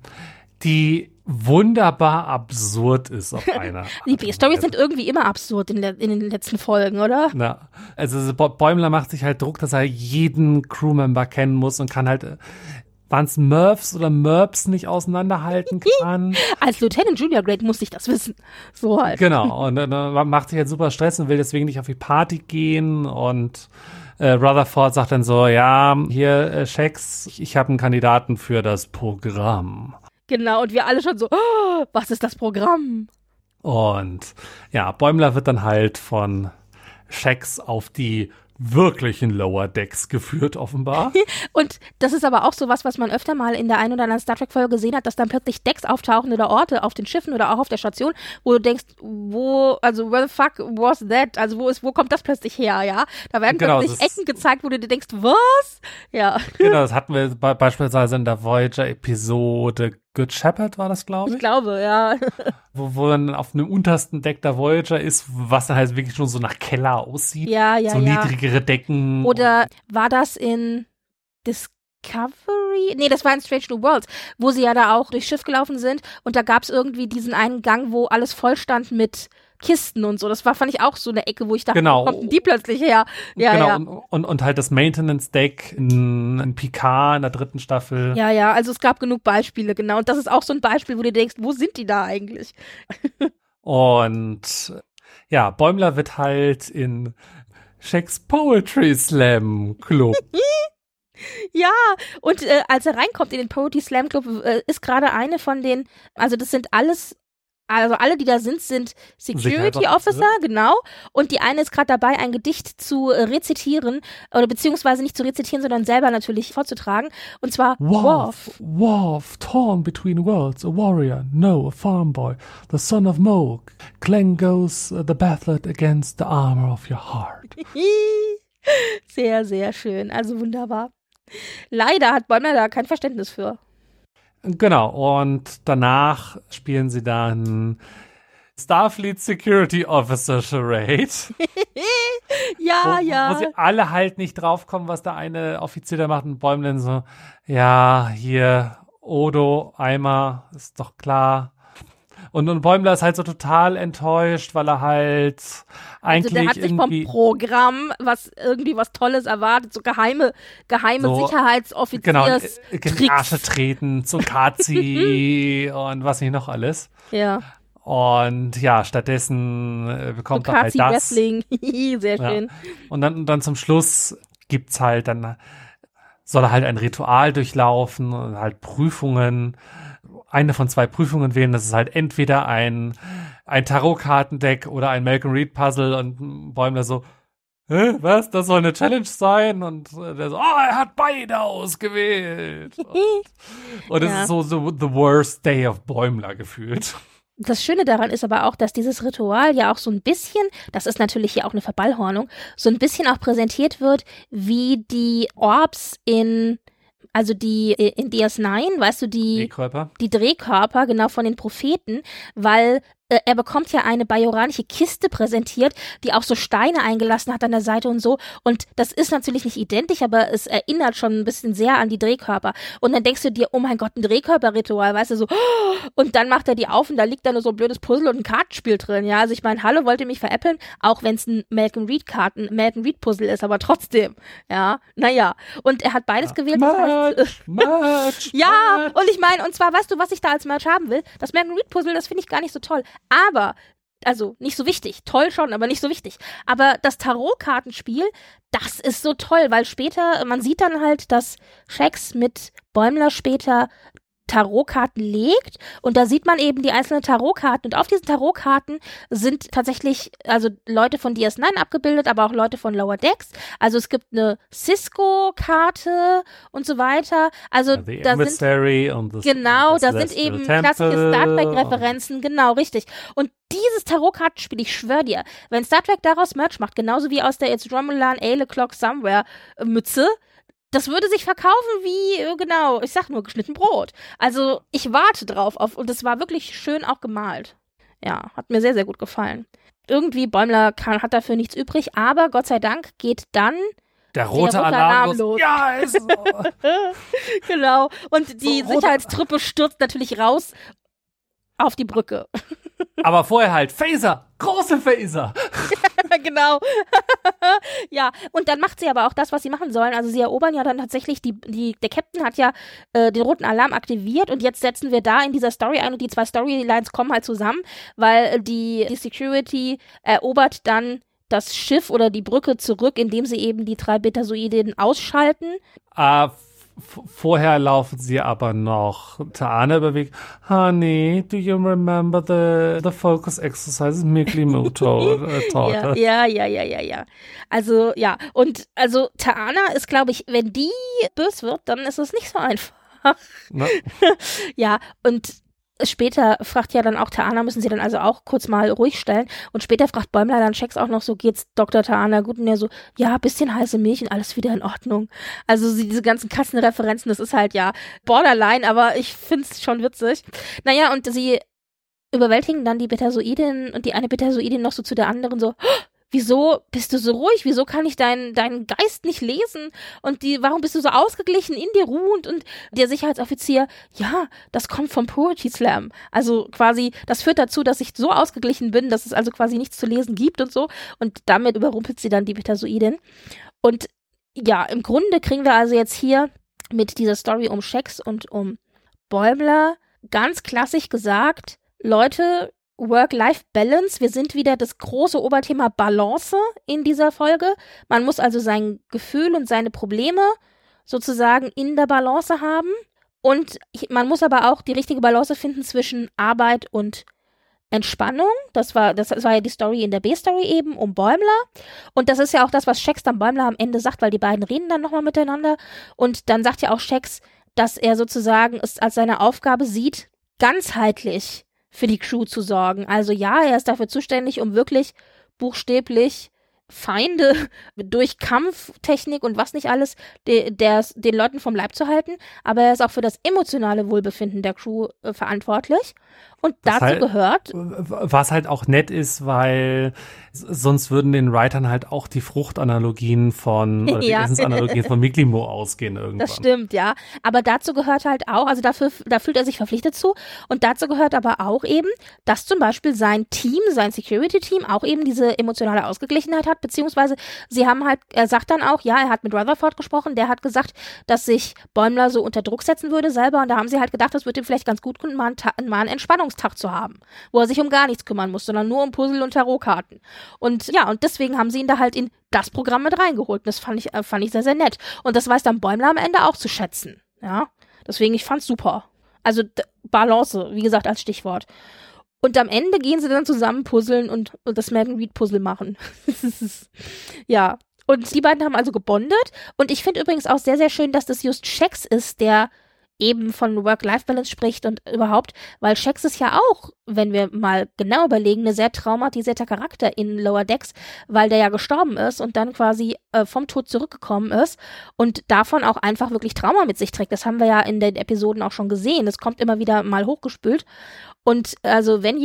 die wunderbar absurd ist auf einer Die B-Stories sind irgendwie immer absurd in den letzten Folgen, oder? Ja, also Bäumler macht sich halt Druck, dass er jeden Crewmember kennen muss und kann halt... waren es Murphs oder Merps nicht auseinanderhalten kann. Als Lieutenant Julia Grade muss ich das wissen. So halt. Genau, und dann macht sich halt super Stress und will deswegen nicht auf die Party gehen und Rutherford sagt dann so, ja, hier, Shax, ich habe einen Kandidaten für das Programm. Genau, und wir alle schon so, oh, was ist das Programm? Und ja, Bäumler wird dann halt von Shax auf die wirklichen Lower Decks geführt, offenbar. Und das ist aber auch so was man öfter mal in der einen oder anderen Star Trek-Folge gesehen hat, dass dann plötzlich Decks auftauchen oder Orte auf den Schiffen oder auch auf der Station, wo du denkst, where the fuck was that? Also wo kommt das plötzlich her, ja? Da werden plötzlich Ecken gezeigt, wo du dir denkst, was? Ja. Genau, das hatten wir beispielsweise in der Voyager-Episode Good Shepherd war das, glaube ich. Ich glaube, ja. Wo dann auf einem untersten Deck der Voyager ist, was dann halt wirklich schon so nach Keller aussieht. Ja. So niedrigere Decken. Oder war das in Discovery? Nee, das war in Strange New Worlds, wo sie ja da auch durchs Schiff gelaufen sind und da gab es irgendwie diesen einen Gang, wo alles voll stand mit Kisten und so. Das fand ich auch so eine Ecke, wo ich dachte, wo kommt denn die plötzlich her? Ja, genau, ja. Und halt das Maintenance-Deck in Picard in der 3. Staffel. Ja, also es gab genug Beispiele, genau. Und das ist auch so ein Beispiel, wo du denkst, wo sind die da eigentlich? Und ja, Bäumler wird halt in Shakes Poetry Slam Club. Ja, und als er reinkommt in den Poetry Slam Club, ist gerade eine von den, also das sind alles, also alle, die da sind Security Officer, genau. Und die eine ist gerade dabei, ein Gedicht zu rezitieren, oder beziehungsweise nicht zu rezitieren, sondern selber natürlich vorzutragen. Und zwar Worf, torn between worlds, a warrior, no, a farm boy, the son of Mo. Clang goes the battlet against the armor of your heart. Sehr, sehr schön. Also wunderbar. Leider hat Bäumler da kein Verständnis für. Genau, und danach spielen sie dann Starfleet Security Officer Charade. Ja. Wo sie alle halt nicht draufkommen, was der eine Offizier da macht und Bäumler so, ja, hier, Odo, Eimer, ist doch klar. Und Bäumler ist halt so total enttäuscht, weil er halt eigentlich der hat sich vom Programm was Tolles erwartet, so geheime so, Sicherheitsoffiziers. Genau, in die Asche treten, zum Kazi und was nicht noch alles. Ja. Und ja, stattdessen bekommt er halt das. Wrestling, sehr schön. Ja. Und dann zum Schluss gibt's halt, dann soll er halt ein Ritual durchlaufen und halt Prüfungen. Eine von 2 Prüfungen wählen, das ist halt entweder ein Tarotkartendeck oder ein Malcolm Reed Puzzle und Bäumler so, was, das soll eine Challenge sein? Und der so, er hat beide ausgewählt. Und es ist so the worst day of Bäumler gefühlt. Das Schöne daran ist aber auch, dass dieses Ritual ja auch so ein bisschen, das ist natürlich hier auch eine Verballhornung, so ein bisschen auch präsentiert wird, wie die Orbs in DS9, weißt du, die Drehkörper, genau, von den Propheten, weil er bekommt ja eine bajoranische Kiste präsentiert, die auch so Steine eingelassen hat an der Seite und so. Und das ist natürlich nicht identisch, aber es erinnert schon ein bisschen sehr an die Drehkörper. Und dann denkst du dir, oh mein Gott, ein Drehkörperritual, weißt du, so. Und dann macht er die auf und da liegt da nur so ein blödes Puzzle und ein Kartenspiel drin. Ja, also ich meine, hallo, wollt ihr mich veräppeln? Auch wenn es ein Malcolm Reed Puzzle ist, aber trotzdem. Ja, naja. Und er hat beides gewählt. Merch, ja, und ich meine, und zwar, weißt du, was ich da als Merch haben will? Das Malcolm Reed Puzzle, das finde ich gar nicht so toll. Aber, also nicht so wichtig, toll schon, aber nicht so wichtig. Aber das Tarotkartenspiel, das ist so toll, weil später, man sieht dann halt, dass Shax mit Bäumler später Tarotkarten legt und da sieht man eben die einzelnen Tarotkarten und auf diesen Tarotkarten sind tatsächlich also Leute von DS9 abgebildet, aber auch Leute von Lower Decks. Also es gibt eine Cisco-Karte und so weiter. Also da sind da sind eben klassische Star Trek-Referenzen, genau, richtig. Und dieses Tarotkartenspiel, ich schwör dir, wenn Star Trek daraus Merch macht, genauso wie aus der It's Romulan 8 O'Clock Somewhere Mütze, das würde sich verkaufen wie, genau, ich sag nur, geschnitten Brot. Also ich warte drauf und es war wirklich schön auch gemalt. Ja, hat mir sehr, sehr gut gefallen. Irgendwie, Bäumler hat dafür nichts übrig, aber Gott sei Dank geht dann der rote Alarm los. Ja, ist so. Genau. Und die Sicherheitstruppe stürzt natürlich raus auf die Brücke. Aber vorher halt Phaser, große Phaser. Genau. Ja, und dann macht sie aber auch das, was sie machen sollen. Also sie erobern ja dann tatsächlich, der Captain hat ja den roten Alarm aktiviert und jetzt setzen wir da in dieser Story ein und die 2 Storylines kommen halt zusammen, weil die Security erobert dann das Schiff oder die Brücke zurück, indem sie eben die 3 Betazoiden ausschalten. Vorher laufen sie aber noch Ta'ana über Weg. Honey, do you remember the focus exercises Mikli taught? Ja. Also, ja. Und also Ta'ana ist, glaube ich, wenn die böse wird, dann ist es nicht so einfach. Ne? Ja, und Später fragt ja dann auch T'Ana, müssen sie dann also auch kurz mal ruhig stellen. Und später fragt Bäumler dann Shax auch noch so, geht's Dr. T'Ana gut? Und er so, ja, bisschen heiße Milch und alles wieder in Ordnung. Also diese ganzen Kassenreferenzen, das ist halt ja borderline, aber ich find's schon witzig. Naja, und sie überwältigen dann die Betasoidin und die eine Betasoidin noch so zu der anderen so, wieso bist du so ruhig? Wieso kann ich deinen Geist nicht lesen? Und warum bist du so ausgeglichen, in dir ruhend? Und der Sicherheitsoffizier, ja, das kommt vom Poetry Slam. Also quasi, das führt dazu, dass ich so ausgeglichen bin, dass es also quasi nichts zu lesen gibt und so. Und damit überrumpelt sie dann die Betasoidin. Und ja, im Grunde kriegen wir also jetzt hier mit dieser Story um Shax und um Bäumler ganz klassisch gesagt, Leute, Work-Life-Balance. Wir sind wieder das große Oberthema Balance in dieser Folge. Man muss also sein Gefühl und seine Probleme sozusagen in der Balance haben. Und man muss aber auch die richtige Balance finden zwischen Arbeit und Entspannung. Das war ja die Story in der B-Story eben um Bäumler. Und das ist ja auch das, was Shax dann Bäumler am Ende sagt, weil die beiden reden dann nochmal miteinander. Und dann sagt ja auch Shax, dass er sozusagen es als seine Aufgabe sieht, ganzheitlich für die Crew zu sorgen. Also ja, er ist dafür zuständig, um wirklich buchstäblich Feinde durch Kampftechnik und was nicht alles den Leuten vom Leib zu halten, aber er ist auch für das emotionale Wohlbefinden der Crew verantwortlich. Und dazu gehört, was halt auch nett ist, weil sonst würden den Writern halt auch die Fruchtanalogien oder die Essensanalogien von Miklimo ausgehen irgendwann. Das stimmt, ja. Aber dazu gehört halt auch, also da fühlt er sich verpflichtet zu. Und dazu gehört aber auch eben, dass zum Beispiel sein Team, sein Security-Team auch eben diese emotionale Ausgeglichenheit hat, beziehungsweise er sagt dann auch, ja, er hat mit Rutherford gesprochen, der hat gesagt, dass sich Bäumler so unter Druck setzen würde selber. Und da haben sie halt gedacht, das würde ihm vielleicht ganz gut tun, mal einen Entspannungstag zu haben, wo er sich um gar nichts kümmern muss, sondern nur um Puzzle und Tarotkarten. Und ja, und deswegen haben sie ihn da halt in das Programm mit reingeholt. Und das fand ich sehr, sehr nett. Und das weiß dann Bäumler am Ende auch zu schätzen. Ja, deswegen, ich fand's super. Also Balance, wie gesagt, als Stichwort. Und am Ende gehen sie dann zusammen puzzeln und das Megan Reed Puzzle machen. Ja. Und die beiden haben also gebondet. Und ich finde übrigens auch sehr, sehr schön, dass das just Shax ist, der eben von Work-Life-Balance spricht und überhaupt, weil Shax ist ja auch, wenn wir mal genau überlegen, eine sehr traumatisierter Charakter in Lower Decks, weil der ja gestorben ist und dann quasi vom Tod zurückgekommen ist und davon auch einfach wirklich Trauma mit sich trägt. Das haben wir ja in den Episoden auch schon gesehen. Das kommt immer wieder mal hochgespült. Und also wenn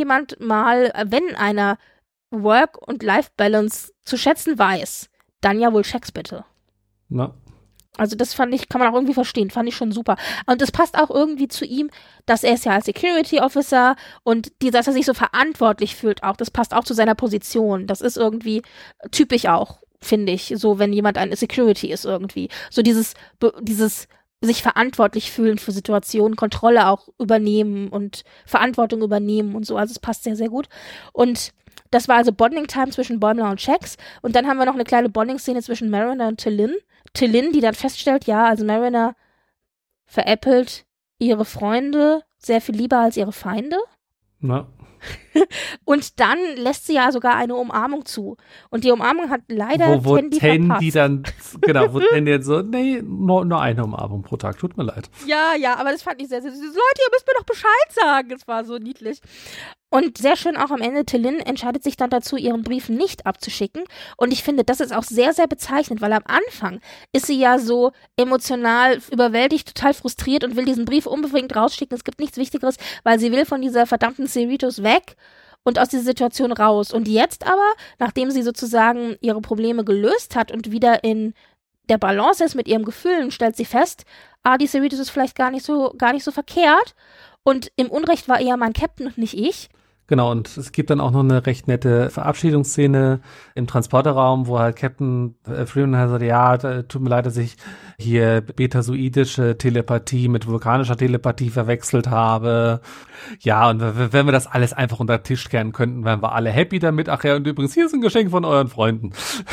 einer Work- und Life-Balance zu schätzen weiß, dann ja wohl Shax bitte. Na. Also das kann man auch irgendwie verstehen, fand ich schon super. Und es passt auch irgendwie zu ihm, dass er ist ja als Security Officer und dass er sich so verantwortlich fühlt auch, das passt auch zu seiner Position. Das ist irgendwie typisch auch, finde ich, so wenn jemand eine Security ist irgendwie. So dieses sich verantwortlich fühlen für Situationen, Kontrolle auch übernehmen und Verantwortung übernehmen und so. Also es passt sehr, sehr gut. Und das war also Bonding-Time zwischen Bäumler und Shax. Und dann haben wir noch eine kleine Bonding-Szene zwischen Mariner und T'Lyn. T'Lyn, die dann feststellt, ja, also Mariner veräppelt ihre Freunde sehr viel lieber als ihre Feinde. Na. Und dann lässt sie ja sogar eine Umarmung zu. Und die Umarmung hat leider wo Tandy Tandy dann, genau, wo Tandy jetzt so, nee, nur eine Umarmung pro Tag, tut mir leid. Ja, aber das fand ich sehr, sehr süß. Leute, ihr müsst mir doch Bescheid sagen. Es war so niedlich. Und sehr schön auch am Ende, T'Lyn entscheidet sich dann dazu, ihren Brief nicht abzuschicken. Und ich finde, das ist auch sehr, sehr bezeichnend, weil am Anfang ist sie ja so emotional überwältigt, total frustriert und will diesen Brief unbedingt rausschicken. Es gibt nichts Wichtigeres, weil sie will von dieser verdammten Cerritos weg und aus dieser Situation raus. Und jetzt aber, nachdem sie sozusagen ihre Probleme gelöst hat und wieder in der Balance ist mit ihren Gefühlen, stellt sie fest, die Cerritos ist vielleicht gar nicht so verkehrt. Und im Unrecht war eher mein Captain und nicht ich. Genau, und es gibt dann auch noch eine recht nette Verabschiedungsszene im Transporterraum, wo halt Captain Freeman halt sagt, ja, tut mir leid, dass ich hier betasoidische Telepathie mit vulkanischer Telepathie verwechselt habe. Ja, und wenn wir das alles einfach unter den Tisch kehren könnten, wären wir alle happy damit. Ach ja, und übrigens, hier ist ein Geschenk von euren Freunden.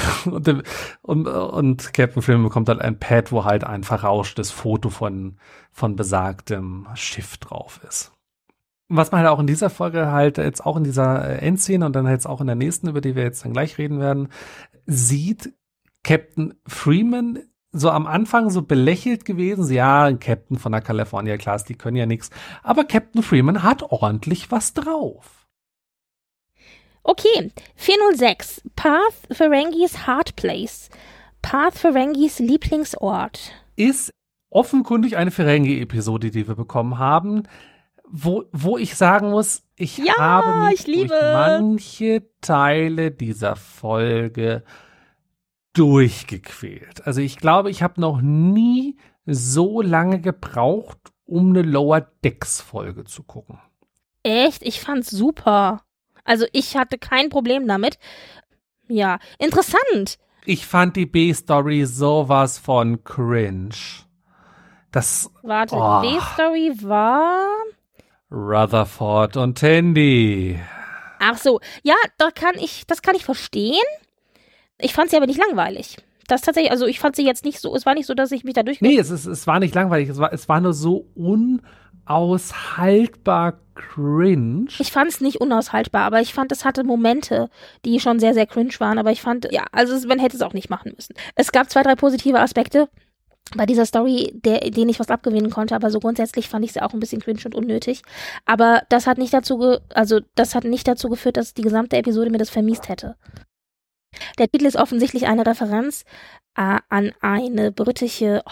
Und Captain Freeman bekommt halt ein Pad, wo halt ein verrauschtes Foto von besagtem Schiff drauf ist. Was man halt auch in dieser Folge halt jetzt auch in dieser Endszene und dann jetzt auch in der nächsten, über die wir jetzt dann gleich reden werden, sieht Captain Freeman so am Anfang so belächelt gewesen. Ja, ein Captain von der California Class, die können ja nichts. Aber Captain Freeman hat ordentlich was drauf. Okay, 406. Path Ferengis Heart Place. Path Ferengis Lieblingsort. Ist offenkundig eine Ferengi-Episode, die wir bekommen haben, wo ich sagen muss, ich habe mich durch manche Teile dieser Folge durchgequält. Also ich glaube, ich habe noch nie so lange gebraucht, um eine Lower Decks Folge zu gucken. Echt? Ich fand's super. Also ich hatte kein Problem damit. Ja, interessant. Ich fand die B-Story sowas von cringe. Warte, die B-Story war Rutherford und Tandy. Ach so, ja, das kann ich verstehen. Ich fand sie aber nicht langweilig. Das tatsächlich, also ich fand sie jetzt nicht so, es war nicht so, dass ich mich da Nee, es war nicht langweilig, es war nur so unaushaltbar cringe. Ich fand es nicht unaushaltbar, aber ich fand, es hatte Momente, die schon sehr, sehr cringe waren, aber ich fand, ja, also man hätte es auch nicht machen müssen. Es gab 2, 3 positive Aspekte bei dieser Story, denen ich was abgewinnen konnte, aber so grundsätzlich fand ich sie auch ein bisschen cringe und unnötig. Aber das hat nicht dazu geführt, dass die gesamte Episode mir das vermiest hätte. Der Titel ist offensichtlich eine Referenz an eine britische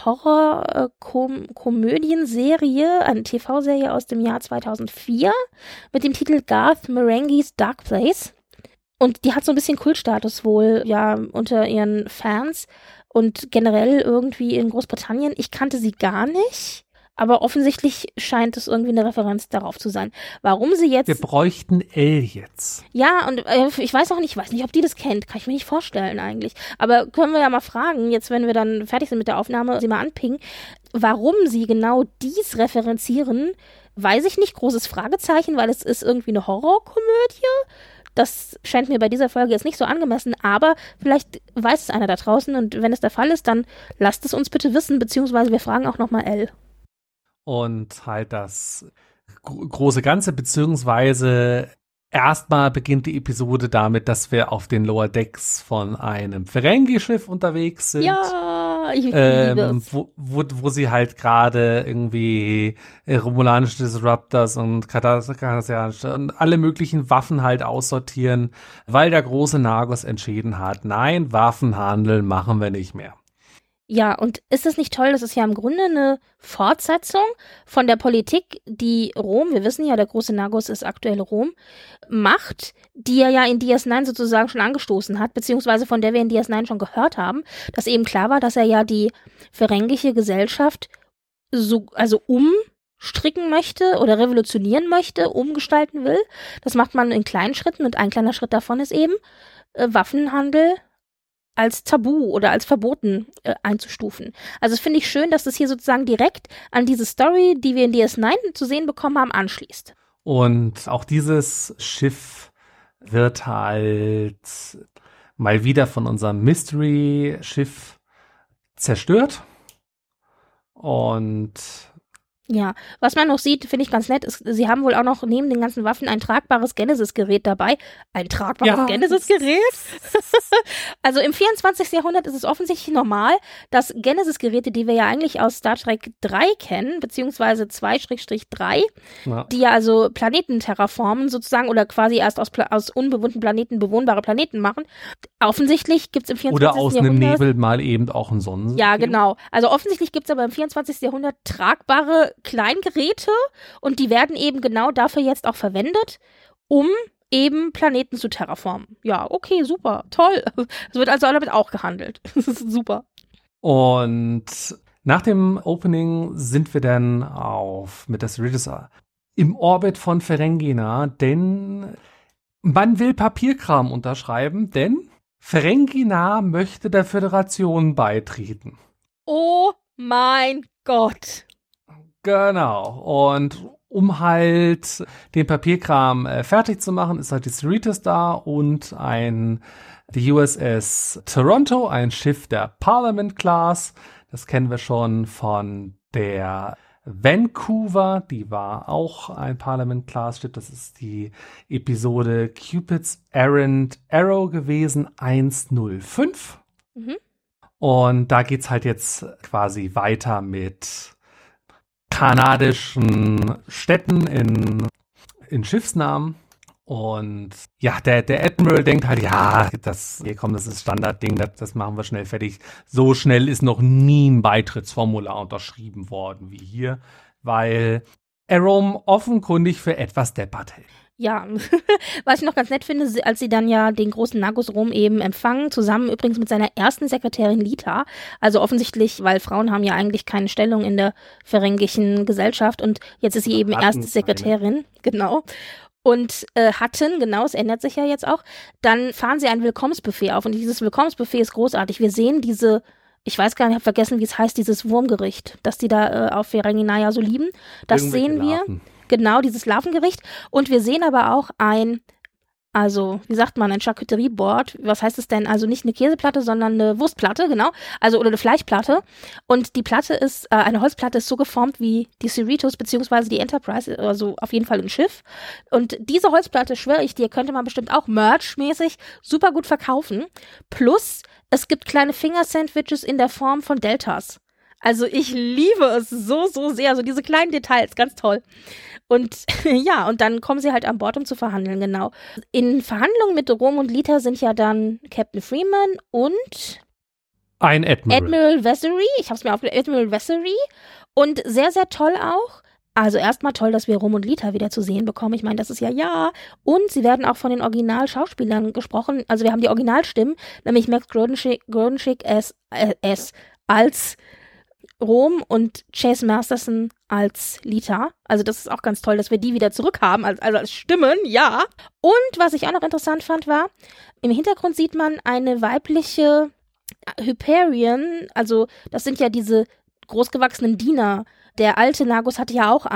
Horror-Komödienserie, eine TV-Serie aus dem Jahr 2004 mit dem Titel Garth Marenghi's Dark Place. Und die hat so ein bisschen Kultstatus wohl, ja, unter ihren Fans und generell irgendwie in Großbritannien. Ich kannte sie gar nicht, aber offensichtlich scheint es irgendwie eine Referenz darauf zu sein. Warum sie jetzt... Wir bräuchten Elle jetzt. Ja, und ich weiß nicht, ob die das kennt. Kann ich mir nicht vorstellen eigentlich. Aber können wir ja mal fragen, jetzt wenn wir dann fertig sind mit der Aufnahme, sie mal anpingen, warum sie genau dies referenzieren, weiß ich nicht. Großes Fragezeichen, weil es ist irgendwie eine Horrorkomödie. Das scheint mir bei dieser Folge jetzt nicht so angemessen, aber vielleicht weiß es einer da draußen und wenn es der Fall ist, dann lasst es uns bitte wissen, beziehungsweise wir fragen auch nochmal Elle. Und halt das große Ganze, beziehungsweise erstmal beginnt die Episode damit, dass wir auf den Lower Decks von einem Ferengi-Schiff unterwegs sind. Ja, ich liebe es. Wo sie halt gerade irgendwie romulanische Disruptors und kardassianische und alle möglichen Waffen halt aussortieren, weil der große Nagus entschieden hat, nein, Waffenhandel machen wir nicht mehr. Ja, und ist es nicht toll, das ist ja im Grunde eine Fortsetzung von der Politik, die Rom, wir wissen ja, der große Nagus ist aktuell Rom, macht, die er ja in DS9 sozusagen schon angestoßen hat, beziehungsweise von der wir in DS9 schon gehört haben, dass eben klar war, dass er ja die ferengische Gesellschaft umstricken möchte oder revolutionieren möchte, umgestalten will. Das macht man in kleinen Schritten und ein kleiner Schritt davon ist eben Waffenhandel als Tabu oder als verboten einzustufen. Also das finde ich schön, dass das hier sozusagen direkt an diese Story, die wir in DS9 zu sehen bekommen haben, anschließt. Und auch dieses Schiff wird halt mal wieder von unserem Mystery-Schiff zerstört. Und ja, was man noch sieht, finde ich ganz nett, ist, sie haben wohl auch noch neben den ganzen Waffen ein tragbares Genesis-Gerät dabei. Ein tragbares Genesis-Gerät? Also im 24. Jahrhundert ist es offensichtlich normal, dass Genesis-Geräte, die wir ja eigentlich aus Star Trek 3 kennen, beziehungsweise 2/3, die ja also Planeten terraformen sozusagen oder quasi erst aus unbewohnten Planeten bewohnbare Planeten machen. Offensichtlich gibt es im 24. Jahrhundert... Oder aus einem Nebel mal eben auch einen Sonnensystem. Ja, genau. Also offensichtlich gibt es aber im 24. Jahrhundert tragbare Kleingeräte und die werden eben genau dafür jetzt auch verwendet, um eben Planeten zu terraformen. Ja, okay, super, toll. Es wird also damit auch gehandelt. Das ist super. Und nach dem Opening sind wir dann mit der Cerritos im Orbit von Ferengina, denn man will Papierkram unterschreiben, denn Ferengina möchte der Föderation beitreten. Oh mein Gott. Genau. Und um halt den Papierkram fertig zu machen, ist halt die Cerritos da und die USS Toronto, ein Schiff der Parliament Class. Das kennen wir schon von der Vancouver, die war auch ein Parliament Class Schiff. Das ist die Episode Cupid's Errant Arrow gewesen, 105. Mhm. Und da geht's halt jetzt quasi weiter mit kanadischen Städten in Schiffsnamen. Und ja, der Admiral denkt halt, ja, das ist Standardding, das machen wir schnell fertig. So schnell ist noch nie ein Beitrittsformular unterschrieben worden wie hier, weil Aram offenkundig für etwas deppert hält. Ja, was ich noch ganz nett finde, als sie dann ja den großen Nagus Rom eben empfangen, zusammen übrigens mit seiner ersten Sekretärin Lita, also offensichtlich, weil Frauen haben ja eigentlich keine Stellung in der ferengischen Gesellschaft und jetzt ist sie eben erste Sekretärin, genau. Und genau, es ändert sich ja jetzt auch, dann fahren sie ein Willkommensbuffet auf und dieses Willkommensbuffet ist großartig. Wir sehen ich weiß gar nicht, ich habe vergessen, wie es heißt, dieses Wurmgericht, das die da auf Ferenginaya so lieben. Das sehen wir. Larven. Genau, dieses Larvengericht. Und wir sehen aber auch ein Charcuterieboard. Was heißt es denn? Also nicht eine Käseplatte, sondern eine Wurstplatte, genau. Also, oder eine Fleischplatte. Und die Platte ist, eine Holzplatte ist so geformt wie die Cerritos beziehungsweise die Enterprise, also auf jeden Fall ein Schiff. Und diese Holzplatte, schwöre ich dir, könnte man bestimmt auch merch-mäßig super gut verkaufen. Plus, es gibt kleine Finger-Sandwiches in der Form von Deltas. Also ich liebe es so, so sehr. So diese kleinen Details, ganz toll. Und ja, und dann kommen sie halt an Bord, um zu verhandeln, genau. In Verhandlungen mit Rom und Lita sind ja dann Captain Freeman und ein Admiral Vessery. Ich hab's mir aufgeschrieben, Admiral Vessery. Und sehr, sehr toll auch. Also erstmal toll, dass wir Rom und Lita wieder zu sehen bekommen. Ich meine, das ist ja. Und sie werden auch von den Originalschauspielern gesprochen. Also wir haben die Originalstimmen, nämlich Max Grodenschick als Rom und Chase Masterson als Lita. Also das ist auch ganz toll, dass wir die wieder zurückhaben, als Stimmen, ja. Und was ich auch noch interessant fand, war, im Hintergrund sieht man eine weibliche Hyperion, also das sind ja diese großgewachsenen Diener. Der alte Nagus hatte ja auch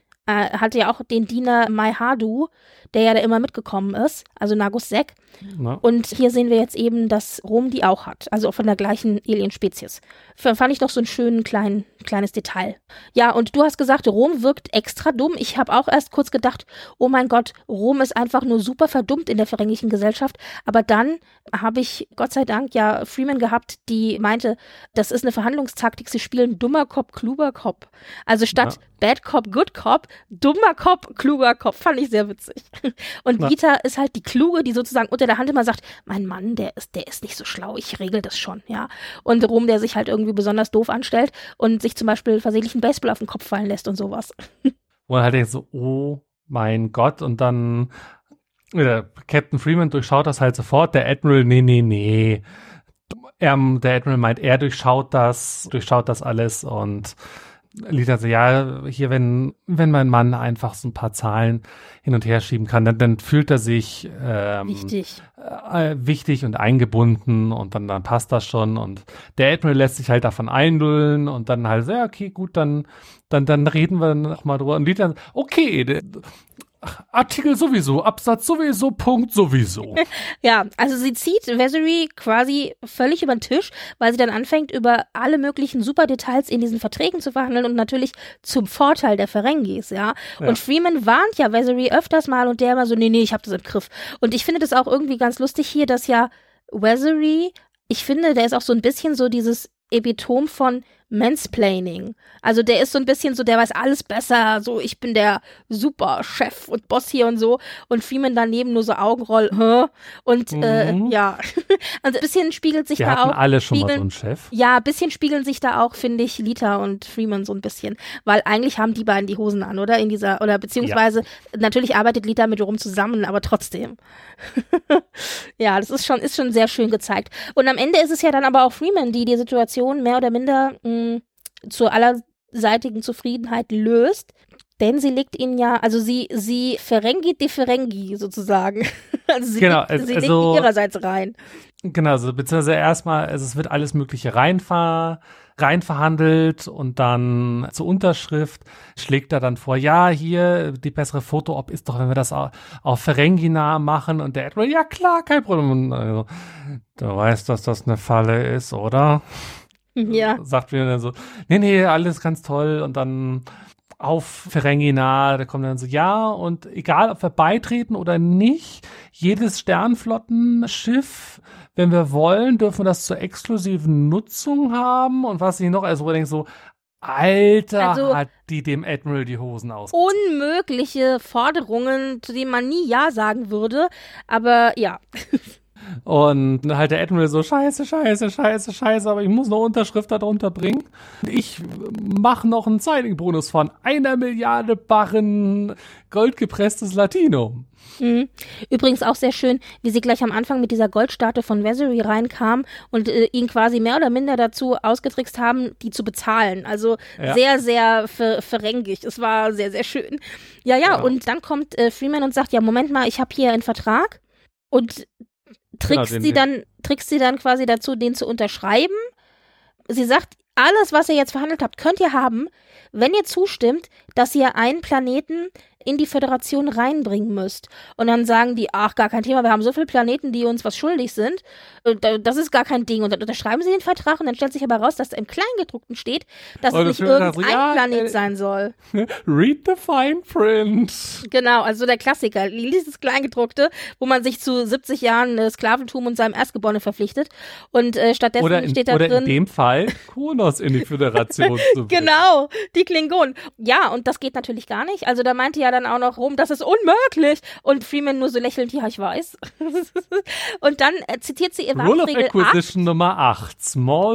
den Diener Maihadu, der ja da immer mitgekommen ist, also Nagus Sek. Ja. Und hier sehen wir jetzt eben, dass Rom die auch hat, also auch von der gleichen Alien-Spezies. Fand ich noch so ein schönes kleines Detail. Ja, und du hast gesagt, Rom wirkt extra dumm. Ich habe auch erst kurz gedacht, oh mein Gott, Rom ist einfach nur super verdummt in der ferengischen Gesellschaft. Aber dann habe ich, Gott sei Dank, ja Freeman gehabt, die meinte, das ist eine Verhandlungstaktik, sie spielen dummer Cop, kluger Cop. Also statt Bad Cop, Good Cop, dummer Cop, kluger Cop. Fand ich sehr witzig. Und Lita ist halt die Kluge, die sozusagen unter der Hand immer sagt, mein Mann, der ist nicht so schlau, ich regel das schon, ja. Und Rom, der sich halt irgendwie besonders doof anstellt und sich zum Beispiel versehentlich einen Baseball auf den Kopf fallen lässt und sowas. Wo er halt denkt so, oh mein Gott, und dann Captain Freeman durchschaut das halt sofort, der Admiral, nee. Der Admiral meint, er durchschaut das alles und Lita so, ja, hier, wenn mein Mann einfach so ein paar Zahlen hin und her schieben kann, dann fühlt er sich wichtig und eingebunden und dann passt das schon und der Admiral lässt sich halt davon einlullen und dann halt so, ja, okay, gut, dann reden wir noch mal drüber und Lita, okay, Artikel sowieso, Absatz sowieso, Punkt sowieso. Ja, also sie zieht Vessery quasi völlig über den Tisch, weil sie dann anfängt, über alle möglichen super Details in diesen Verträgen zu verhandeln und natürlich zum Vorteil der Ferengis, ja. Und Freeman warnt ja Vessery öfters mal und der immer so, nee, ich hab das im Griff. Und ich finde das auch irgendwie ganz lustig hier, dass ja Vessery, ich finde, der ist auch so ein bisschen so dieses Epitom von Mansplaining. Also der ist so ein bisschen so, der weiß alles besser, so ich bin der super Chef und Boss hier und so und Freeman daneben nur so Augenroll, und ja, also ein bisschen spiegelt sich da auch. Wir hatten alle schon mal so einen Chef. Ja, ein bisschen spiegeln sich da auch, finde ich, Lita und Freeman so ein bisschen, weil eigentlich haben die beiden die Hosen an, oder? Beziehungsweise natürlich arbeitet Lita mit Rom zusammen, aber trotzdem. Ja, das ist schon sehr schön gezeigt. Und am Ende ist es ja dann aber auch Freeman, die Situation mehr oder minder zur allerseitigen Zufriedenheit löst, denn sie legt ihn ja, also sie verrengit die Ferengi sozusagen. Also sie legt die ihrerseits rein. Genau, also beziehungsweise erstmal, also es wird alles Mögliche rein verhandelt und dann zur Unterschrift schlägt er dann vor, ja, hier, die bessere Foto-Op ist doch, wenn wir das auf Ferengina machen und der Admiral, ja klar, kein Problem. Und, also, du weißt, dass das eine Falle ist, oder? Ja. Sagt mir dann so, nee, alles ganz toll und dann auf Ferengina, da kommt dann so, ja, und egal, ob wir beitreten oder nicht, jedes Sternflottenschiff wenn wir wollen, dürfen wir das zur exklusiven Nutzung haben und was ich noch, also ich denke so, Alter, Also, hat die dem Admiral die Hosen aus. unmögliche Forderungen, zu denen man nie Ja sagen würde, aber ja. Und halt der Admiral so, scheiße, aber ich muss eine Unterschrift darunter bringen. Ich mache noch einen Signing-Bonus von 1 Milliarde Barren goldgepresstes Latinum. Mhm. Übrigens auch sehr schön, wie sie gleich am Anfang mit dieser Goldstatue von Vessery reinkam und ihn quasi mehr oder minder dazu ausgetrickst haben, die zu bezahlen. Also sehr, sehr verrenkig. Es war sehr, sehr schön. Ja. Und dann kommt Freeman und sagt, ja, Moment mal, ich habe hier einen Vertrag und trickst sie dann quasi dazu, den zu unterschreiben. Sie sagt, alles, was ihr jetzt verhandelt habt, könnt ihr haben, wenn ihr zustimmt, dass ihr einen Planeten in die Föderation reinbringen müsst. Und dann sagen die, ach, gar kein Thema, wir haben so viele Planeten, die uns was schuldig sind. Das ist gar kein Ding. Und dann unterschreiben sie den Vertrag und dann stellt sich aber raus, dass da im Kleingedruckten steht, dass es nicht irgendein Planet sein soll. Read the fine print. Genau, also der Klassiker. Lies das Kleingedruckte, wo man sich zu 70 Jahren Sklaventum und seinem Erstgeborenen verpflichtet. Und stattdessen steht da drin... Oder in dem Fall Kronos in die Föderation zu bringen. Genau, die Klingonen. Ja, und das geht natürlich gar nicht. Also da meinte ja dann auch noch Rom, das ist unmöglich. Und Freeman nur so lächelnd, ja, ich weiß. Und dann zitiert sie ihr Rule of Regel Acquisition 8. Nummer 8. Small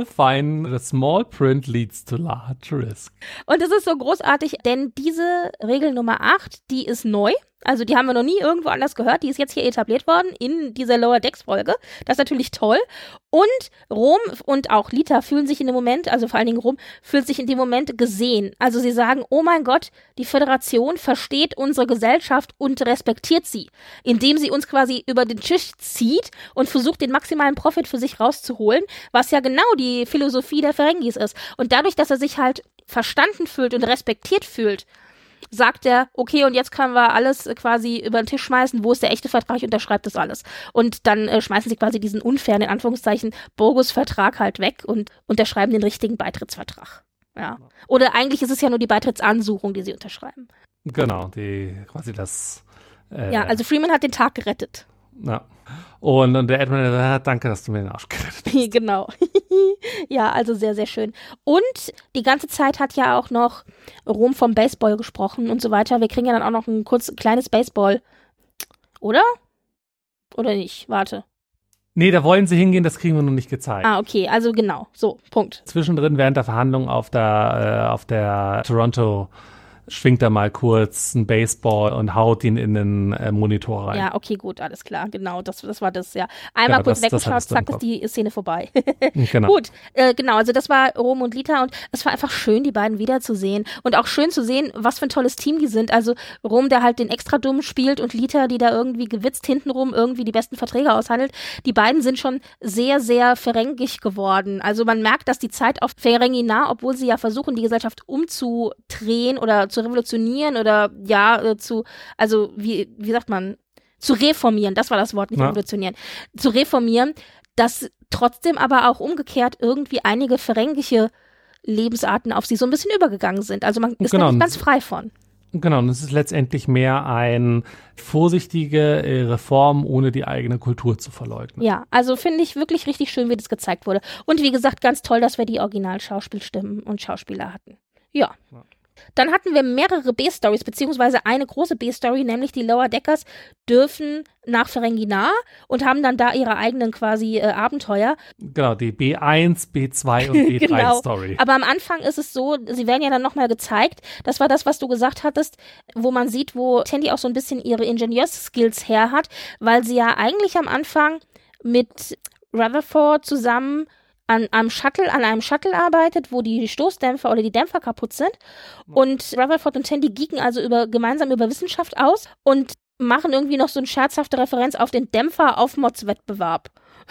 print leads to large risk. Und das ist so großartig, denn diese Regel Nummer 8, die ist neu. Also die haben wir noch nie irgendwo anders gehört. Die ist jetzt hier etabliert worden in dieser Lower Decks Folge. Das ist natürlich toll. Und Rom und auch Lita fühlen sich in dem Moment, also vor allen Dingen Rom, fühlt sich in dem Moment gesehen. Also sie sagen, oh mein Gott, die Föderation versteht unsere Gesellschaft und respektiert sie, indem sie uns quasi über den Tisch zieht und versucht, den maximalen Profit für sich rauszuholen, was ja genau die Philosophie der Ferengis ist. Und dadurch, dass er sich halt verstanden fühlt und respektiert fühlt, sagt er, okay, und jetzt können wir alles quasi über den Tisch schmeißen, wo ist der echte Vertrag, ich unterschreibe das alles. Und dann schmeißen sie quasi diesen unfairen, in Anführungszeichen, Bogus-Vertrag halt weg und unterschreiben den richtigen Beitrittsvertrag. Ja. Oder eigentlich ist es ja nur die Beitrittsansuchung, die sie unterschreiben. Genau, die quasi das... ja, also Freeman hat den Tag gerettet. Ja. Und der Admiral sagt, danke, dass du mir den Arsch gerettet hast. Genau. Ja, also sehr, sehr schön. Und die ganze Zeit hat ja auch noch Rom vom Baseball gesprochen und so weiter. Wir kriegen ja dann auch noch ein kleines Baseball. Oder? Oder nicht? Warte. Nee, da wollen sie hingehen, das kriegen wir noch nicht gezeigt. Ah, okay, also genau. So, Punkt. Zwischendrin während der Verhandlung auf der Toronto schwingt er mal kurz einen Baseball und haut ihn in den Monitor rein. Ja, okay, gut, alles klar, genau, das war das, ja. Einmal kurz weggeschaut, zack, ist die Szene vorbei. Genau. Gut, genau, also das war Rom und Lita und es war einfach schön, die beiden wiederzusehen und auch schön zu sehen, was für ein tolles Team die sind. Also Rom, der halt den extra dumm spielt und Lita, die da irgendwie gewitzt hintenrum irgendwie die besten Verträge aushandelt. Die beiden sind schon sehr, sehr ferengig geworden. Also man merkt, dass die Zeit auf Ferengi nah, obwohl sie ja versuchen, die Gesellschaft umzudrehen oder zu revolutionieren oder also wie sagt man, zu reformieren, das war das Wort, nicht revolutionieren, zu reformieren, dass trotzdem aber auch umgekehrt irgendwie einige ferengische Lebensarten auf sie so ein bisschen übergegangen sind. Also man ist nicht ganz frei von. Genau, und es ist letztendlich mehr eine vorsichtige Reform, ohne die eigene Kultur zu verleugnen. Ja, also finde ich wirklich richtig schön, wie das gezeigt wurde. Und wie gesagt, ganz toll, dass wir die Original-Schauspielstimmen und Schauspieler hatten. Ja. Dann hatten wir mehrere B-Stories, beziehungsweise eine große B-Story, nämlich die Lower Deckers dürfen nach Ferengi nah und haben dann da ihre eigenen quasi Abenteuer. Genau, die B1, B2 und B3 genau. Story. Aber am Anfang ist es so, sie werden ja dann nochmal gezeigt, das war das, was du gesagt hattest, wo man sieht, wo Tandy auch so ein bisschen ihre Ingenieurs-Skills her hat, weil sie ja eigentlich am Anfang mit Rutherford zusammen an einem Shuttle arbeitet, wo die Stoßdämpfer oder die Dämpfer kaputt sind. Und Rutherford und Tandy geeken also gemeinsam über Wissenschaft aus und machen irgendwie noch so eine scherzhafte Referenz auf den Dämpfer-Aufmods-Wettbewerb.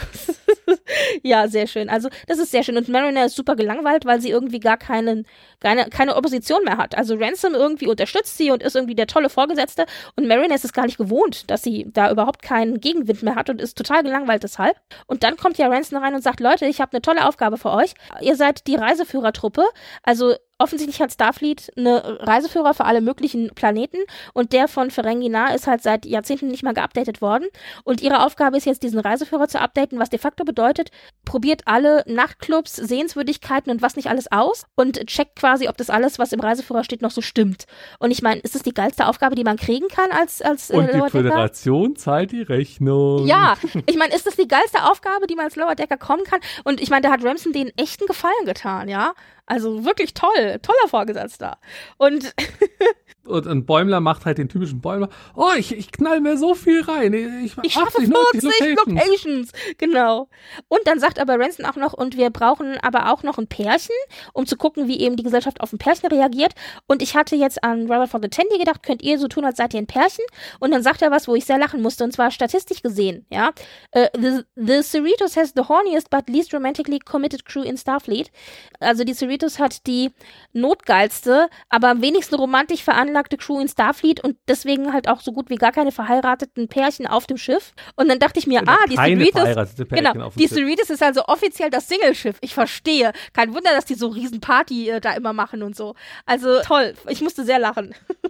Ja, sehr schön. Also das ist sehr schön. Und Mariner ist super gelangweilt, weil sie irgendwie gar keine Opposition mehr hat. Also Ransom irgendwie unterstützt sie und ist irgendwie der tolle Vorgesetzte. Und Mariner ist es gar nicht gewohnt, dass sie da überhaupt keinen Gegenwind mehr hat und ist total gelangweilt deshalb. Und dann kommt ja Ransom rein und sagt, Leute, ich habe eine tolle Aufgabe für euch. Ihr seid die Reiseführertruppe. Also offensichtlich hat Starfleet eine Reiseführer für alle möglichen Planeten und der von Ferengi Nah ist halt seit Jahrzehnten nicht mal geupdatet worden. Und ihre Aufgabe ist jetzt, diesen Reiseführer zu updaten, was de facto bedeutet, probiert alle Nachtclubs, Sehenswürdigkeiten und was nicht alles aus und checkt quasi, ob das alles, was im Reiseführer steht, noch so stimmt. Und ich meine, ist das die geilste Aufgabe, die man kriegen kann als und die Föderation zahlt die Rechnung. Ja, ich meine, ist das die geilste Aufgabe, die man als Lower Decker kommen kann? Und ich meine, da hat Ramsden den echten Gefallen getan, ja? Also wirklich toll, toller Vorgesetzter. Und Bäumler macht halt den typischen Bäumler. Oh, ich knall mir so viel rein. Ich schaffe 40 Locations. Genau. Und dann sagt aber Ramsden auch noch, und wir brauchen aber auch noch ein Pärchen, um zu gucken, wie eben die Gesellschaft auf ein Pärchen reagiert. Und ich hatte jetzt an Rutherford the Tandy gedacht, könnt ihr so tun, als seid ihr ein Pärchen? Und dann sagt er was, wo ich sehr lachen musste, und zwar statistisch gesehen, ja. The Cerritos has the horniest but least romantically committed crew in Starfleet. Also die Cerritos hat die notgeilste, aber am wenigsten romantisch veranlagte Crew in Starfleet und deswegen halt auch so gut wie gar keine verheirateten Pärchen auf dem Schiff. Und dann dachte ich mir, die Cerritos ist also offiziell das Single-Schiff. Ich verstehe. Kein Wunder, dass die so riesen Party da immer machen und so. Also toll. Ich musste sehr lachen.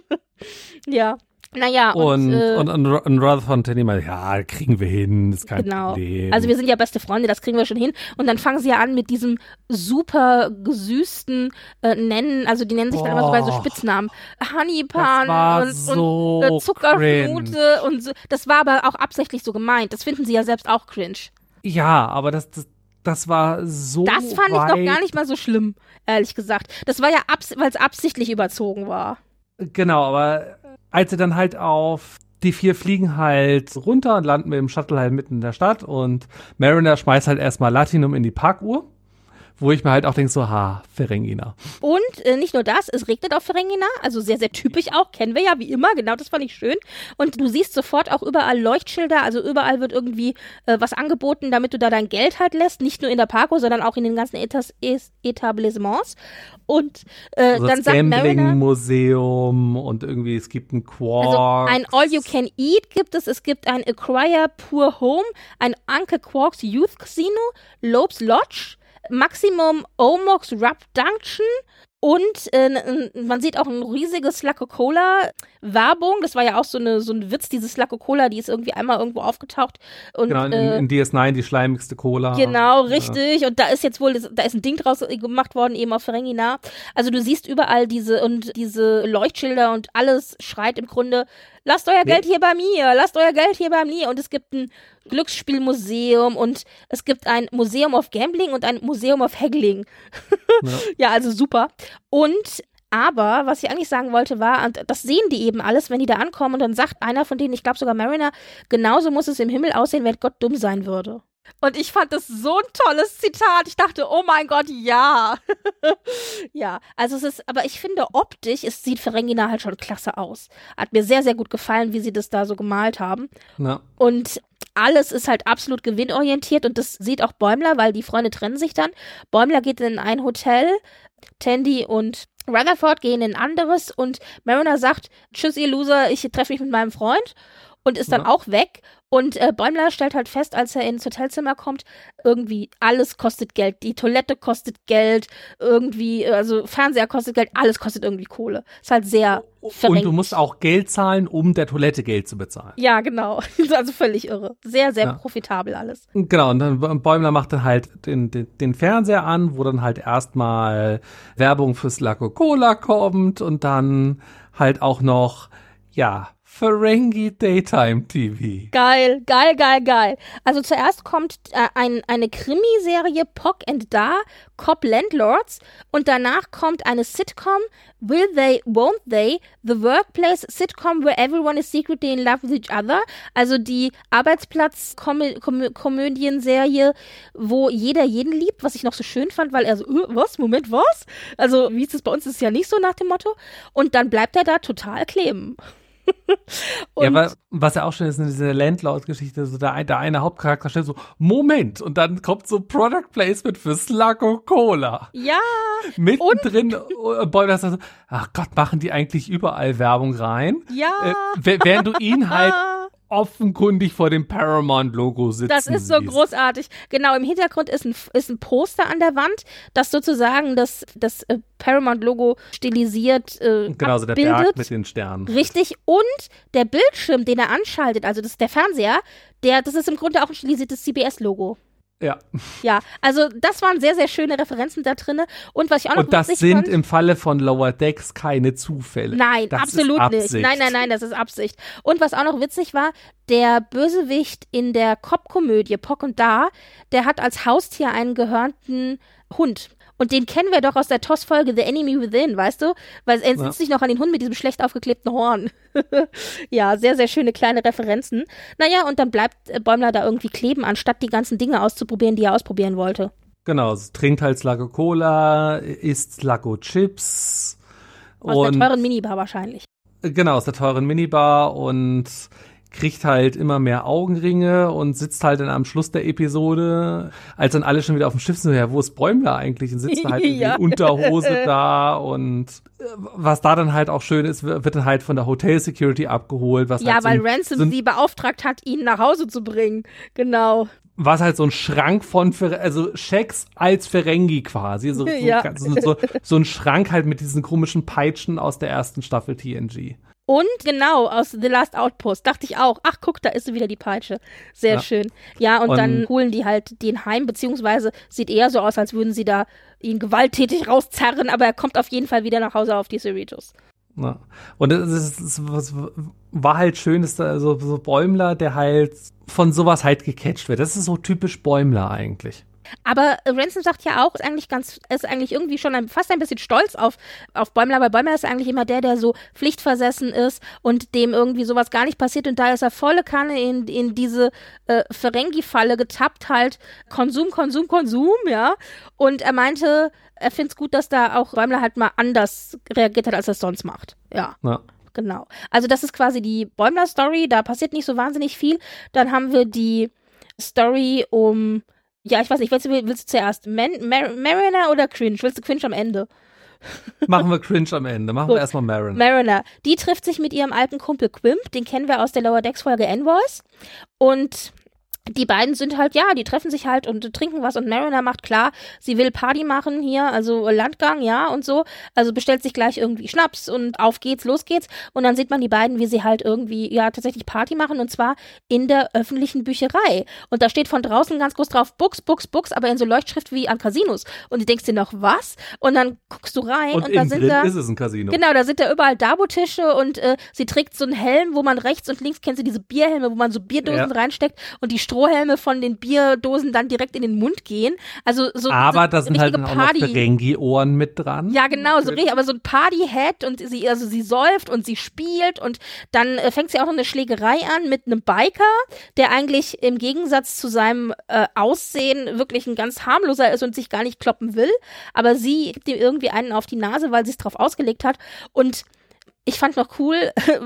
Ja. Naja, und Rutherford Tandy mal, ja, kriegen wir hin, ist kein Problem. Also wir sind ja beste Freunde, das kriegen wir schon hin. Und dann fangen sie ja an mit diesem super gesüßten Nennen, also die nennen sich dann immer so bei so Spitznamen. Honeypan und Zuckerflute und so. Das war aber auch absichtlich so gemeint. Das finden sie ja selbst auch cringe. Ja, aber das war so Das fand ich doch gar nicht mal so schlimm, ehrlich gesagt. Das war ja, weil es absichtlich überzogen war. Genau, aber als sie dann halt die 4 fliegen halt runter und landen mit dem Shuttle halt mitten in der Stadt und Mariner schmeißt halt erstmal Latinum in die Parkuhr, wo ich mir halt auch denke so, Ferengi Nah. Und nicht nur das, es regnet auf Ferengi Nah, also sehr, sehr typisch auch, kennen wir ja wie immer, genau, das fand ich schön. Und du siehst sofort auch überall Leuchtschilder, also überall wird irgendwie was angeboten, damit du da dein Geld halt lässt, nicht nur in der Parkuhr, sondern auch in den ganzen Etablissements. Und also dann das sagt Mariner, Gambling-Museum und irgendwie es gibt ein Quark. Also ein All-You-Can-Eat gibt es gibt ein Acquire Poor Home, ein Uncle Quarks Youth Casino, Lobes Lodge, Maximum Omox Rub Dunction und man sieht auch ein riesiges Slacko-Cola-Werbung. Das war ja auch so ein Witz, diese Slacko-Cola, die ist irgendwie einmal irgendwo aufgetaucht. Und, genau, in DS9 die schleimigste Cola. Genau, richtig. Ja. Und da ist jetzt wohl, da ist ein Ding draus gemacht worden, eben auf Ferengi Nah. Also du siehst überall diese Leuchtschilder und alles schreit im Grunde, lasst euer Geld hier bei mir, lasst euer Geld hier bei mir. Und es gibt ein Glücksspielmuseum und es gibt ein Museum of Gambling und ein Museum of Haggling. Ja, also super. Aber, was ich eigentlich sagen wollte, war, und das sehen die eben alles, wenn die da ankommen und dann sagt einer von denen, ich glaube sogar Mariner, genauso muss es im Himmel aussehen, wenn Gott dumm sein würde. Und ich fand das so ein tolles Zitat. Ich dachte, oh mein Gott, ja. Ja, also aber ich finde optisch, es sieht Ferengi Nah halt schon klasse aus. Hat mir sehr, sehr gut gefallen, wie sie das da so gemalt haben. Ja. Und alles ist halt absolut gewinnorientiert und das sieht auch Bäumler, weil die Freunde trennen sich dann. Bäumler geht in ein Hotel, Tandy und Rutherford gehen in ein anderes und Mariner sagt, tschüss ihr Loser, ich treffe mich mit meinem Freund und ist dann auch weg. Und Bäumler stellt halt fest, als er ins Hotelzimmer kommt, irgendwie alles kostet Geld. Die Toilette kostet Geld, irgendwie, also Fernseher kostet Geld, alles kostet irgendwie Kohle. Ist halt sehr verrenkt. Und du musst auch Geld zahlen, um der Toilette Geld zu bezahlen. Ja, genau. Also völlig irre. Sehr, sehr profitabel alles. Genau, und dann Bäumler macht dann halt den Fernseher an, wo dann halt erstmal Werbung fürs Slacko Cola kommt und dann halt auch noch, Ferengi Daytime TV. Geil. Also zuerst kommt eine Krimiserie Pock and Da, Cop Landlords und danach kommt eine Sitcom Will They, Won't They, The Workplace Sitcom Where Everyone is Secretly in Love with Each Other. Also die Arbeitsplatz-Komödienserie, wo jeder jeden liebt, was ich noch so schön fand, weil er so, was? Moment, was? Also wie ist es bei uns, ist es ja nicht so nach dem Motto. Und dann bleibt er da total kleben. Ja, was ja auch schön ist in dieser Landlord-Geschichte, so der eine Hauptcharakter stellt so, Moment, und dann kommt so Product Placement für Slacko Cola. Ja. Mittendrin, Bäumler sagt so, ach Gott, machen die eigentlich überall Werbung rein? Ja. Während du ihn halt offenkundig vor dem Paramount-Logo sitzen. Das ist so großartig. Genau, im Hintergrund ist ein Poster an der Wand, das sozusagen das Paramount-Logo stilisiert genau, so der Berg mit den Sternen. Richtig. Und der Bildschirm, den er anschaltet, also das ist der Fernseher, das ist im Grunde auch ein stilisiertes CBS-Logo. Ja. Ja, also das waren sehr, sehr schöne Referenzen da drin. Und was ich auch noch Und das sind im Falle von Lower Decks keine Zufälle. Nein, das absolut nicht. Nein, das ist Absicht. Und was auch noch witzig war, der Bösewicht in der Cop-Komödie Pock und Da, der hat als Haustier einen gehörnten Hund. Und den kennen wir doch aus der TOS-Folge The Enemy Within, weißt du? Weil er sitzt sich noch an den Hund mit diesem schlecht aufgeklebten Horn. Ja, sehr, sehr schöne kleine Referenzen. Naja, und dann bleibt Bäumler da irgendwie kleben, anstatt die ganzen Dinge auszuprobieren, die er ausprobieren wollte. Genau, es trinkt halt Sluggo Cola, isst Sluggo Chips. Aus der teuren Minibar wahrscheinlich. Genau, aus der teuren Minibar und kriegt halt immer mehr Augenringe und sitzt halt dann am Schluss der Episode, als dann alle schon wieder auf dem Schiff sind, ja, wo ist Bäumler eigentlich? Und sitzt halt in Unterhose da und was da dann halt auch schön ist, wird dann halt von der Hotel Security abgeholt. Was ja, halt weil Ransom sie beauftragt hat, ihn nach Hause zu bringen. Genau. Was halt so ein Schrank von, also Sheks als Ferengi quasi. So ein Schrank halt mit diesen komischen Peitschen aus der ersten Staffel TNG. Und genau, aus The Last Outpost dachte ich auch, ach guck, da ist wieder die Peitsche. Sehr schön. Ja, und dann holen die halt den heim, beziehungsweise sieht eher so aus, als würden sie da ihn gewalttätig rauszerren, aber er kommt auf jeden Fall wieder nach Hause auf die Cerritos. Ja. Und es war halt schön, dass da so Bäumler, der halt von sowas halt gecatcht wird. Das ist so typisch Bäumler eigentlich. Aber Ransom sagt ja auch, ist eigentlich irgendwie schon fast ein bisschen stolz auf Bäumler, weil Bäumler ist eigentlich immer der so pflichtversessen ist und dem irgendwie sowas gar nicht passiert und da ist er volle Kanne in diese Ferengi-Falle getappt, halt Konsum, ja. Und er meinte, er findet es gut, dass da auch Bäumler halt mal anders reagiert hat, als er es sonst macht. Ja. Genau. Also das ist quasi die Bäumler-Story, da passiert nicht so wahnsinnig viel. Dann haben wir die Story ja, ich weiß nicht, willst du zuerst Mariner oder Cringe? Willst du Cringe am Ende? Machen wir Cringe am Ende. Machen wir erstmal Mariner. Mariner. Die trifft sich mit ihrem alten Kumpel Quimp, den kennen wir aus der Lower Decks Folge Envoys. Und die beiden sind halt, die treffen sich halt und trinken was und Mariner macht klar, sie will Party machen hier, also Landgang, ja, und so. Also bestellt sich gleich irgendwie Schnaps und auf geht's, los geht's. Und dann sieht man die beiden, wie sie halt irgendwie, tatsächlich Party machen und zwar in der öffentlichen Bücherei. Und da steht von draußen ganz groß drauf, Books, aber in so Leuchtschrift wie an Casinos. Und du denkst dir noch, was? Und dann guckst du rein und da sind ist es ein Casino. Genau, da sind da überall Dabo-Tische und sie trägt so einen Helm, wo man rechts und links, kennst du diese Bierhelme, wo man so Bierdosen reinsteckt und die Strohhelme von den Bierdosen dann direkt in den Mund gehen. Also aber da sind halt dann auch noch Ferengi-Ohren mit dran. Ja, genau, so richtig, aber so ein Party-Head und sie säuft und sie spielt und dann fängt sie auch noch eine Schlägerei an mit einem Biker, der eigentlich im Gegensatz zu seinem Aussehen wirklich ein ganz harmloser ist und sich gar nicht kloppen will, aber sie gibt ihm irgendwie einen auf die Nase, weil sie es drauf ausgelegt hat und ich fand noch cool,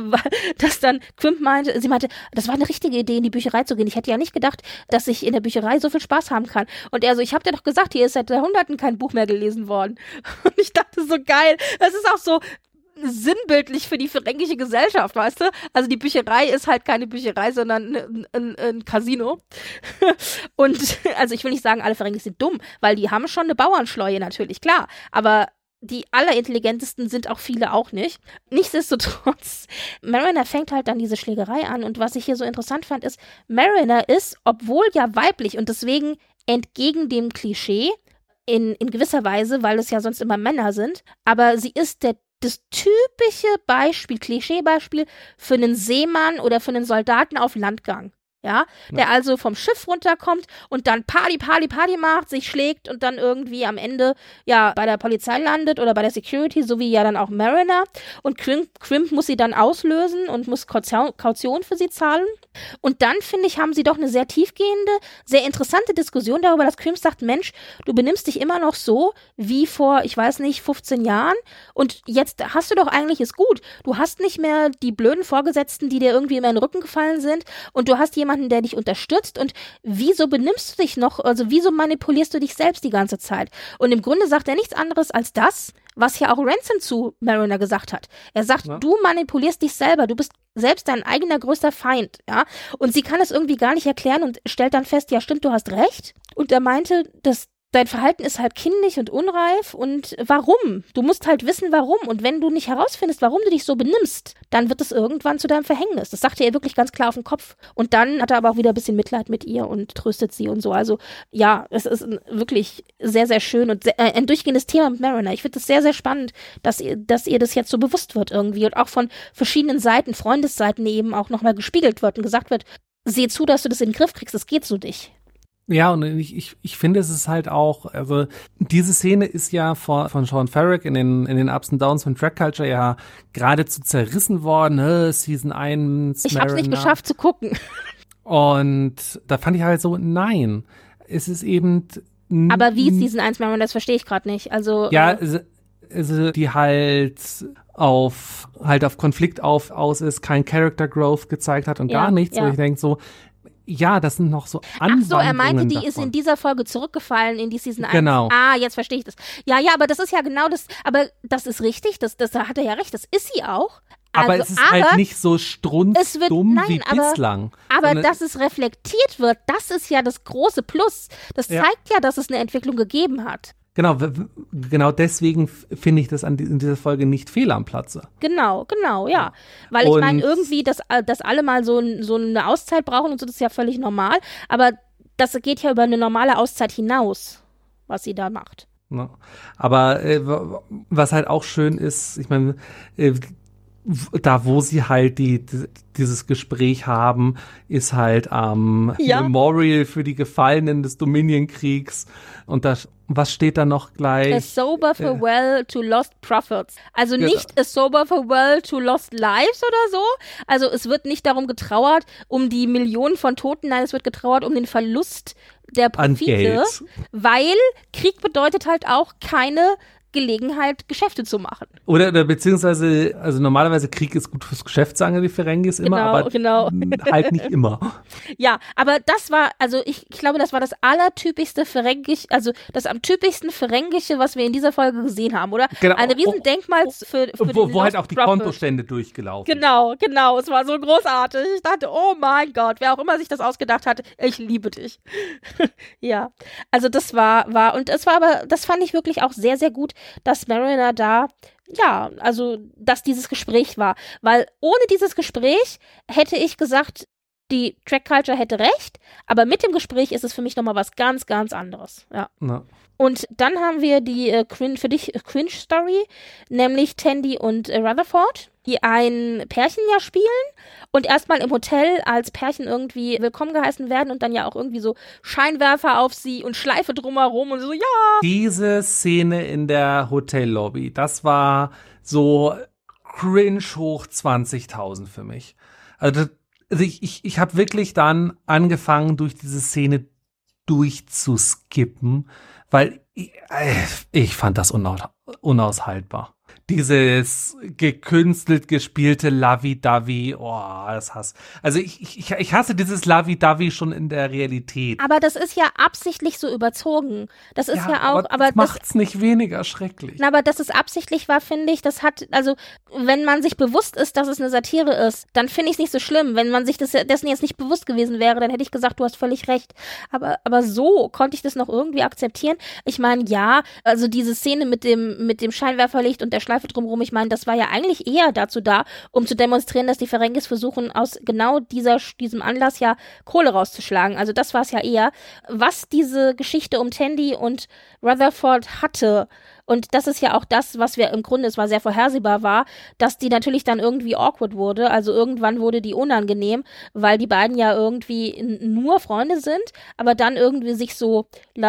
dass dann Quimp meinte, das war eine richtige Idee, in die Bücherei zu gehen. Ich hätte ja nicht gedacht, dass ich in der Bücherei so viel Spaß haben kann. Und er so, ich hab dir doch gesagt, hier ist seit Jahrhunderten kein Buch mehr gelesen worden. Und ich dachte so, geil, das ist auch so sinnbildlich für die ferengische Gesellschaft, weißt du? Also die Bücherei ist halt keine Bücherei, sondern ein Casino. Und also ich will nicht sagen, alle Ferengis sind dumm, weil die haben schon eine Bauernschleue natürlich, klar. Aber die allerintelligentesten sind auch viele auch nicht. Nichtsdestotrotz, Mariner fängt halt dann diese Schlägerei an und was ich hier so interessant fand, ist, Mariner ist, obwohl ja weiblich und deswegen entgegen dem Klischee, in gewisser Weise, weil es ja sonst immer Männer sind, aber sie ist das typische Klischeebeispiel für einen Seemann oder für einen Soldaten auf Landgang. Ja, der also vom Schiff runterkommt und dann Party macht, sich schlägt und dann irgendwie am Ende bei der Polizei landet oder bei der Security, so wie ja dann auch Mariner. Und Quimp muss sie dann auslösen und muss Kaution für sie zahlen. Und dann, finde ich, haben sie doch eine sehr tiefgehende, sehr interessante Diskussion darüber, dass Quimp sagt, Mensch, du benimmst dich immer noch so wie vor, ich weiß nicht, 15 Jahren und jetzt hast du doch eigentlich es gut. Du hast nicht mehr die blöden Vorgesetzten, die dir irgendwie immer in den Rücken gefallen sind und du hast jemanden, jemanden, der dich unterstützt und wieso benimmst du dich noch, also wieso manipulierst du dich selbst die ganze Zeit? Und im Grunde sagt er nichts anderes als das, was ja auch Ransom zu Mariner gesagt hat. Er sagt, du manipulierst dich selber, du bist selbst dein eigener größter Feind, ja. Und sie kann es irgendwie gar nicht erklären und stellt dann fest, ja stimmt, du hast recht. Und er meinte, dass dein Verhalten ist halt kindlich und unreif und warum? Du musst halt wissen, warum. Und wenn du nicht herausfindest, warum du dich so benimmst, dann wird es irgendwann zu deinem Verhängnis. Das sagt er ihr wirklich ganz klar auf den Kopf. Und dann hat er aber auch wieder ein bisschen Mitleid mit ihr und tröstet sie und so. Also ja, es ist wirklich sehr, sehr schön und ein durchgehendes Thema mit Mariner. Ich finde es sehr, sehr spannend, dass ihr das jetzt so bewusst wird irgendwie und auch von verschiedenen Seiten, Freundesseiten eben auch nochmal gespiegelt wird und gesagt wird, seh zu, dass du das in den Griff kriegst, das geht so nicht. Ja, und ich finde, es ist halt auch, also diese Szene ist ja von Sean Farrick in den Ups and Downs von Track Culture ja geradezu zerrissen worden. Season 1. Ich hab's nicht geschafft zu gucken. Und da fand ich halt so, nein, es ist eben. Aber wie Season 1 Mariner, das verstehe ich gerade nicht. Also ja, also die halt auf Konflikt aus ist, kein Character Growth gezeigt hat und gar nichts. Und ich denke so, ja, das sind noch so Anwandlungen. Ach so, er meinte, die ist in dieser Folge zurückgefallen in die Season 1. Genau. Ah, jetzt verstehe ich das. Ja, aber das ist ja genau das, aber das ist richtig, da hat er ja recht, das ist sie auch. Aber es ist halt nicht so strunzdumm wie bislang. Aber dass es reflektiert wird, das ist ja das große Plus. Das zeigt ja, dass es eine Entwicklung gegeben hat. Genau deswegen finde ich das in dieser Folge nicht fehl am Platze. Genau, ja. Weil ich meine, irgendwie, dass alle mal so eine Auszeit brauchen und so, das ist ja völlig normal. Aber das geht ja über eine normale Auszeit hinaus, was sie da macht. Ja. Aber was halt auch schön ist, ich meine, da wo sie halt dieses Gespräch haben, ist halt am Memorial für die Gefallenen des Dominion-Kriegs. Und was steht da noch gleich? A sober farewell to lost prophets. Also nicht a sober farewell to lost lives oder so. Also es wird nicht darum getrauert, um die Millionen von Toten, nein, es wird getrauert um den Verlust der Profite. Weil Krieg bedeutet halt auch keine Gelegenheit, Geschäfte zu machen. Oder beziehungsweise, also normalerweise Krieg ist gut fürs Geschäft, sagen die Ferengis immer, aber halt nicht immer. Ja, aber das war, also ich glaube, das war das allertypischste Ferengisch, also das am typischsten Ferengische, was wir in dieser Folge gesehen haben, oder? Genau. Ein Riesendenkmal für wo halt auch die Kontostände durchgelaufen. Genau, es war so großartig. Ich dachte, oh mein Gott, wer auch immer sich das ausgedacht hat, ich liebe dich. Ja, also das war, und es war aber, das fand ich wirklich auch sehr, sehr gut, dass Mariner da, also, dass dieses Gespräch war. Weil ohne dieses Gespräch hätte ich gesagt, die Track Culture hätte recht, aber mit dem Gespräch ist es für mich nochmal was ganz, ganz anderes. Ja. Na. Und dann haben wir die Cringe-Story, nämlich Tandy und Rutherford, die ein Pärchen ja spielen und erstmal im Hotel als Pärchen irgendwie willkommen geheißen werden und dann ja auch irgendwie so Scheinwerfer auf sie und Schleife drumherum und so, ja. Diese Szene in der Hotellobby, das war so cringe hoch 20.000 für mich. Also ich habe wirklich dann angefangen, durch diese Szene durchzuskippen, weil ich fand das unaushaltbar. Dieses gekünstelt gespielte Lovey-Dovey, das hasse. Also ich hasse dieses Lovey-Dovey schon in der Realität. Aber das ist ja absichtlich so überzogen. Das ist ja auch, aber das macht's nicht weniger schrecklich. Na, aber dass es absichtlich war, finde ich, das hat, also wenn man sich bewusst ist, dass es eine Satire ist, dann finde ich es nicht so schlimm. Wenn man sich dessen jetzt nicht bewusst gewesen wäre, dann hätte ich gesagt, du hast völlig recht. Aber so konnte ich das noch irgendwie akzeptieren. Ich meine, ja, also diese Szene mit dem Scheinwerferlicht und der Schleife drumherum, ich meine, das war ja eigentlich eher dazu da, um zu demonstrieren, dass die Ferengis versuchen, aus genau diesem Anlass ja Kohle rauszuschlagen. Also das war es ja eher, was diese Geschichte um Tandy und Rutherford hatte. Und das ist ja auch das, was wir im Grunde, es war sehr vorhersehbar war, dass die natürlich dann irgendwie awkward wurde. Also irgendwann wurde die unangenehm, weil die beiden ja irgendwie nur Freunde sind, aber dann irgendwie sich so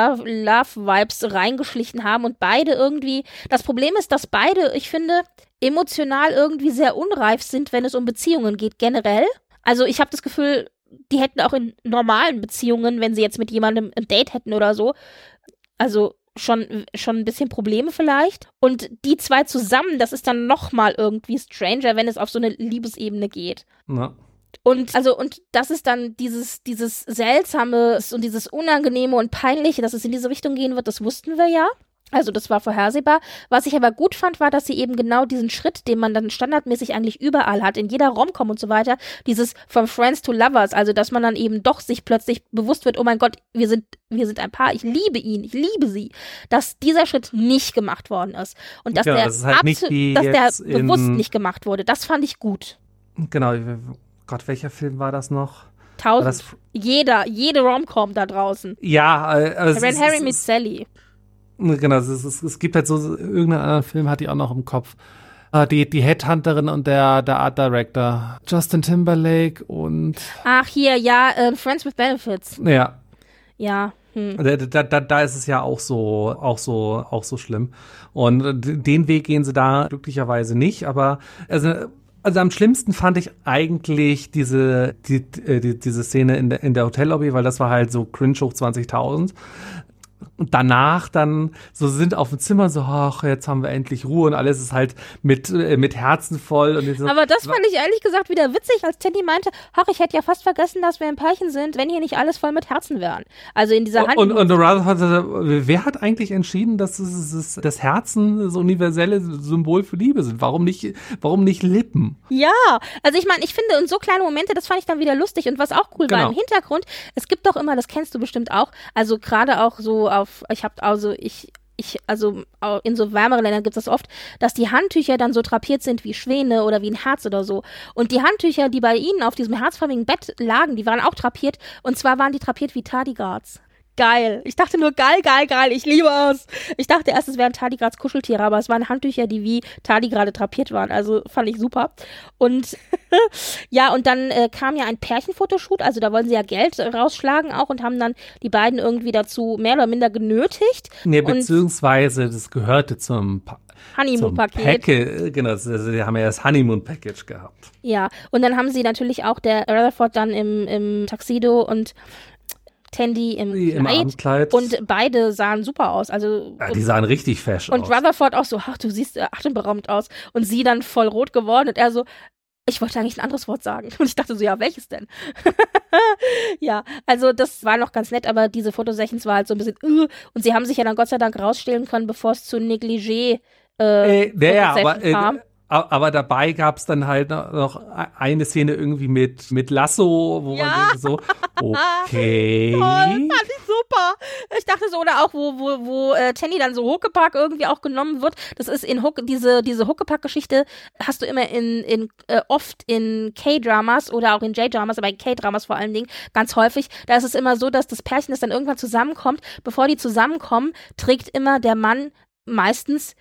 Love-Vibes reingeschlichen haben und beide irgendwie, das Problem ist, dass beide, ich finde, emotional irgendwie sehr unreif sind, wenn es um Beziehungen geht, generell. Also ich habe das Gefühl, die hätten auch in normalen Beziehungen, wenn sie jetzt mit jemandem ein Date hätten oder so, also schon ein bisschen Probleme vielleicht. Und die zwei zusammen, das ist dann noch mal irgendwie stranger, wenn es auf so eine Liebesebene geht. Na. Und das ist dann dieses Seltsame und dieses Unangenehme und Peinliche, dass es in diese Richtung gehen wird, das wussten wir ja. Also das war vorhersehbar. Was ich aber gut fand, war, dass sie eben genau diesen Schritt, den man dann standardmäßig eigentlich überall hat, in jeder Rom-Com und so weiter, dieses from Friends to Lovers, also dass man dann eben doch sich plötzlich bewusst wird, oh mein Gott, wir sind ein Paar, ich liebe ihn, ich liebe sie, dass dieser Schritt nicht gemacht worden ist. Und dass genau, der bewusst nicht gemacht wurde, das fand ich gut. Genau, Gott, welcher Film war das noch? Jede Rom-Com da draußen. Ja, When Harry meets Sally. Genau, es gibt halt so, irgendeinen anderen Film hatte ich auch noch im Kopf. Die Headhunterin und der Art Director. Justin Timberlake und ach, hier, ja, Friends with Benefits. Ja. Ja. Da ist es ja auch so schlimm. Und den Weg gehen sie da glücklicherweise nicht, aber also am schlimmsten fand ich eigentlich diese Szene in der Hotellobby, weil das war halt so cringe hoch 20.000. Und danach dann so sind auf dem Zimmer so, ach, jetzt haben wir endlich Ruhe und alles ist halt mit Herzen voll. Und so. Aber das fand ich ehrlich gesagt wieder witzig, als Teddy meinte, ach, ich hätte ja fast vergessen, dass wir ein Pärchen sind, wenn hier nicht alles voll mit Herzen wären. Also in dieser Hand. Und wer hat eigentlich entschieden, dass das Herzen das universelle Symbol für Liebe sind? Warum nicht Lippen? Ja, also ich meine, ich finde, und so kleine Momente, das fand ich dann wieder lustig. Und was auch cool war im Hintergrund, es gibt doch immer, das kennst du bestimmt auch, also gerade auch so in so wärmeren Ländern gibt es das oft, dass die Handtücher dann so drapiert sind wie Schwäne oder wie ein Herz oder so. Und die Handtücher, die bei ihnen auf diesem herzförmigen Bett lagen, die waren auch drapiert. Und zwar waren die drapiert wie Tardigrades. Geil. Ich dachte nur, geil, ich liebe es. Ich dachte erst, es wären Tardigrades Kuscheltiere, aber es waren Handtücher, die wie Tardigrade drapiert waren. Also fand ich super. Und ja, und dann kam ja ein Pärchenfotoshoot, also da wollen sie ja Geld rausschlagen auch und haben dann die beiden irgendwie dazu mehr oder minder genötigt. Nee, beziehungsweise das gehörte zum Honeymoon-Paket. Genau, sie haben ja das Honeymoon-Package gehabt. Ja, und dann haben sie natürlich auch der Rutherford dann im Tuxedo und Tandy im Abendkleid. Und beide sahen super aus. Also, ja, die sahen richtig fesch aus. Und Rutherford auch so, ach, du siehst atemberaubend aus. Und sie dann voll rot geworden und er so, ich wollte eigentlich ein anderes Wort sagen. Und ich dachte so, ja, welches denn? Ja, also das war noch ganz nett, aber diese Fotosessions war halt so ein bisschen, und sie haben sich ja dann Gott sei Dank rausstehlen können, bevor es zu Negligé kam. Aber dabei gab es dann halt noch eine Szene irgendwie mit Lasso, wo man denkt so, okay. Toll, fand ich super. Ich dachte so, oder auch, wo Tandy dann so Huckepack irgendwie auch genommen wird. Das ist diese Huckepack-Geschichte hast du immer oft in K-Dramas oder auch in J-Dramas, aber in K-Dramas vor allen Dingen ganz häufig. Da ist es immer so, dass das Pärchen, das dann irgendwann zusammenkommt, bevor die zusammenkommen, trägt immer der Mann meistens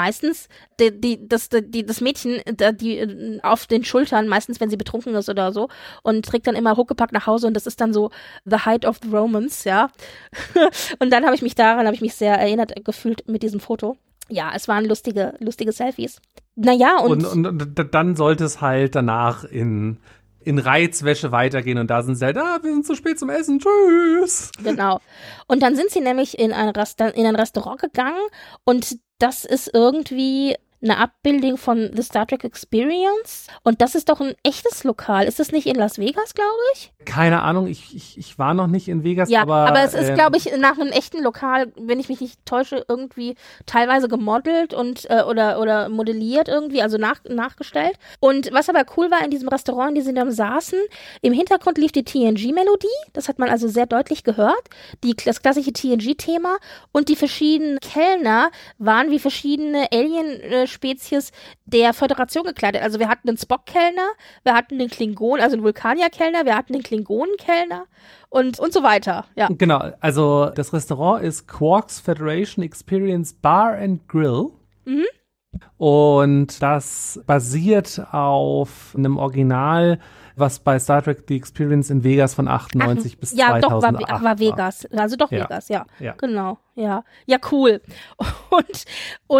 das Mädchen die auf den Schultern, meistens wenn sie betrunken ist oder so, und trägt dann immer Huckepack nach Hause und das ist dann so the height of the romance, ja. Und dann habe ich mich sehr erinnert gefühlt mit diesem Foto. Ja, es waren lustige Selfies. Naja, und dann sollte es halt danach in Reizwäsche weitergehen und da sind sie halt, wir sind zu spät zum Essen, tschüss. Genau. Und dann sind sie nämlich in ein Restaurant gegangen und das ist irgendwie eine Abbildung von The Star Trek Experience und das ist doch ein echtes Lokal. Ist das nicht in Las Vegas, glaube ich? Keine Ahnung, ich war noch nicht in Vegas, ja, aber es ist, glaube ich, nach einem echten Lokal, wenn ich mich nicht täusche, irgendwie teilweise gemodelt und oder modelliert irgendwie, also nachgestellt. Und was aber cool war in diesem Restaurant, in dem sie dann saßen, im Hintergrund lief die TNG-Melodie, das hat man also sehr deutlich gehört, das klassische TNG-Thema und die verschiedenen Kellner waren wie verschiedene Alien-Spezies der Föderation gekleidet. Also wir hatten den Spock-Kellner, wir hatten den Klingon, also den Vulkanier-Kellner, wir hatten den Klingonen-Kellner und so weiter, ja. Genau, also das Restaurant ist Quark's Federation Experience Bar and Grill. Mhm. Und das basiert auf einem Original, was bei Star Trek The Experience in Vegas von 98 bis 2008 Ja, doch, war Vegas. Also doch Vegas, ja. Genau, ja. Ja, cool. Und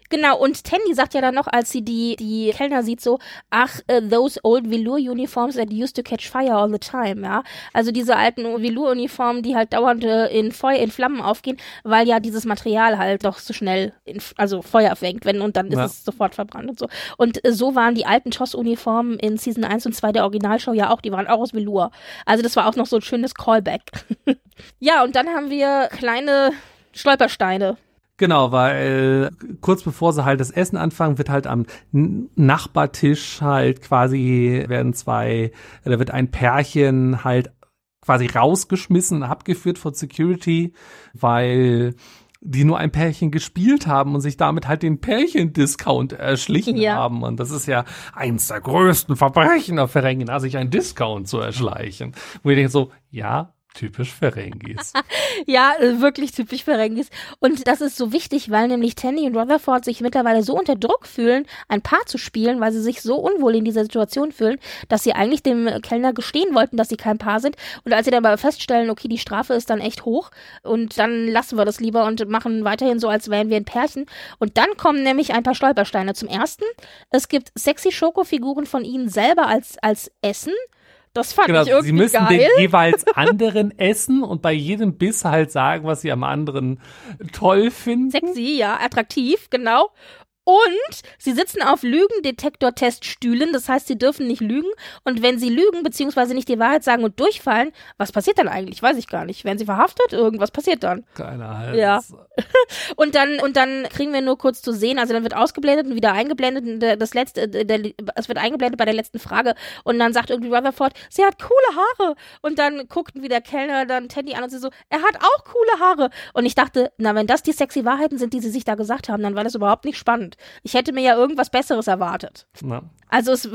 Genau, und Tandy sagt ja dann noch, als sie die Kellner sieht, so, those old Velour-Uniforms that used to catch fire all the time, ja. Also diese alten Velour-Uniformen, die halt dauernd in Flammen aufgehen, weil ja dieses Material halt doch so schnell Feuer fängt, und dann ist es sofort verbrannt und so. Und so waren die alten TOS-Uniformen in Season 1 und 2 der Originalshow ja auch, die waren auch aus Velour. Also das war auch noch so ein schönes Callback. Ja, und dann haben wir kleine Stolpersteine. Genau, weil kurz bevor sie halt das Essen anfangen, wird halt am Nachbartisch halt wird ein Pärchen halt quasi rausgeschmissen, abgeführt von Security, weil die nur ein Pärchen gespielt haben und sich damit halt den Pärchen-Discount erschlichen haben. Und das ist ja eins der größten Verbrechen auf Ferengi, sich einen Discount zu erschleichen. Wo ich denke so, ja, typisch Ferengis. Ja, wirklich typisch Ferengis. Und das ist so wichtig, weil nämlich Tandy und Rutherford sich mittlerweile so unter Druck fühlen, ein Paar zu spielen, weil sie sich so unwohl in dieser Situation fühlen, dass sie eigentlich dem Kellner gestehen wollten, dass sie kein Paar sind. Und als sie dann aber feststellen, okay, die Strafe ist dann echt hoch und dann lassen wir das lieber und machen weiterhin so, als wären wir ein Pärchen. Und dann kommen nämlich ein paar Stolpersteine. Zum ersten, es gibt sexy Schokofiguren von ihnen selber als Essen. Das fand ich irgendwie geil. Sie müssen den jeweils anderen essen und bei jedem Biss halt sagen, was sie am anderen toll finden. Sexy, ja, attraktiv, genau. Und sie sitzen auf Lügendetektor-Teststühlen, das heißt, sie dürfen nicht lügen. Und wenn sie lügen, beziehungsweise nicht die Wahrheit sagen und durchfallen, was passiert dann eigentlich? Weiß ich gar nicht. Werden sie verhaftet? Irgendwas passiert dann. Keine Ahnung. Ja. Und dann kriegen wir nur kurz zu sehen, also dann wird ausgeblendet und wieder eingeblendet. Und es wird eingeblendet bei der letzten Frage. Und dann sagt irgendwie Rutherford, sie hat coole Haare. Und dann guckt wieder Kellner dann Tandy an und sie so, er hat auch coole Haare. Und ich dachte, na, wenn das die sexy Wahrheiten sind, die sie sich da gesagt haben, dann war das überhaupt nicht spannend. Ich hätte mir ja irgendwas Besseres erwartet. Na. Also es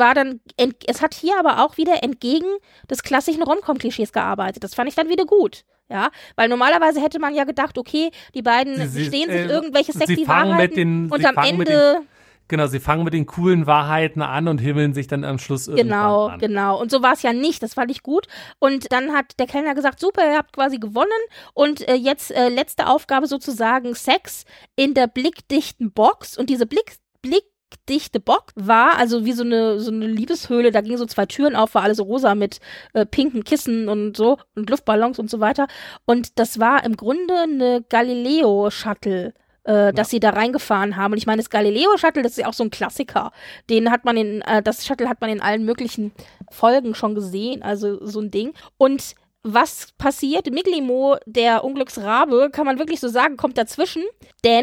hat hier aber auch wieder entgegen des klassischen Rom-Com-Klischees gearbeitet. Das fand ich dann wieder gut. Ja, weil normalerweise hätte man ja gedacht, okay, die beiden stehen sich irgendwelche sexy Wahrheiten und am Ende... Genau, sie fangen mit den coolen Wahrheiten an und himmeln sich dann am Schluss irgendwann an. Genau. Und so war es ja nicht. Das fand ich gut. Und dann hat der Kellner gesagt, super, ihr habt quasi gewonnen. Und jetzt letzte Aufgabe sozusagen Sex in der blickdichten Box. Und diese blickdichte Box war also wie so eine Liebeshöhle. Da gingen so 2 Türen auf, war alles so rosa mit pinken Kissen und so und Luftballons und so weiter. Und das war im Grunde eine Galileo-Shuttle. Dass sie da reingefahren haben. Und ich meine, das Galileo-Shuttle, das ist ja auch so ein Klassiker. Das Shuttle hat man in allen möglichen Folgen schon gesehen, also so ein Ding. Und was passiert? Miglimo, der Unglücksrabe, kann man wirklich so sagen, kommt dazwischen, denn,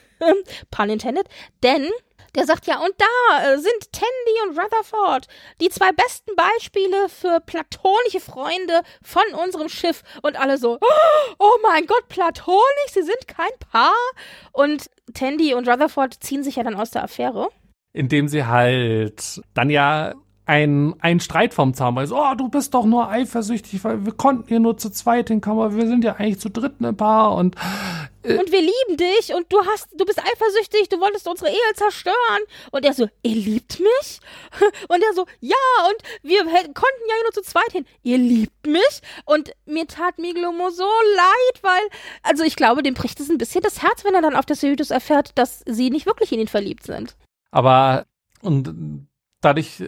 pun intended, denn der sagt ja, und da sind Tandy und Rutherford, die 2 besten Beispiele für platonische Freunde von unserem Schiff. Und alle so, oh mein Gott, platonisch, sie sind kein Paar. Und Tandy und Rutherford ziehen sich ja dann aus der Affäre. Indem sie halt dann ja einen Streit vom Zaun, weil so, du bist doch nur eifersüchtig, weil wir konnten hier nur zu zweit hinkommen, aber wir sind ja eigentlich zu dritt ein Paar und wir lieben dich und du bist eifersüchtig, du wolltest unsere Ehe zerstören. Und er so, ihr liebt mich? Und er so, ja, und wir konnten ja nur zu zweit hin. Ihr liebt mich? Und mir tat Miglomo so leid, weil, also ich glaube, dem bricht es ein bisschen das Herz, wenn er dann auf der Cerritos erfährt, dass sie nicht wirklich in ihn verliebt sind. Aber, und dadurch,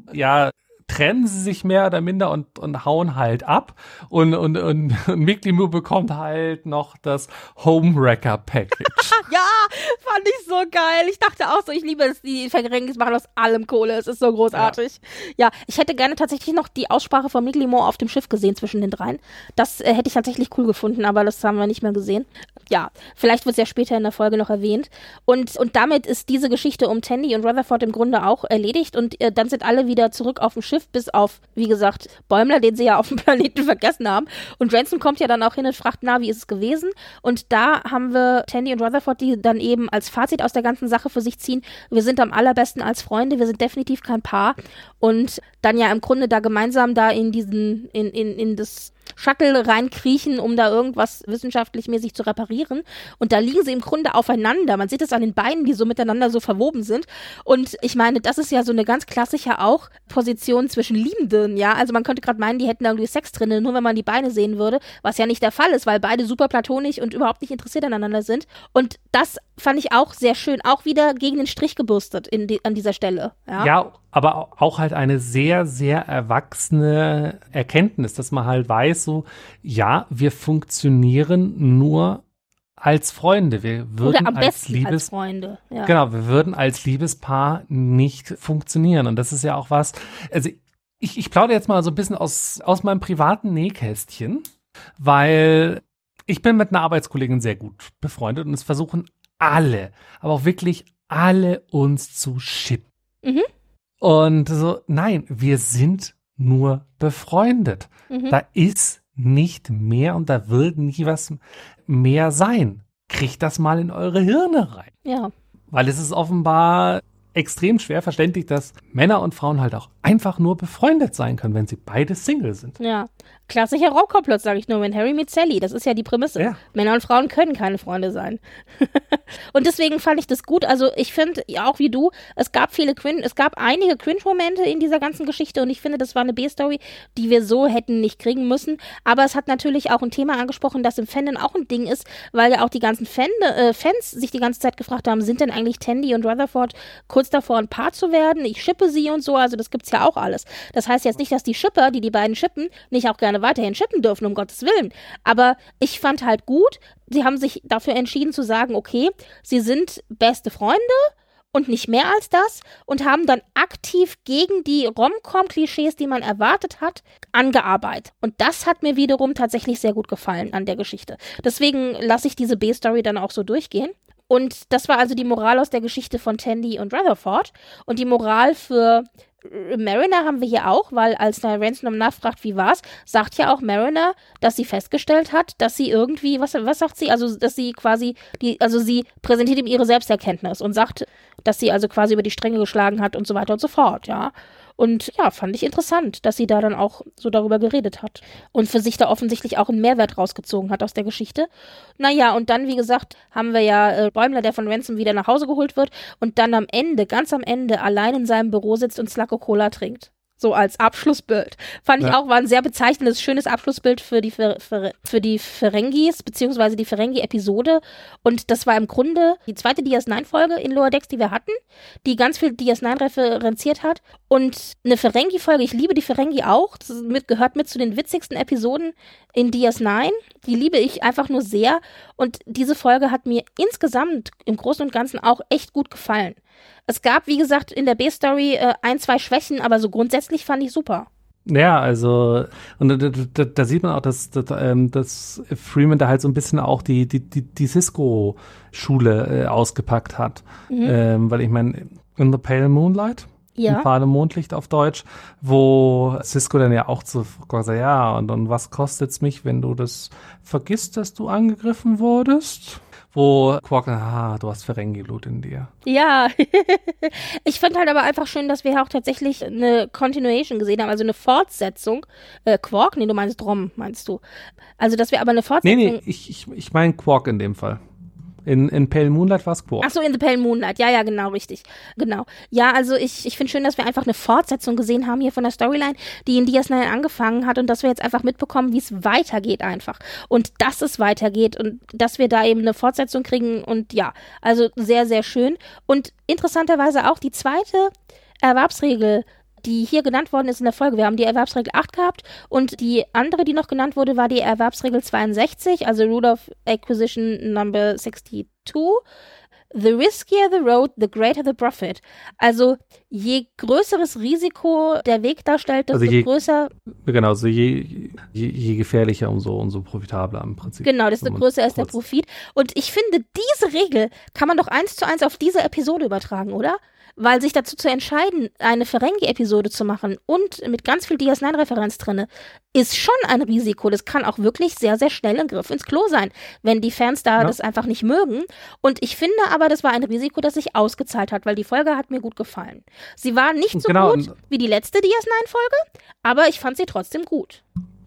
trennen sie sich mehr oder minder und hauen halt ab und Miglimo bekommt halt noch das Homewrecker-Package. Ja, fand ich so geil. Ich dachte auch so, ich liebe es, die Ferengis machen aus allem Kohle. Es ist so großartig. Ja, ich hätte gerne tatsächlich noch die Aussprache von Miglimo auf dem Schiff gesehen zwischen den dreien. Das hätte ich tatsächlich cool gefunden, aber das haben wir nicht mehr gesehen. Ja, vielleicht wird es ja später in der Folge noch erwähnt. Und damit ist diese Geschichte um Tandy und Rutherford im Grunde auch erledigt und dann sind alle wieder zurück auf dem Schiff, bis auf, wie gesagt, Bäumler, den sie ja auf dem Planeten vergessen haben. Und Ransom kommt ja dann auch hin und fragt, na, wie ist es gewesen? Und da haben wir Tandy und Rutherford, die dann eben als Fazit aus der ganzen Sache für sich ziehen, wir sind am allerbesten als Freunde, wir sind definitiv kein Paar. Und dann ja im Grunde da gemeinsam da in Shuttle reinkriechen, um da irgendwas wissenschaftlich mäßig zu reparieren. Und da liegen sie im Grunde aufeinander. Man sieht es an den Beinen, die so miteinander so verwoben sind. Und ich meine, das ist ja so eine ganz klassische auch Position zwischen Liebenden, ja. Also man könnte gerade meinen, die hätten da irgendwie Sex drin, nur wenn man die Beine sehen würde, was ja nicht der Fall ist, weil beide super platonisch und überhaupt nicht interessiert aneinander sind. Und das fand ich auch sehr schön, auch wieder gegen den Strich gebürstet an dieser Stelle. Ja, aber auch halt eine sehr, sehr erwachsene Erkenntnis, dass man halt weiß, so, ja, wir funktionieren nur als Freunde. Wir würden oder am besten als Freunde. Ja. Genau, wir würden als Liebespaar nicht funktionieren. Und das ist ja auch was, also ich plaudere jetzt mal so ein bisschen aus meinem privaten Nähkästchen, weil ich bin mit einer Arbeitskollegin sehr gut befreundet und es versuchen alle, aber auch wirklich alle uns zu shippen. Mhm. Und so, nein, wir sind nur befreundet. Mhm. Da ist nicht mehr und da wird nie was mehr sein. Kriegt das mal in eure Hirne rein. Ja. Weil es ist offenbar extrem schwer verständlich, dass Männer und Frauen halt auch einfach nur befreundet sein können, wenn sie beide Single sind. Ja, klassischer Raubkomplott, sage ich nur, wenn Harry mit Sally, das ist ja die Prämisse. Ja. Männer und Frauen können keine Freunde sein. Und deswegen fand ich das gut, also ich finde, ja, auch wie du, es gab einige Cringe-Momente in dieser ganzen Geschichte und ich finde, das war eine B-Story, die wir so hätten nicht kriegen müssen, aber es hat natürlich auch ein Thema angesprochen, das im Fandom auch ein Ding ist, weil ja auch die ganzen Fans sich die ganze Zeit gefragt haben, sind denn eigentlich Tandy und Rutherford kurz davor ein Paar zu werden? Ich shippe sie und so, also das gibt's ja auch alles. Das heißt jetzt nicht, dass die Shipper, die beiden shippen, nicht auch gerne weiterhin shippen dürfen, um Gottes Willen. Aber ich fand halt gut, sie haben sich dafür entschieden zu sagen, okay, sie sind beste Freunde und nicht mehr als das und haben dann aktiv gegen die Rom-Com-Klischees, die man erwartet hat, angearbeitet. Und das hat mir wiederum tatsächlich sehr gut gefallen an der Geschichte. Deswegen lasse ich diese B-Story dann auch so durchgehen. Und das war also die Moral aus der Geschichte von Tandy und Rutherford. Und die Moral für Mariner haben wir hier auch, weil als da Ransom nachfragt, wie war's, sagt ja auch Mariner, dass sie festgestellt hat, dass sie irgendwie, was sagt sie? Also, dass sie quasi, sie präsentiert ihm ihre Selbsterkenntnis und sagt, dass sie also quasi über die Stränge geschlagen hat und so weiter und so fort, ja. Und ja, fand ich interessant, dass sie da dann auch so darüber geredet hat und für sich da offensichtlich auch einen Mehrwert rausgezogen hat aus der Geschichte. Naja, und dann, wie gesagt, haben wir ja Bäumler, der von Ransom wieder nach Hause geholt wird und dann ganz am Ende, allein in seinem Büro sitzt und Slacko Cola trinkt. So als Abschlussbild. Fand ich auch, war ein sehr bezeichnendes, schönes Abschlussbild für die Ferengis, beziehungsweise die Ferengi-Episode. Und das war im Grunde die zweite DS9-Folge in Lower Decks, die wir hatten, die ganz viel DS9 referenziert hat. Und eine Ferengi-Folge, ich liebe die Ferengi auch, das gehört mit zu den witzigsten Episoden in DS9. Die liebe ich einfach nur sehr. Und diese Folge hat mir insgesamt im Großen und Ganzen auch echt gut gefallen. Es gab, wie gesagt, in der B-Story 1, 2 Schwächen, aber so grundsätzlich fand ich super. Ja, also, und da sieht man auch, dass Freeman da halt so ein bisschen auch die Cisco-Schule ausgepackt hat. Weil ich meine, in The Pale Moonlight, ja. Im fahle Mondlicht auf Deutsch, wo Cisco dann ja auch so sagt, ja, und was kostet's mich, wenn du das vergisst, dass du angegriffen wurdest? Wo Quark, du hast Ferengi-Blut in dir. Ja, ich finde halt aber einfach schön, dass wir auch tatsächlich eine Continuation gesehen haben, also eine Fortsetzung. Quark? Nee, du meinst Rom, meinst du. Also, dass wir aber eine Fortsetzung... Nee, ich meine Quark in dem Fall. In Pale Moonlight war es Quark. Ach so, in The Pale Moonlight. Ja, genau, richtig. Genau. Ja, also ich finde schön, dass wir einfach eine Fortsetzung gesehen haben hier von der Storyline, die in DS9 angefangen hat und dass wir jetzt einfach mitbekommen, wie es weitergeht einfach. Und dass es weitergeht und dass wir da eben eine Fortsetzung kriegen und ja, also sehr, sehr schön. Und interessanterweise auch die zweite Erwerbsregel, die hier genannt worden ist in der Folge. Wir haben die Erwerbsregel 8 gehabt und die andere, die noch genannt wurde, war die Erwerbsregel 62, also Rule of Acquisition Number 62. The riskier the road, the greater the profit. Also je größeres Risiko der Weg darstellt, desto größer... Genau, also je gefährlicher, umso profitabler im Prinzip. Genau, desto größer ist der Profit. Und ich finde, diese Regel kann man doch 1:1 auf diese Episode übertragen, oder? Weil sich dazu zu entscheiden, eine Ferengi-Episode zu machen und mit ganz viel DS9-Referenz drinne, ist schon ein Risiko. Das kann auch wirklich sehr, sehr schnell ein Griff ins Klo sein, wenn die Fans da das einfach nicht mögen. Und ich finde aber, das war ein Risiko, das sich ausgezahlt hat, weil die Folge hat mir gut gefallen. Sie war nicht so gut wie die letzte DS9-Folge, aber ich fand sie trotzdem gut.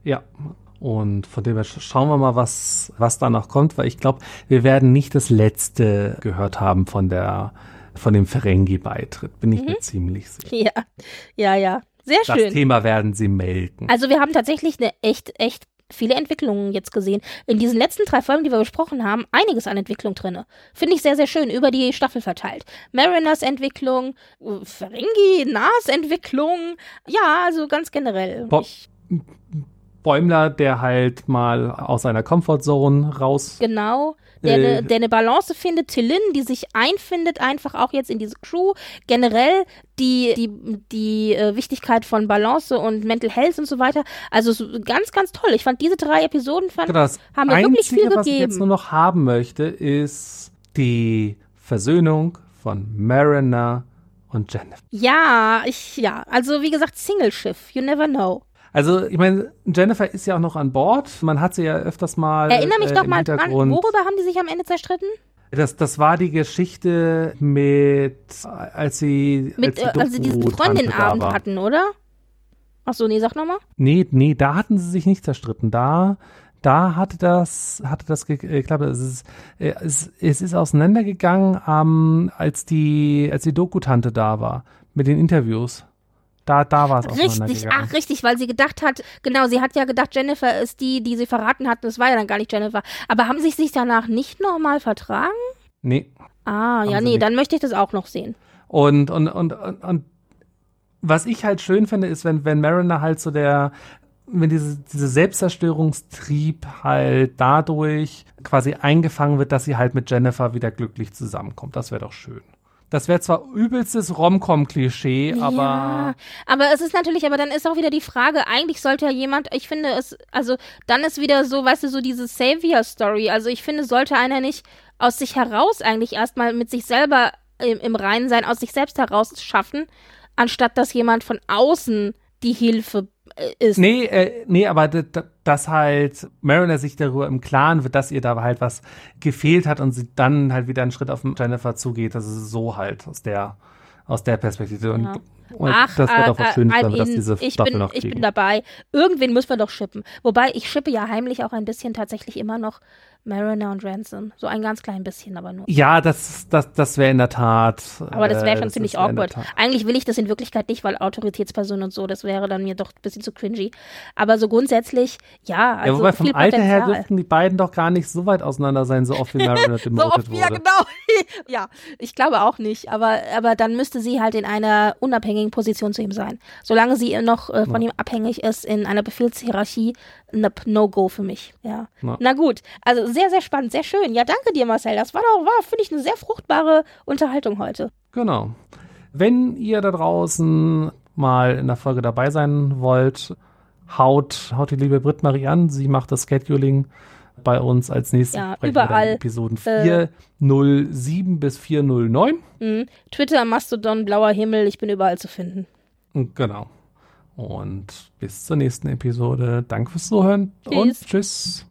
Ja. Und von dem her schauen wir mal, was da noch kommt, weil ich glaube, wir werden nicht das Letzte gehört haben von dem Ferengi-Beitritt. Bin ich mir ziemlich sicher. Ja. Sehr schön. Das Thema werden sie melken. Also wir haben tatsächlich eine echt viele Entwicklungen jetzt gesehen. In diesen letzten 3 Folgen, die wir besprochen haben, einiges an Entwicklung drin. Finde ich sehr, sehr schön, über die Staffel verteilt. Mariners Entwicklung, Ferengi, Nas Entwicklung. Ja, also ganz generell. Bäumler, der halt mal aus seiner Comfortzone raus... Genau, der eine Balance findet. Tillin, die sich einfindet, einfach auch jetzt in diese Crew. Generell die Wichtigkeit von Balance und Mental Health und so weiter. Also ganz, ganz toll. Ich fand diese 3 Episoden haben mir wirklich viel gegeben. Was ich jetzt nur noch haben möchte, ist die Versöhnung von Mariner und Jennifer. Ja, also wie gesagt, Single-Schiff, you never know. Also, ich meine, Jennifer ist ja auch noch an Bord. Man hat sie ja öfters mal Erinnere mich doch mal dran, worüber haben die sich am Ende zerstritten? Das war die Geschichte als sie diesen Freundinnenabend hatten, oder? Ach so, nee, sag nochmal. Nee, da hatten sie sich nicht zerstritten. Da hatte das geklappt. Es ist auseinandergegangen, als die Doku-Tante da war, mit den Interviews. Da war es auseinandergegangen. Richtig, weil sie gedacht hat, genau, sie hat ja gedacht, Jennifer ist die sie verraten hat, das war ja dann gar nicht Jennifer. Aber haben sie sich danach nicht nochmal vertragen? Nee. Dann möchte ich das auch noch sehen. Und was ich halt schön finde, ist, wenn Mariner halt wenn diese Selbstzerstörungstrieb halt dadurch quasi eingefangen wird, dass sie halt mit Jennifer wieder glücklich zusammenkommt. Das wäre doch schön. Das wäre zwar übelstes Rom-Com-Klischee, aber... Ja, aber es ist natürlich, aber dann ist auch wieder die Frage, eigentlich sollte ja jemand, ich finde es, also dann ist wieder so, weißt du, so diese Savior-Story, also ich finde, sollte einer nicht aus sich heraus eigentlich erstmal mit sich selber im Reinen sein, aus sich selbst heraus schaffen, anstatt dass jemand von außen die Hilfe ist. Nee, aber dass halt Mariner sich darüber im Klaren wird, dass ihr da halt was gefehlt hat und sie dann halt wieder einen Schritt auf Jennifer zugeht, das ist so halt aus der Perspektive. Ja. Und das wäre doch was Schönes, dass diese Staffel noch kriegen. Ich bin dabei. Irgendwen müssen wir doch shippen. Wobei, ich shippe ja heimlich auch ein bisschen tatsächlich immer noch Mariner und Ransom. So ein ganz klein bisschen, aber nur. Ja, das wäre in der Tat. Aber das wäre schon ziemlich awkward. Eigentlich will ich das in Wirklichkeit nicht, weil Autoritätsperson und so, das wäre dann mir doch ein bisschen zu cringy. Aber so grundsätzlich, ja, also wobei vom viel Alter Potenzial. her dürften die beiden doch gar nicht so weit auseinander sein, so oft wie Mariner demoted wurde. Ja, genau. Ja, ich glaube auch nicht. Aber dann müsste sie halt in einer unabhängigen Position zu ihm sein. Solange sie noch von ihm abhängig ist in einer Befehlshierarchie, No-Go für mich. Ja. Na gut, also sehr, sehr spannend, sehr schön. Ja, danke dir, Marcel. Das war, finde ich, eine sehr fruchtbare Unterhaltung heute. Genau. Wenn ihr da draußen mal in der Folge dabei sein wollt, haut die liebe Britt-Marie an. Sie macht das Scheduling bei uns als nächstes. Ja, überall. Episoden 407 bis 409. Twitter, Mastodon, blauer Himmel, ich bin überall zu finden. Genau. Und bis zur nächsten Episode. Danke fürs Zuhören und tschüss.